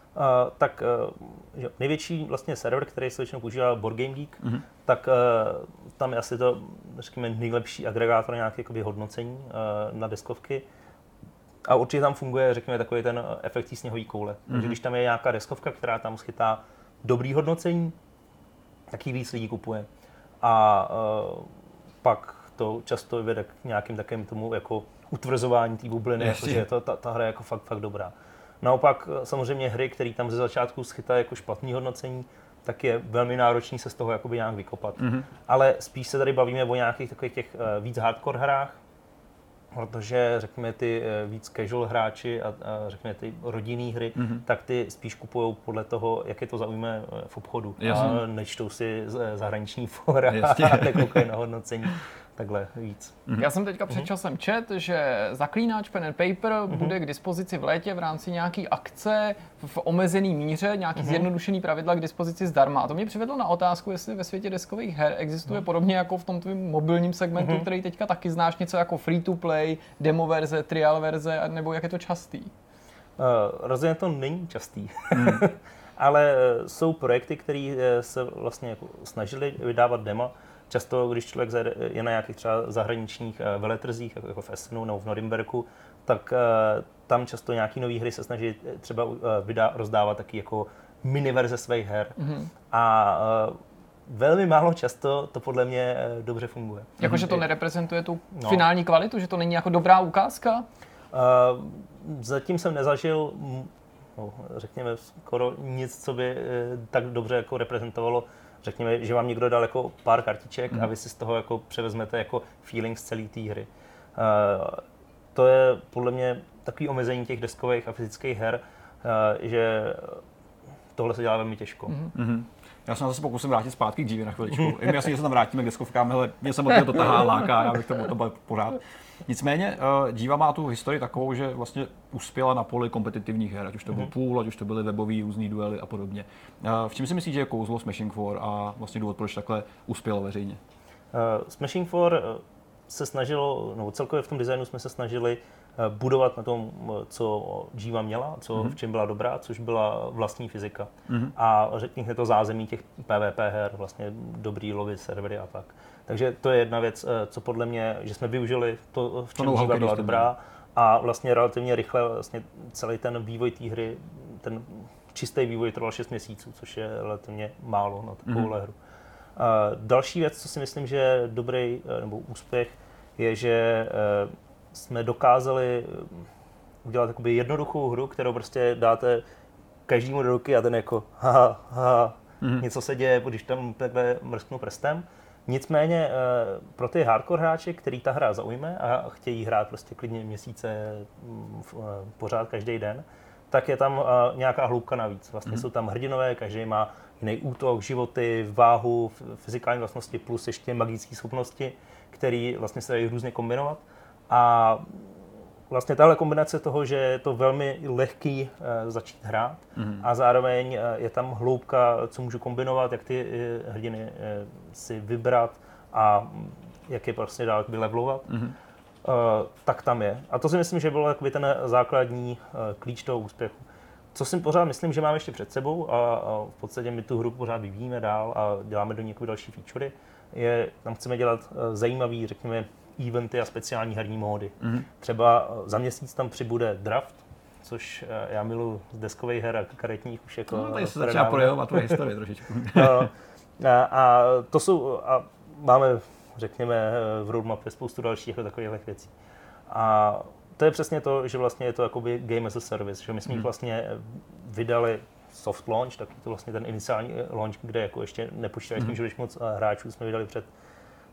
Speaker 4: Největší vlastně server, který se většinou používá Board Game Geek, tak tam je asi to, řekněme, nejlepší agregátor nějaké hodnocení na deskovky. A určitě tam funguje, řekněme, takový ten efekt té sněhové koule. Takže když tam je nějaká deskovka, která tam schytá dobrý hodnocení, tak ji víc lidí kupuje. A pak to často vede k nějakým takovým tomu jako utvrzování té bubliny, jakože ta hra je jako fakt dobrá. Naopak samozřejmě hry, které tam ze začátku schytají jako špatný hodnocení, tak je velmi náročný se z toho jakoby nějak vykopat. Ale spíš se tady bavíme o nějakých takových těch víc hardcore hrách, protože řekněme ty víc casual hráči a řekněme ty rodinné hry, tak ty spíš kupujou podle toho, jak je to zaujme v obchodu. A nečtou si zahraniční fóra a nekoukají na hodnocení. Takhle víc.
Speaker 1: Já jsem teďka před časem čet, že Zaklínač Pen and Paper bude k dispozici v létě v rámci nějaký akce v omezený míře, nějaký zjednodušený pravidla k dispozici zdarma. A to mě přivedlo na otázku, jestli ve světě deskových her existuje podobně jako v tom tvým mobilním segmentu, který teďka taky znáš, něco jako free to play, demo verze, trial verze, nebo jak je to častý?
Speaker 4: Rozhodně to není častý. Ale jsou projekty, které se vlastně jako snažili vydávat demo. Často, když člověk je na nějakých třeba zahraničních veletrzích, jako v Essenu nebo v Norimberku, tak tam často nějaký nový hry se snaží třeba rozdávat taky jako mini verze svých her. A velmi málo často to podle mě dobře funguje.
Speaker 1: Jakože to nereprezentuje tu finální kvalitu, že to není jako dobrá ukázka?
Speaker 4: Zatím jsem nezažil, řekněme, skoro nic, co by tak dobře jako reprezentovalo. Řekněme, že vám někdo dal jako pár kartiček a vy si z toho jako převezmete jako feeling z celé té hry. To je podle mě takový omezení těch deskových a fyzických her, že tohle se dělá velmi těžko.
Speaker 3: Já se zase pokusím vrátit zpátky k Dívě na chviličku. Je mi jasný, že se tam vrátíme k deskovkám, ale mě samotně to tahá, láká, já bych to byl pořád. Nicméně Díva má tu historii takovou, že vlastně uspěla na poli kompetitivních her, ať už to byl pool, ať už to byly webový různý duely a podobně. V čem si myslíš, že je kouzlo Smashing 4 a vlastně důvod, proč takhle uspělo veřejně?
Speaker 4: Smashing 4 se snažilo, no celkově v tom designu jsme se snažili budovat na tom, co Díva měla, v čem byla dobrá, což byla vlastní fyzika. A řekněme to zázemí těch PvP her, vlastně dobrý lobby servery a tak. Takže to je jedna věc, co podle mě, že jsme využili to, v čem Díva byla dobrá a vlastně relativně rychle vlastně celý ten vývoj té hry, ten čistý vývoj trval 6 měsíců, což je relativně málo na takovouhle hru. Další věc, co si myslím, že je dobrý nebo úspěch, je, že jsme dokázali udělat takovou jednoduchou hru, kterou prostě dáte každému do ruky a ten jako něco se děje, když tam takhle mrsknu prstem. Nicméně pro ty hardcore hráči, který ta hra zaujme a chtějí hrát prostě klidně měsíce pořád každý den, tak je tam nějaká hloubka navíc. Vlastně jsou tam hrdinové, každý má jiný útok, životy, váhu, fyzikální vlastnosti plus ještě magické schopnosti, které vlastně se dají různě kombinovat. A vlastně tahle kombinace toho, že je to velmi lehký začít hrát a zároveň je tam hloubka, co můžu kombinovat, jak ty hrdiny si vybrat a jak je prostě dál levelovat, tak tam je. A to si myslím, že bylo takový ten základní klíč toho úspěchu. Co si pořád myslím, že máme ještě před sebou a v podstatě my tu hru pořád vyvíjíme dál a děláme do ní další featurey, je, tam chceme dělat zajímavý, řekněme, eventy a speciální herní módy. Třeba za měsíc tam přibude draft, což já miluji z deskových her a karetních už jako...
Speaker 3: No, tady se začíná projevovat tvoje historie trošičku.
Speaker 4: A to jsou, a máme, řekněme, v roadmapě spoustu dalších takových věcí. A to je přesně to, že vlastně je to jakoby game as a service, že my jsme jich vlastně vydali soft launch, tak to vlastně ten iniciální launch, kde jako ještě nepočítali s tím, že moc hráčů jsme vydali před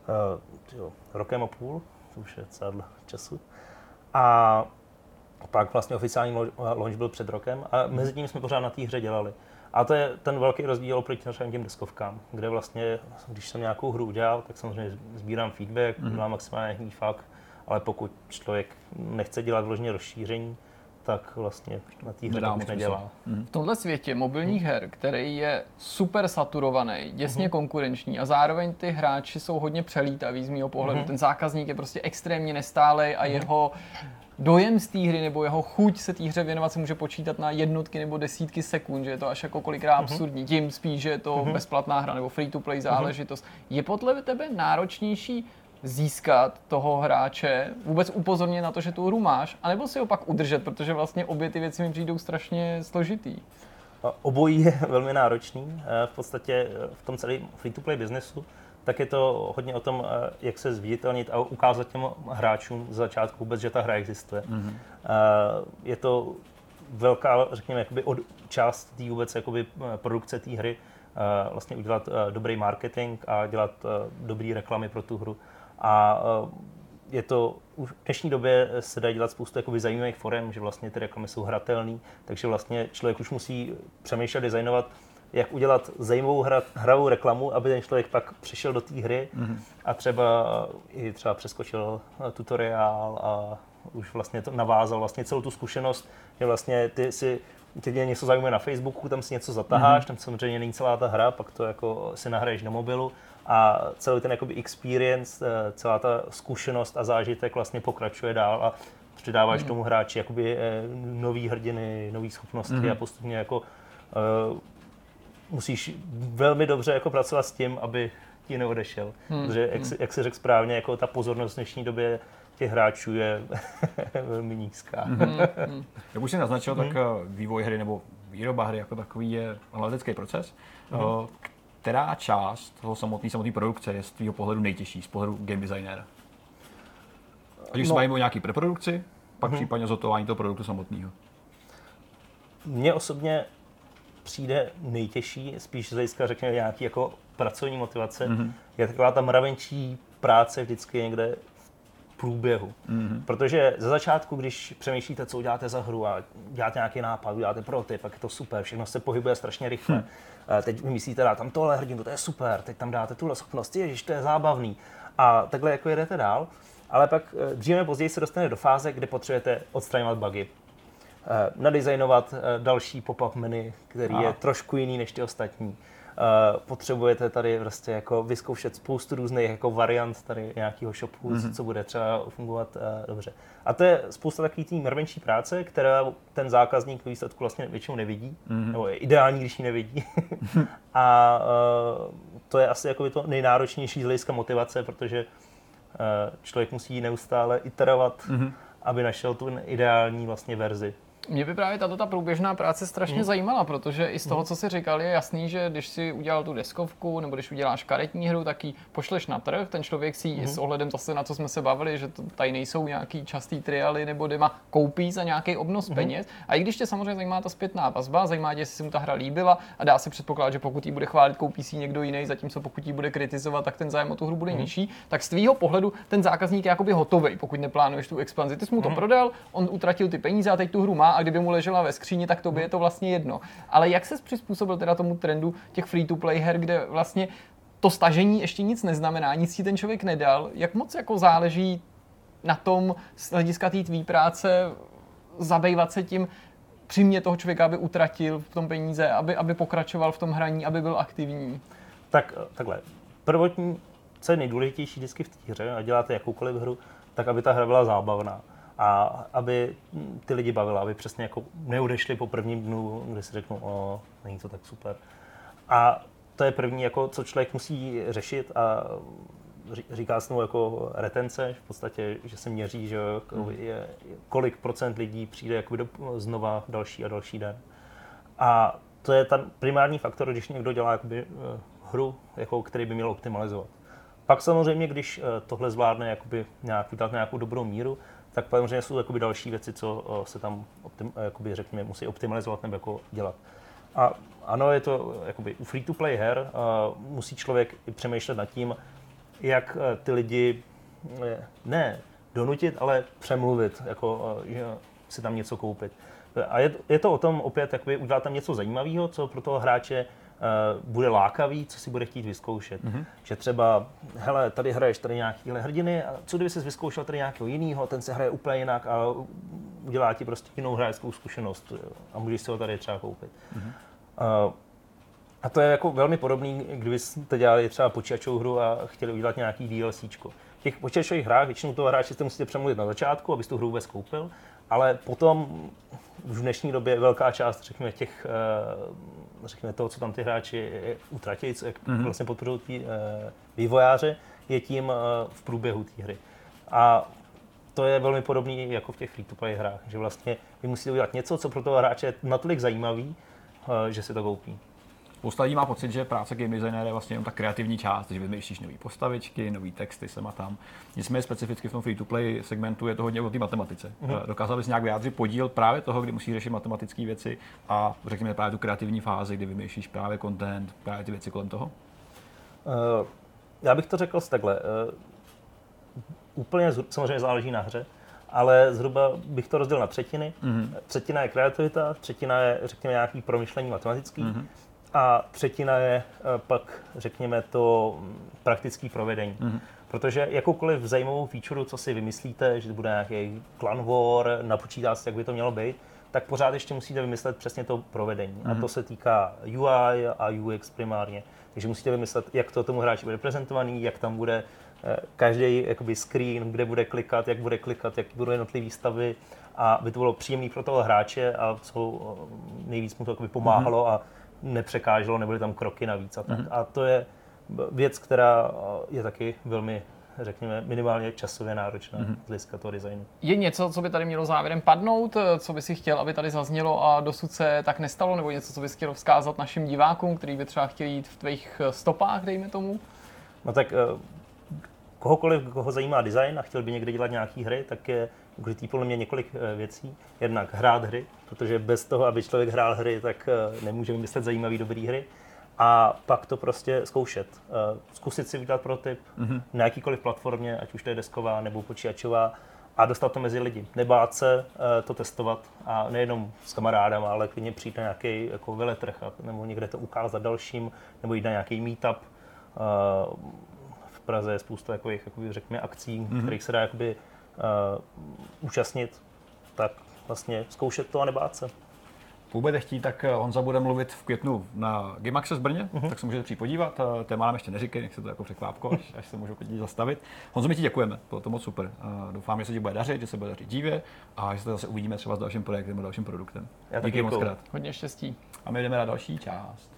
Speaker 4: rokem a půl, to už je celá času. A pak vlastně oficiální launch byl před rokem a mezi tím jsme pořád na té hře dělali. A to je ten velký rozdíl oproti těm deskovkám, kde vlastně, když jsem nějakou hru udělal, tak samozřejmě sbírám feedback, dělám maximální fakt, ale pokud člověk nechce dělat vložně rozšíření, tak vlastně na té hře už nedělá.
Speaker 1: V tomhle světě mobilních her, který je super saturovaný, děsně konkurenční a zároveň ty hráči jsou hodně přelítaví z mýho pohledu. Ten zákazník je prostě extrémně nestálej a jeho dojem z té hry nebo jeho chuť se té hře věnovat se může počítat na jednotky nebo desítky sekund, že je to až jako kolikrát absurdní. Tím spíš, že je to bezplatná hra nebo free-to-play záležitost. Je podle tebe náročnější získat toho hráče, vůbec upozornit na to, že tu hru máš, anebo si ho pak udržet, protože vlastně obě ty věci mi přijdou strašně složitý?
Speaker 4: Obojí je velmi náročný. V podstatě v tom celém free-to-play biznesu tak je to hodně o tom, jak se zviditelnit a ukázat těm hráčům z začátku vůbec, že ta hra existuje. Je to velká, řekněme, jakoby část té vůbec jakoby produkce té hry, vlastně udělat dobrý marketing a dělat dobrý reklamy pro tu hru. A je to, už v dnešní době se dá dělat spoustu jakoby zajímavých forem, že vlastně ty reklamy jsou hratelné, takže vlastně člověk už musí přemýšlet, designovat, jak udělat zajímavou hravou reklamu, aby ten člověk pak přišel do té hry a třeba přeskočil tutoriál a už vlastně to navázal vlastně celou tu zkušenost, že vlastně ty něco zajímavé na Facebooku, tam si něco zataháš, tam samozřejmě není celá ta hra, pak to jako si nahraješ na mobilu a celý ten jakoby experience, celá ta zkušenost a zážitek vlastně pokračuje dál a přidáváš tomu hráči jakoby nový hrdiny, nový schopnosti a postupně jako musíš velmi dobře jako pracovat s tím, aby ti neodešel. Protože jak jsi řekl správně, jako ta pozornost v dnešní době těch hráčů je velmi nízká.
Speaker 3: Jak už jsi naznačil, tak vývoj hry nebo výroba hry jako takový je analytický proces. Která část toho samotné produkce je z tvýho pohledu nejtěžší, z pohledu game designéra? Ať už se bavíme o nějaký preprodukci, pak případně zhotování toho produktu samotného.
Speaker 4: Mně osobně přijde nejtěžší, spíš z hlediska řekněme nějaký jako pracovní motivace, je taková ta mravenčí práce vždycky někde v průběhu. Protože za začátku, když přemýšlíte, co uděláte za hru a děláte nějaký nápad, uděláte prototyp, pak je to super, všechno se pohybuje strašně rychle. Teď vymyslíte, dát tam tohle hrdinu, to je super, teď tam dáte tuhle schopnost, ježiš, to je zábavný. A takhle jako jedete dál, ale pak dříve nebo později se dostanete do fáze, kde potřebujete odstraňovat bugy. Nadizajnovat další pop-up menu, který je trošku jiný než ty ostatní. Potřebujete tady prostě jako vyzkoušet spoustu různých jako variant tady nějakého shopu, co bude třeba fungovat dobře. A to je spousta takový tý mrvenčí práce, která ten zákazník výsledku vlastně většinou nevidí, nebo je ideální, když ji nevidí. A to je asi jako to nejnáročnější z hlediska motivace, protože člověk musí neustále iterovat, aby našel tu ideální vlastně verzi.
Speaker 1: Mě by právě tato průběžná práce strašně zajímala, protože i z toho, co jsi říkal, je jasný, že když si udělal tu deskovku nebo když uděláš karetní hru, tak ji pošleš na trh, ten člověk si ji s ohledem zase na co jsme se bavili, že tady nejsou nějaký častý triály nebo dema, koupí za nějaký obnos peněz. A i když tě samozřejmě zajímá ta zpětná vazba, zajímá tě, jestli se mu ta hra líbila a dá se předpokládat, že pokud ji bude chválit, koupí si někdo jiný, zatímco pokud ji bude kritizovat, tak ten zájem o tu hru bude nižší. Tak z tvýho pohledu ten zákazník je jakoby hotový, pokud neplánuješ tu expanzi. Ty jsi mu to prodal, on utratil ty peníze a teď tu hru má, a kdyby mu ležela ve skříni, tak tobě je to vlastně jedno. Ale jak ses přizpůsobil teda tomu trendu těch free-to-play her, kde vlastně to stažení ještě nic neznamená, nic ti ten člověk nedal, jak moc jako záleží na tom z hlediska té tvý práce zabývat se tím, přimět toho člověka, aby utratil v tom peníze, aby pokračoval v tom hraní, aby byl aktivní?
Speaker 4: Tak takhle. Prvotní, co je nejdůležitější vždycky v té hře, a děláte jakoukoliv hru, tak aby ta hra byla zábavná. A aby ty lidi bavila, aby přesně jako neodešli po prvním dnu, kdy si řeknou, není to tak super. A to je první, jako, co člověk musí řešit a říká se tomu jako retence, v podstatě, že se měří, že kolik procent lidí přijde znova další a další den. A to je ten primární faktor, když někdo dělá jakoby hru, jako, který by měl optimalizovat. Pak samozřejmě, když tohle zvládne jakoby nějakou dobrou míru, tak samozřejmě jsou jakoby další věci, co se tam řekněme, musí optimalizovat nebo jako dělat. A ano, je to jakoby u free-to-play her, musí člověk i přemýšlet nad tím, jak ty lidi ne donutit, ale přemluvit, jako že si tam něco koupit. A je to o tom opět, jak udělat tam něco zajímavého, co pro toho hráče bude lákavý, co si bude chtít vyzkoušet. Že třeba, hele, tady hraješ tady nějakýhle hrdiny, a co kdyby jsi vyzkoušel tady nějakého jiného, ten se hraje úplně jinak a udělá ti prostě jinou hráčskou zkušenost a můžeš si ho tady třeba koupit. A to je jako velmi podobný, kdybyste dělali třeba počítačovou hru a chtěli udělat nějaký DLCčko. V těch počítačových hrách většinou toho hráče jste musíte přemluvit na začátku, abyste tu hru vůbec koupil, ale potom už v dnešní době velká část, řekněme toho, co tam ty hráči utratí, co vlastně podporují ty vývojáře, je tím v průběhu té hry. A to je velmi podobný jako v těch free-to-play hrách, že vlastně vy musíte udělat něco, co pro toho hráče je natolik zajímavý, že si to koupí.
Speaker 3: Spousta lidí má pocit, že práce game designéra je vlastně jenom ta kreativní část, že vymýšlíš nový postavičky, nový texty sem a tam. Nicméně specificky v tom free-to-play segmentu je to hodně o té matematice. Dokázal bys nějak vyjádřit podíl právě toho, kdy musíš řešit matematické věci a řekněme právě tu kreativní fázi, kdy vymýšlíš právě content, právě ty věci kolem toho?
Speaker 4: Já bych to řekl takhle. Úplně samozřejmě záleží na hře, ale zhruba bych to rozdělil na třetiny. Třetina je kreativita, třetina je řekněme nějaký promyšlení matematický. A třetina je pak, řekněme, to praktické provedení. Protože jakoukoliv zajímavou feature, co si vymyslíte, že to bude nějaký clan war, napočítá si, jak by to mělo být, tak pořád ještě musíte vymyslet přesně to provedení. A to se týká UI a UX primárně. Takže musíte vymyslet, jak to tomu hráči bude prezentovaný, jak tam bude každý jakoby screen, kde bude klikat, jak budou jednotlivé stavy, a aby to bylo příjemné pro toho hráče a co nejvíc mu to pomáhalo a nepřekáželo, nebyly tam kroky navíc a tak. A to je věc, která je taky velmi, řekněme, minimálně časově náročná z hlediska toho designu.
Speaker 1: Je něco, co by tady mělo závěrem padnout, co by si chtěl, aby tady zaznělo a dosud se tak nestalo, nebo něco, co bys chtěl vzkázat našim divákům, kteří by třeba chtěli jít v tvých stopách, dejme tomu?
Speaker 4: No tak kohokoliv, koho zajímá design a chtěl by někde dělat nějaký hry, tak je důležitý podle mě několik věcí. Jednak hrát hry, protože bez toho, aby člověk hrál hry, tak nemůže vymyslet zajímavý, dobrý hry. A pak to prostě zkoušet. Zkusit si vydělat prototyp na jakýkoliv platformě, ať už to je desková nebo počítačová, a dostat to mezi lidi. Nebát se to testovat a nejenom s kamarádama, ale klidně přijít na nějaký jako veletrh nebo někde to ukázat dalším, nebo jít na nějaký meetup. V Praze je spousta takových, řekněme, akcí, kterých se dá jakoby účastnit, tak vlastně zkoušet to a nebát se.
Speaker 3: Pokud budete chtít, tak Honza bude mluvit v květnu na Game Access Brně, tak se můžete přijít podívat. Téma nám ještě neříkej, nech se to jako překvápko, až se můžu podívat zastavit. Honzo, my ti děkujeme, bylo to moc super. Doufám, že se ti bude dařit, že se bude dařit dívě a že se zase uvidíme třeba s dalším projektem a dalším produktem. Díky moc krát.
Speaker 1: Hodně štěstí.
Speaker 3: A my jdeme na další část.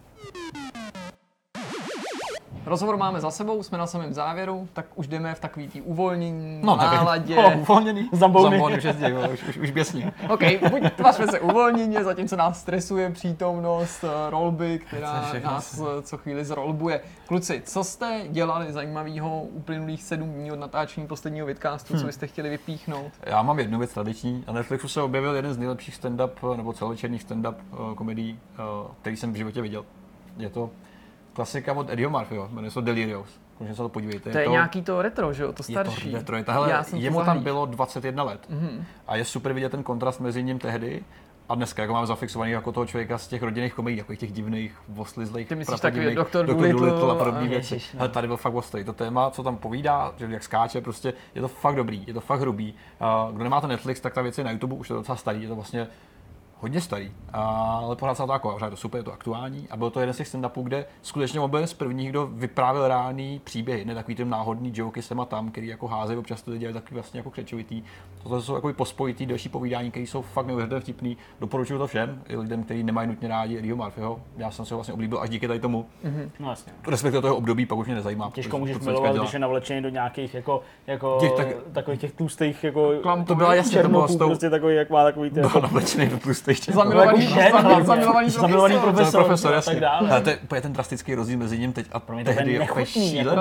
Speaker 1: Rozhovor máme za sebou, jsme na samém závěru, tak už jdeme v takový tý uvolnění, náladě.
Speaker 3: Uvolněný? Zambolný. Už běsný.
Speaker 1: OK, buď tvařme se uvolněně, zatímco nás stresuje přítomnost rolby, která nás co chvíli zrolbuje. Kluci, co jste dělali zajímavého uplynulých 7 dní od natáčení posledního vidcastu, co byste chtěli vypíchnout?
Speaker 3: Já mám jednu věc tradiční. Na Netflixu se objevil jeden z nejlepších stand-up nebo celovečerních stand-up komedií, který jsem v životě viděl. Je to klasika od Eddieho Murphyho, jmenuje se Delirious. Můžete se to podívejte.
Speaker 1: To je nějaký to retro, že jo, to starší.
Speaker 3: Je to retro, jemu tam bylo 21 let. A je super vidět ten kontrast mezi ním tehdy a dneska, jako máme zafixovaný jako toho člověka z těch rodinných komedií, jako těch divných, oslizlých,
Speaker 1: ty myslíš takový Dr. Dolittle
Speaker 3: a podobné věci. Ale tady byl fakt ostrý. To téma, co tam povídá, že jak skáče, prostě je to fakt dobrý, je to fakt hrubý. Kdo nemá ten Netflix, tak ta věc je na YouTube, už je to docela starý, je to vlastně hodně starý, ale pořád se to jako, je to super, je to aktuální a byl to jeden z těch stand-upů, kde skutečně on byl z prvních, kdo vyprávěl reálný příběhy, ne takový ten náhodný joky sem a tam, který jako házejí, občas to dělají takový vlastně jako křečovitý. Toto jsou jako pospojitý další povídání, které jsou fakt neuvěřitelně vtipný. Doporučuju to všem, i lidem, kteří nemají nutně rádi Eddieho Murphyho. Já jsem se ho vlastně oblíbil až díky tady tomu.
Speaker 2: No jasně.
Speaker 3: Respektive toho období, pak už mě nezajímá.
Speaker 2: Těžko můžeš milovat, když je navlečený do nějakých takových těch tlustých jako
Speaker 3: to byla jasně, to bylo s tou...
Speaker 2: prostě takový, jak má takový ty jako...
Speaker 3: navlečený do tlustých
Speaker 1: Zamilovaný
Speaker 2: profesor a tak dále.
Speaker 3: To je úplně ten drastický rozdíl mezi ním teď a tehdy
Speaker 2: úplně
Speaker 3: šílený.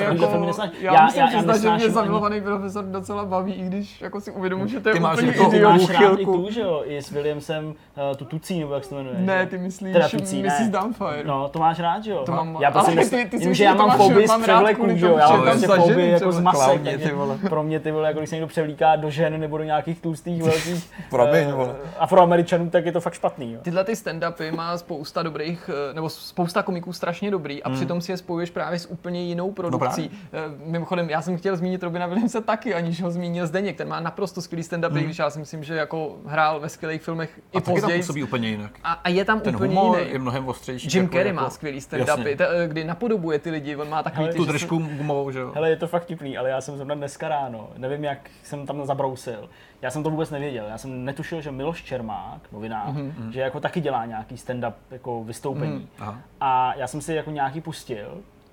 Speaker 1: Já musím přiznat, že mě zamilovaný profesor docela baví, i když jako si uvědomuji, že to je úplně idiot.
Speaker 2: Ty máš rád i tu, že jo, i s Williamsem tu Tucí, nebo jak se to jmenuje.
Speaker 1: Ne, ty myslíš Mrs. Doubtfire.
Speaker 2: No, to máš rád, že jo.
Speaker 1: Já
Speaker 2: mám fobii z převleků, že jo. Já mám prostě fobii jako z masek. Pro mě ty vole, jako když se někdo převlíká do žen nebo do nějakých tlustých velkých Afroameričanů, tak je to fakt špatný. Jo.
Speaker 1: Tyhle ty stand-upy má spousta dobrých, nebo spousta komiků strašně dobrý a přitom si je spojuješ právě s úplně jinou produkcí. Mimochodem, já jsem chtěl zmínit Robina Williamse taky, aniž ho zmínil Zdeněk, ten má naprosto skvělý stand-upy, když já si myslím, že jako hrál ve skvělých filmech i později. A taky tam
Speaker 3: působí úplně jinak.
Speaker 1: A je tam
Speaker 3: ten
Speaker 1: úplně
Speaker 3: humor
Speaker 1: jiný.
Speaker 3: Je mnohem ostřejší.
Speaker 1: Jim Carrey má skvělý stand-upy, kdy napodobuje ty lidi, on má takový
Speaker 3: tu držku gumovou, že jo.
Speaker 2: Hele, je to fakt vtipný, ale já jsem zrovna dneska ráno, nevím, jak jsem tam zabrousil. Já jsem to vůbec nevěděl. Já jsem netušil, že Miloš Čermák, novinář, že jako taky dělá nějaký stand-up jako vystoupení. A já jsem si jako nějaký pustil.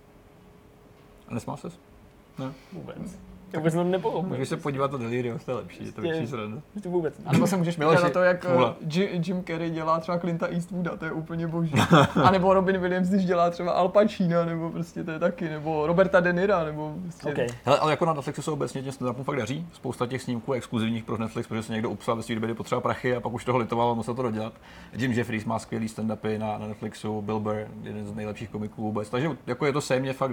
Speaker 3: A nesmál ses? Ne.
Speaker 2: Vůbec. Já vůbec nepochopil.
Speaker 3: Můžeš se podívat na Delirium, to je lepší, je to větší sranda.
Speaker 2: To vůbec.
Speaker 1: A nebo se můžeš podívat na to, jak Jim Carrey dělá třeba Clinta Eastwooda, to je úplně boží. A nebo Robin Williams, když dělá třeba Al Pacina, nebo prostě to je taky, nebo Roberta De Nira, nebo prostě...
Speaker 2: Okay.
Speaker 3: Hele, ale jako na Netflixu se obecně těm stand-upům fakt daří. Spousta těch snímků exkluzivních pro Netflix, protože se někdo upsal ve svých době potřeba prachy a pak už toho litoval a musel to dodělat. Jim Jeffries má skvělý stand-upy na Netflixu, Bill Burr, jeden z nejlepších komiků vůbec. Takže jako je to sémě fakt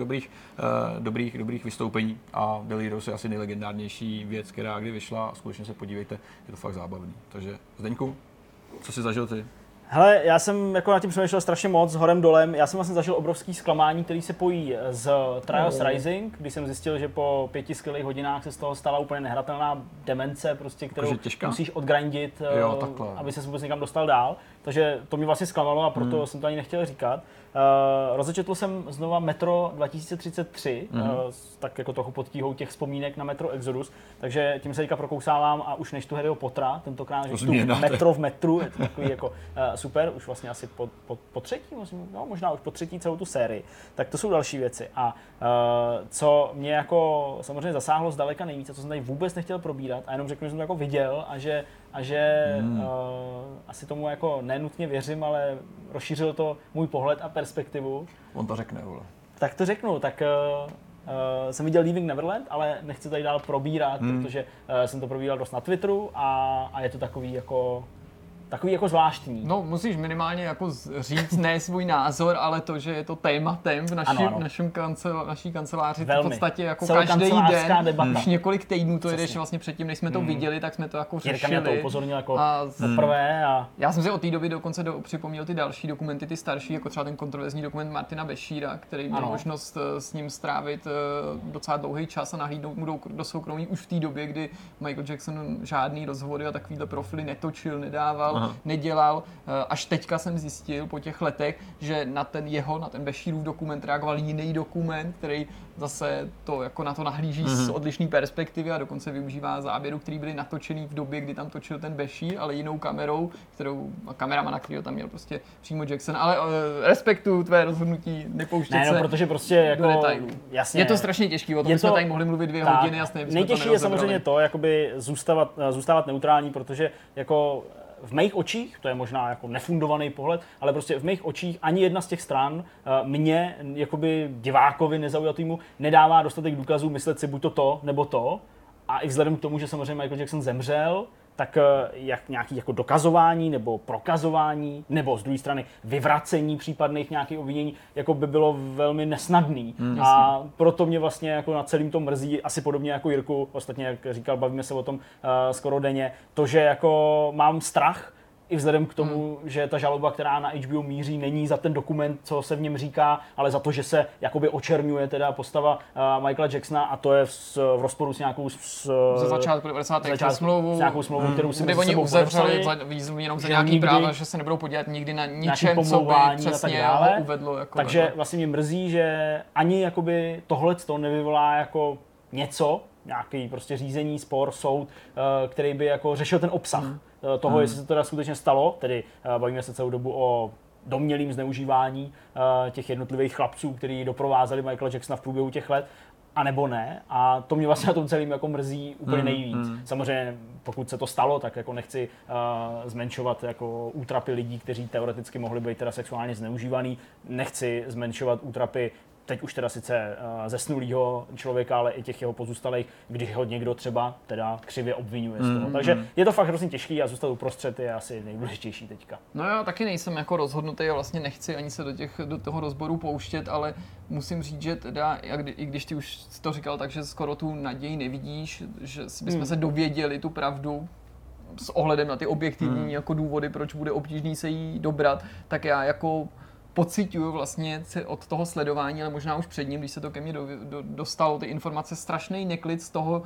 Speaker 3: dobrých vystoupení a Delirium je asi nejlegendárnější věc, která kdy vyšla a skutečně se podívejte, je to fakt zábavný. Takže Zdeňku, co jsi zažil ty?
Speaker 2: Hele, já jsem jako na tím přemýšlel strašně moc, horem dolem. Já jsem vlastně zažil obrovský zklamání, který se pojí z Trials Rising, když jsem zjistil, že po 5 skvělých hodinách se z toho stala úplně nehratelná demence, prostě, kterou musíš odgrindit, aby se vůbec někam dostal dál. Takže to mě vlastně zklamalo a proto jsem to ani nechtěl říkat. Rozečetl jsem znova Metro 2033, tak jako trochu pod tíhou těch vzpomínek na Metro Exodus, takže tím se teďka prokousávám a už nečtu Harryho Pottera, tentokrát tu Metro v metru, je to takový jako super, už vlastně asi po třetí, no, možná už po třetí celou tu sérii, tak to jsou další věci. A co mě jako samozřejmě zasáhlo zdaleka nejvíc, a co jsem tady vůbec nechtěl probírat, a jenom řeknu, že jsem to jako viděl a že asi tomu jako nenutně věřím, ale rozšířil to můj pohled a perspektivu.
Speaker 3: On to řekne, vole.
Speaker 2: Tak to řeknu, tak jsem viděl Leaving Neverland, ale nechci tady dál probírat, protože jsem to probíral dost na Twitteru a je to takový jako zvláštní.
Speaker 1: No, musíš minimálně jako říct ne svůj názor, ale to, že je to tématem v naší kanceláři v podstatě jako každý den,
Speaker 2: debata.
Speaker 1: Už několik týdnů to jedeš vlastně předtím, než jsme to viděli, tak jsme to jako řešili.
Speaker 2: Jirka mě to upozornil jako poprvé.
Speaker 1: Já jsem si od té doby dokonce připomněl ty další dokumenty, ty starší, jako třeba ten kontroverzní dokument Martina Bashira, který měl možnost s ním strávit docela dlouhý čas a nahlídnout mu do soukromí už v té době, kdy Michael Jackson žádný rozhovory a takovýhle profily netočil, nedával. Nedělal. Až teďka jsem zjistil po těch letech, že na ten Bashirův dokument reagoval jiný dokument, který zase to jako na to nahlíží z odlišné perspektivy a dokonce využívá záběrů, které byly natočený v době, kdy tam točil ten Bashir, ale jinou kamerou, kameramana, který tam měl prostě přímo Jackson, ale respektuju tvé rozhodnutí nepouštět se
Speaker 2: protože prostě jako
Speaker 1: do detailů.
Speaker 2: Jasně.
Speaker 1: Je to strašně těžký, o tom jsme tady mohli mluvit 2 hodiny, jasně.
Speaker 2: Nejtěžší je samozřejmě to, jakoby zůstávat neutrální, protože jako v mých očích, to je možná jako nefundovaný pohled, ale prostě v mých očích ani jedna z těch stran mě, jakoby divákovi nezaujatýmu, nedává dostatek důkazů myslet si buď to nebo to. A i vzhledem k tomu, že samozřejmě Michael Jackson zemřel, tak jak nějaký jako dokazování nebo prokazování, nebo z druhé strany vyvracení případných nějakých obvinění, jako by bylo velmi nesnadný. A proto mě vlastně jako na celým tom mrzí, asi podobně jako Jirku, ostatně jak říkal, bavíme se o tom skoro denně, to, že jako mám strach, i vzhledem k tomu, že ta žaloba, která na HBO míří, není za ten dokument, co se v něm říká, ale za to, že se jakoby očerňuje teda postava Michaela Jacksona a to je v rozporu s nějakou
Speaker 1: ze začátku 90. smlouvou,
Speaker 2: s nějakou smlouvou, kterou si
Speaker 1: oni uzavřeli jenom za nějaký práva, že se nebudou podílet nikdy na ničem, co by přesně uvedlo. Jako
Speaker 2: takže vlastně mě mrzí, že ani jakoby tohleto nevyvolá jako něco, nějaký prostě řízení, spor, soud, který by jako řešil ten obsah toho, jestli se to teda skutečně stalo, tedy bavíme se celou dobu o domnělým zneužívání těch jednotlivých chlapců, kteří doprovázeli Michaela Jacksona v průběhu těch let, a nebo ne. A to mě vlastně na tom celým jako mrzí úplně nejvíc. Samozřejmě, pokud se to stalo, tak jako nechci zmenšovat jako útrapy lidí, kteří teoreticky mohli být teda sexuálně zneužívaný. Nechci zmenšovat útrapy teď už teda sice zesnulýho člověka, ale i těch jeho pozůstalých, když ho někdo třeba teda křivě obvinuje z toho. Takže je to fakt hrozně těžký a zůstat uprostřed je asi nejdůležitější teďka.
Speaker 1: No já taky nejsem jako rozhodnutý a vlastně nechci ani se do toho rozboru pouštět, ale musím říct, že teda, i když ty už to říkal tak, že skoro tu naději nevidíš, že bychom se dověděli tu pravdu s ohledem na ty objektivní jako důvody, proč bude obtížný se jí dobrat, tak já jako pociťuju vlastně od toho sledování, ale možná už před ním, když se to ke mně dostalo, ty informace, strašný neklid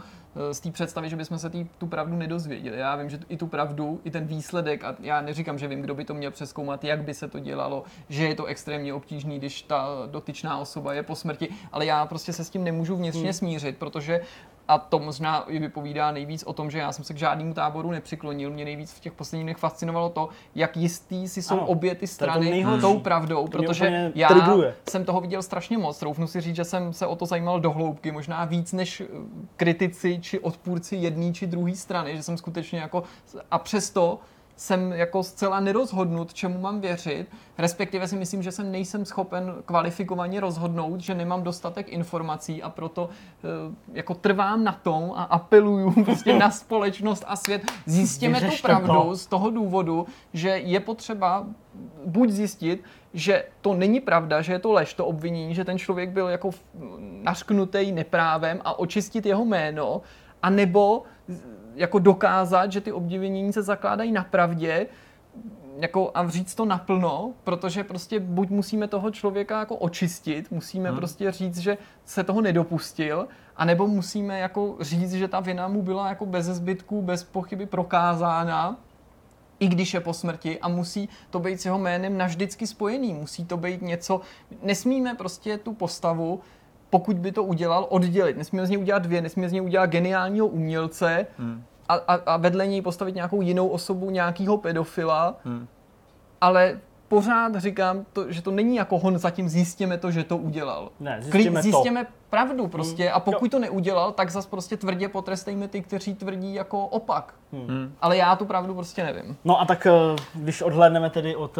Speaker 1: z té představy, že bychom se tu pravdu nedozvěděli. Já vím, že i tu pravdu, i ten výsledek, a já neříkám, že vím, kdo by to měl přezkoumat, jak by se to dělalo, že je to extrémně obtížný, když ta dotyčná osoba je po smrti, ale já prostě se s tím nemůžu vnitřně smířit, protože a to možná i vypovídá nejvíc o tom, že já jsem se k žádnému táboru nepřiklonil. Mě nejvíc v těch posledních dnech fascinovalo to, jak jistý si jsou obě ty strany tou pravdou, protože já jsem toho viděl strašně moc. Troufnu si říct, že jsem se o to zajímal do hloubky, možná víc než kritici či odpůrci jedné či druhé strany, že jsem skutečně jako a přesto jsem jako zcela nerozhodnut, čemu mám věřit, respektive si myslím, že nejsem schopen kvalifikovaně rozhodnout, že nemám dostatek informací a proto jako trvám na tom a apeluju prostě na společnost a svět. Zjistěme tu pravdu z toho důvodu, že je potřeba buď zjistit, že to není pravda, že je to lež, to obvinění, že ten člověk byl jako nařknutý neprávem a očistit jeho jméno, anebo jako dokázat, že ty obvinění se zakládají na pravdě, jako a říct to naplno, protože prostě buď musíme toho člověka jako očistit, musíme prostě říct, že se toho nedopustil, anebo musíme jako říct, že ta vina mu byla jako bez zbytku, bez pochyby prokázána, i když je po smrti a musí to být s jeho jménem navždycky spojený, musí to být něco, nesmíme prostě tu postavu, pokud by to udělal, oddělit. Nesmíme z něj udělat dvě, nesmíme z něj udělat geniálního umělce a vedle něj postavit nějakou jinou osobu, nějakýho pedofila, ale pořád říkám, že to není jako hon zatím zjistěme to, že to udělal.
Speaker 2: Ne,
Speaker 1: zjistěme pravdu prostě a pokud to neudělal, tak zas prostě tvrdě potrestejme ty, kteří tvrdí jako opak. Ale já tu pravdu prostě nevím.
Speaker 2: No a tak když odhlédneme tedy od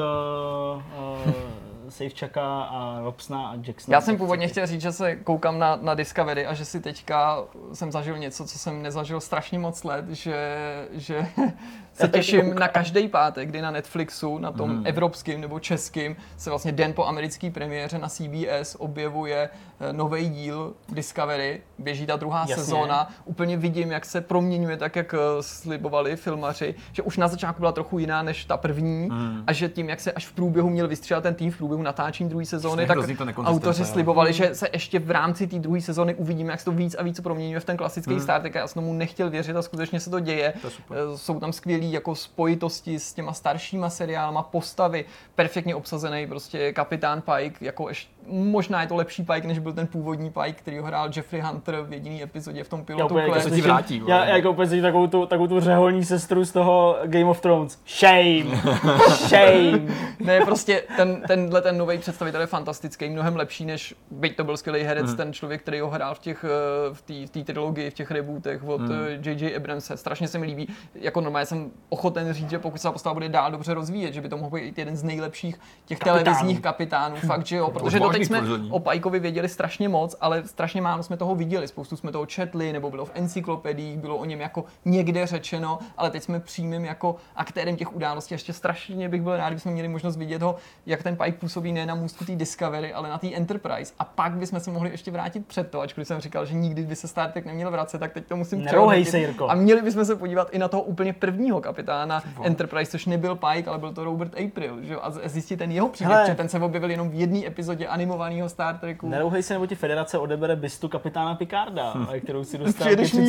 Speaker 2: Safechaka a Robsona a Jacksona.
Speaker 1: Já jsem původně chtěl říct, že se koukám na Discovery a že si teďka jsem zažil něco, co jsem nezažil strašně moc let, že se těším na každý pátek, kdy na Netflixu, na tom evropským nebo českým, se vlastně den po americké premiéře na CBS objevuje nový díl Discovery, běží ta druhá sezóna, úplně vidím, jak se proměňuje tak, jak slibovali filmaři, že už na začátku byla trochu jiná než ta první a že tím, jak se až v průběhu měl vystřídat ten tým v průběhu natáčení druhé sezóny, tak autoři slibovali, že se ještě v rámci té druhé sezóny uvidíme, jak se to víc a víc proměňuje v ten klasický Star Trek. Já jsem tomu nechtěl věřit a skutečně se to děje. Jsou tam skvělý jako spojitosti s těma staršíma seriálama, postavy, perfektně obsazený prostě kapitán Pike, jako možná je to lepší Pike, než byl ten původní Pike, který ho hrál Jeffrey Hunter v jediné epizodě v tom pilotu.
Speaker 2: Já jako úplně cítím takovou tu řeholní sestru z toho Game of Thrones. Shame! Shame!
Speaker 1: Ne, prostě ten nový představitel je fantastický, mnohem lepší, než byť to byl skvělý herec, ten člověk, který ho hrál v té trilogii, v těch rebootech od J.J. Abramse. Strašně se mi líbí. Jako normálně jsem ochoten říct, že pokud se ta postava bude dál dobře rozvíjet, že by to mohl být jeden z nejlepších těch televizních kapitánů. Fakt, že jo, protože doteď jsme o Pikeovi věděli strašně moc, ale strašně málo jsme toho viděli. Spoustu jsme toho četli, nebo bylo v encyklopediích, bylo o něm jako někde řečeno, ale teď jsme přímým jako aktérem těch událostí. Ještě strašně bych byl rád, kdybychom měli možnost vidět ho, jak ten Pike působí ne na můstku té Discovery, ale na té Enterprise. A pak bychom se mohli ještě vrátit před to, ačkoliv jsem říkal, že nikdy by se Star Trek neměl vracet, tak teď to musím přehodnotit. A měli bychom se podívat i na toho úplně prvního kapitána Enterprise, což nebyl Pike, ale byl to Robert April, že? A zjistit ten jeho příběh, že ten se objevil jenom v jedné epizodě animovaného Star Treku.
Speaker 2: Nerouhej se, nebo ti Federace odebere bystu kapitána Picarda, kterou si dostal
Speaker 1: k 30.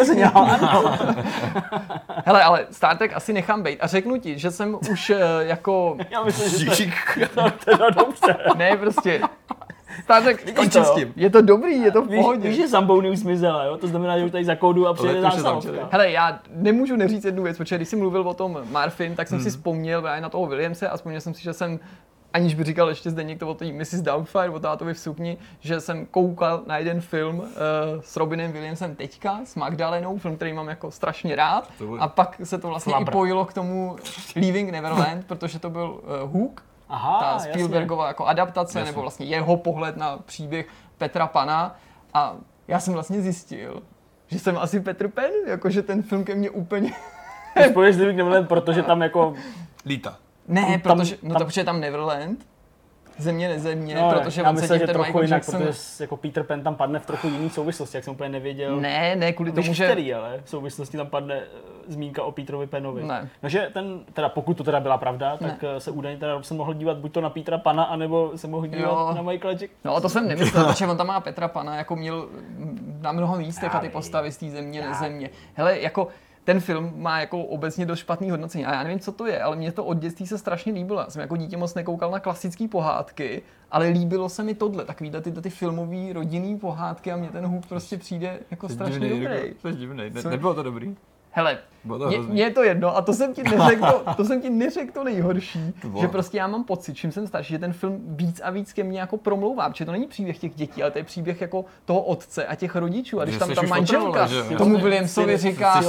Speaker 1: Hele, ale Star Trek asi nechám bejt a řeknu ti, že jsem už jako...
Speaker 2: Já myslím, že to je dobře.
Speaker 1: Ne, prostě... Star Trek, je to dobrý, je to v pohodě.
Speaker 2: Víš, že Zamboni už zmizela, jo? To znamená, že už tady zakódu a přijede zásahovka.
Speaker 1: Hele, já nemůžu neříct jednu věc, protože když jsi mluvil o tom Marfim, tak jsem si vzpomněl právě na toho Williamse a vzpomněl jsem si, že jsem aniž by říkal ještě Zdeněk to o té Mrs. Doubtfire, o tátovi v sukni, že jsem koukal na jeden film s Robinem Williamsem teďka, s Magdalenou, film, který mám jako strašně rád. A pak se to vlastně i pojilo k tomu Leaving Neverland, protože to byl Hook, ta Spielbergova jako adaptace, nebo vlastně jeho pohled na příběh Petra Pana. A já jsem vlastně zjistil, že jsem asi Petr Pan, jakože ten film ke mně úplně...
Speaker 2: Ty spoješ Leaving Neverland, protože tam jako...
Speaker 3: Lítá.
Speaker 1: Ne, protože je tam Neverland, země nezemě, protože
Speaker 2: on se tím
Speaker 1: ten
Speaker 2: trochu
Speaker 1: Michael
Speaker 2: jinak,
Speaker 1: Jackson...
Speaker 2: protože jako Peter Pan tam padne v trochu jiný souvislosti, jak jsem úplně nevěděl.
Speaker 1: Ne, kvůli tomu, že...
Speaker 2: který, ale v souvislosti tam padne zmínka o Peterovi Panovi.
Speaker 1: Ne.
Speaker 2: No, že teda pokud to teda byla pravda, tak se údajně teda se mohl dívat buď to na Petra Pana, anebo se mohl dívat na Michaela Jacksona.
Speaker 1: No to jsem nemyslel, protože on tam má Petra Pana, jako měl na mnoho místech a ty postavy z té země, nezemě. Hele, jako... Ten film má jako obecně dost špatný hodnocení a já nevím, co to je, ale mě to od dětství se strašně líbilo. Já jsem jako dítě moc nekoukal na klasické pohádky, ale líbilo se mi tohle, takovýhle ty filmový rodinný pohádky a mně ten Hook prostě přijde jako strašně dobrý.
Speaker 3: To je divnej, nebylo to dobrý.
Speaker 1: Hele, mně je to jedno a to jsem ti neřekl to nejhorší, že prostě já mám pocit, čím jsem starší, že ten film víc a víc ke mně jako promlouvá, protože to není příběh těch dětí, ale to je příběh jako toho otce a těch rodičů a když tam ta manželka tomu Williamsovi říká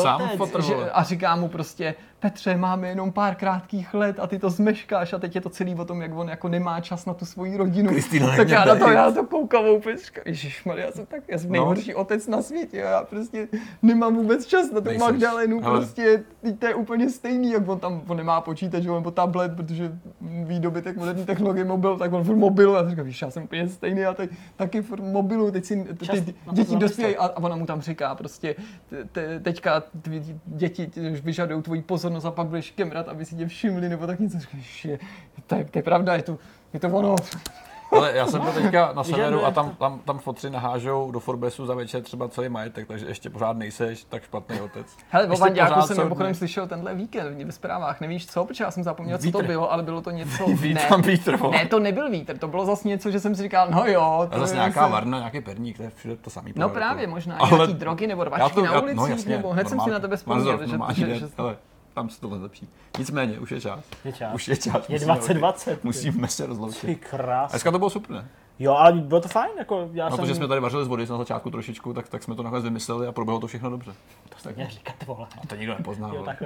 Speaker 1: a říká mu prostě Petře, máme jenom pár krátkých let a ty to zmeškáš a teď je to celý o tom, jak on jako nemá čas na tu svoji rodinu.
Speaker 3: Kristýna,
Speaker 1: tak já na to koukám a úplně říkám, ježišmarja, já jsem nejhorší otec na světě, já prostě nemám vůbec čas na tu Magdalenu, prostě to je úplně stejný, jak on nemá počítač, nebo tablet, protože ví dobytek moderní technologie mobil, tak on furt mobil a říká, víš, já jsem úplně stejný a teď taky furt mobilu, teď si ty děti dospějí a ona mu tam říká prostě, teďka děti vyžadují tvoji pozornost a pak budeš kemrat, aby si tě všimli, nebo tak něco. Říkáš, to je pravda, je to ono.
Speaker 3: Ale já jsem byl teďka na severu a tam fotři nahážou do Forbesu za večer třeba celý majetek, takže ještě pořád nejseš tak špatný otec.
Speaker 1: Hele, o Vanďáku jsem mimochodem slyšel tenhle víkend ve zprávách, nevíš co, protože já jsem zapomněl, co to bylo, ale bylo to něco... Ne, to nebyl vítr, to bylo zase něco, že jsem si říkal, no jo.
Speaker 3: To zase nějaká varna, nějaký perník, to je všude to samý.
Speaker 1: No právě, možná nějaký drogy nebo rvačky na ulicích, nebo hned jsem si na tebe vzpomněl, že
Speaker 3: tam se tohle zlepší. Nicméně, už je čas.
Speaker 2: Už
Speaker 3: je čas.
Speaker 2: Je 2020.
Speaker 3: Musíme se rozloučit.
Speaker 2: Ty krásný.
Speaker 3: Dneska to bylo super, ne?
Speaker 2: Jo, ale bylo to fajn. Jako
Speaker 3: protože jsme tady vařili z vody na začátku trošičku, tak jsme to nakonec vymysleli a proběhlo to všechno dobře.
Speaker 2: To jste mě říkat, vole.
Speaker 3: A to nikdo nepozná.
Speaker 2: Jo, tak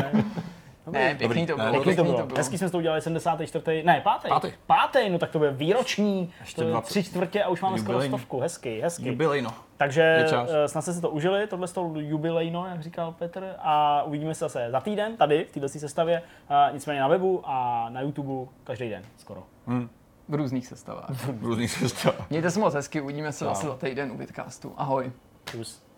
Speaker 1: ne, pěkný to bylo.
Speaker 2: Hezký jsme to udělali 74. Ne, pátý, no tak to bude výroční, 3/4 a už máme skoro 100. Hezky.
Speaker 3: Jubilejno.
Speaker 2: Takže snad jste si to užili, tohle z toho jubilejno, jak říkal Petr, a uvidíme se zase za týden tady v této sestavě, nicméně na webu a na YouTube každý den skoro.
Speaker 1: V různých sestavách.
Speaker 3: Mějte
Speaker 1: se moc hezky, uvidíme se zase za týden u Vidcastu. Ahoj.
Speaker 2: Čus.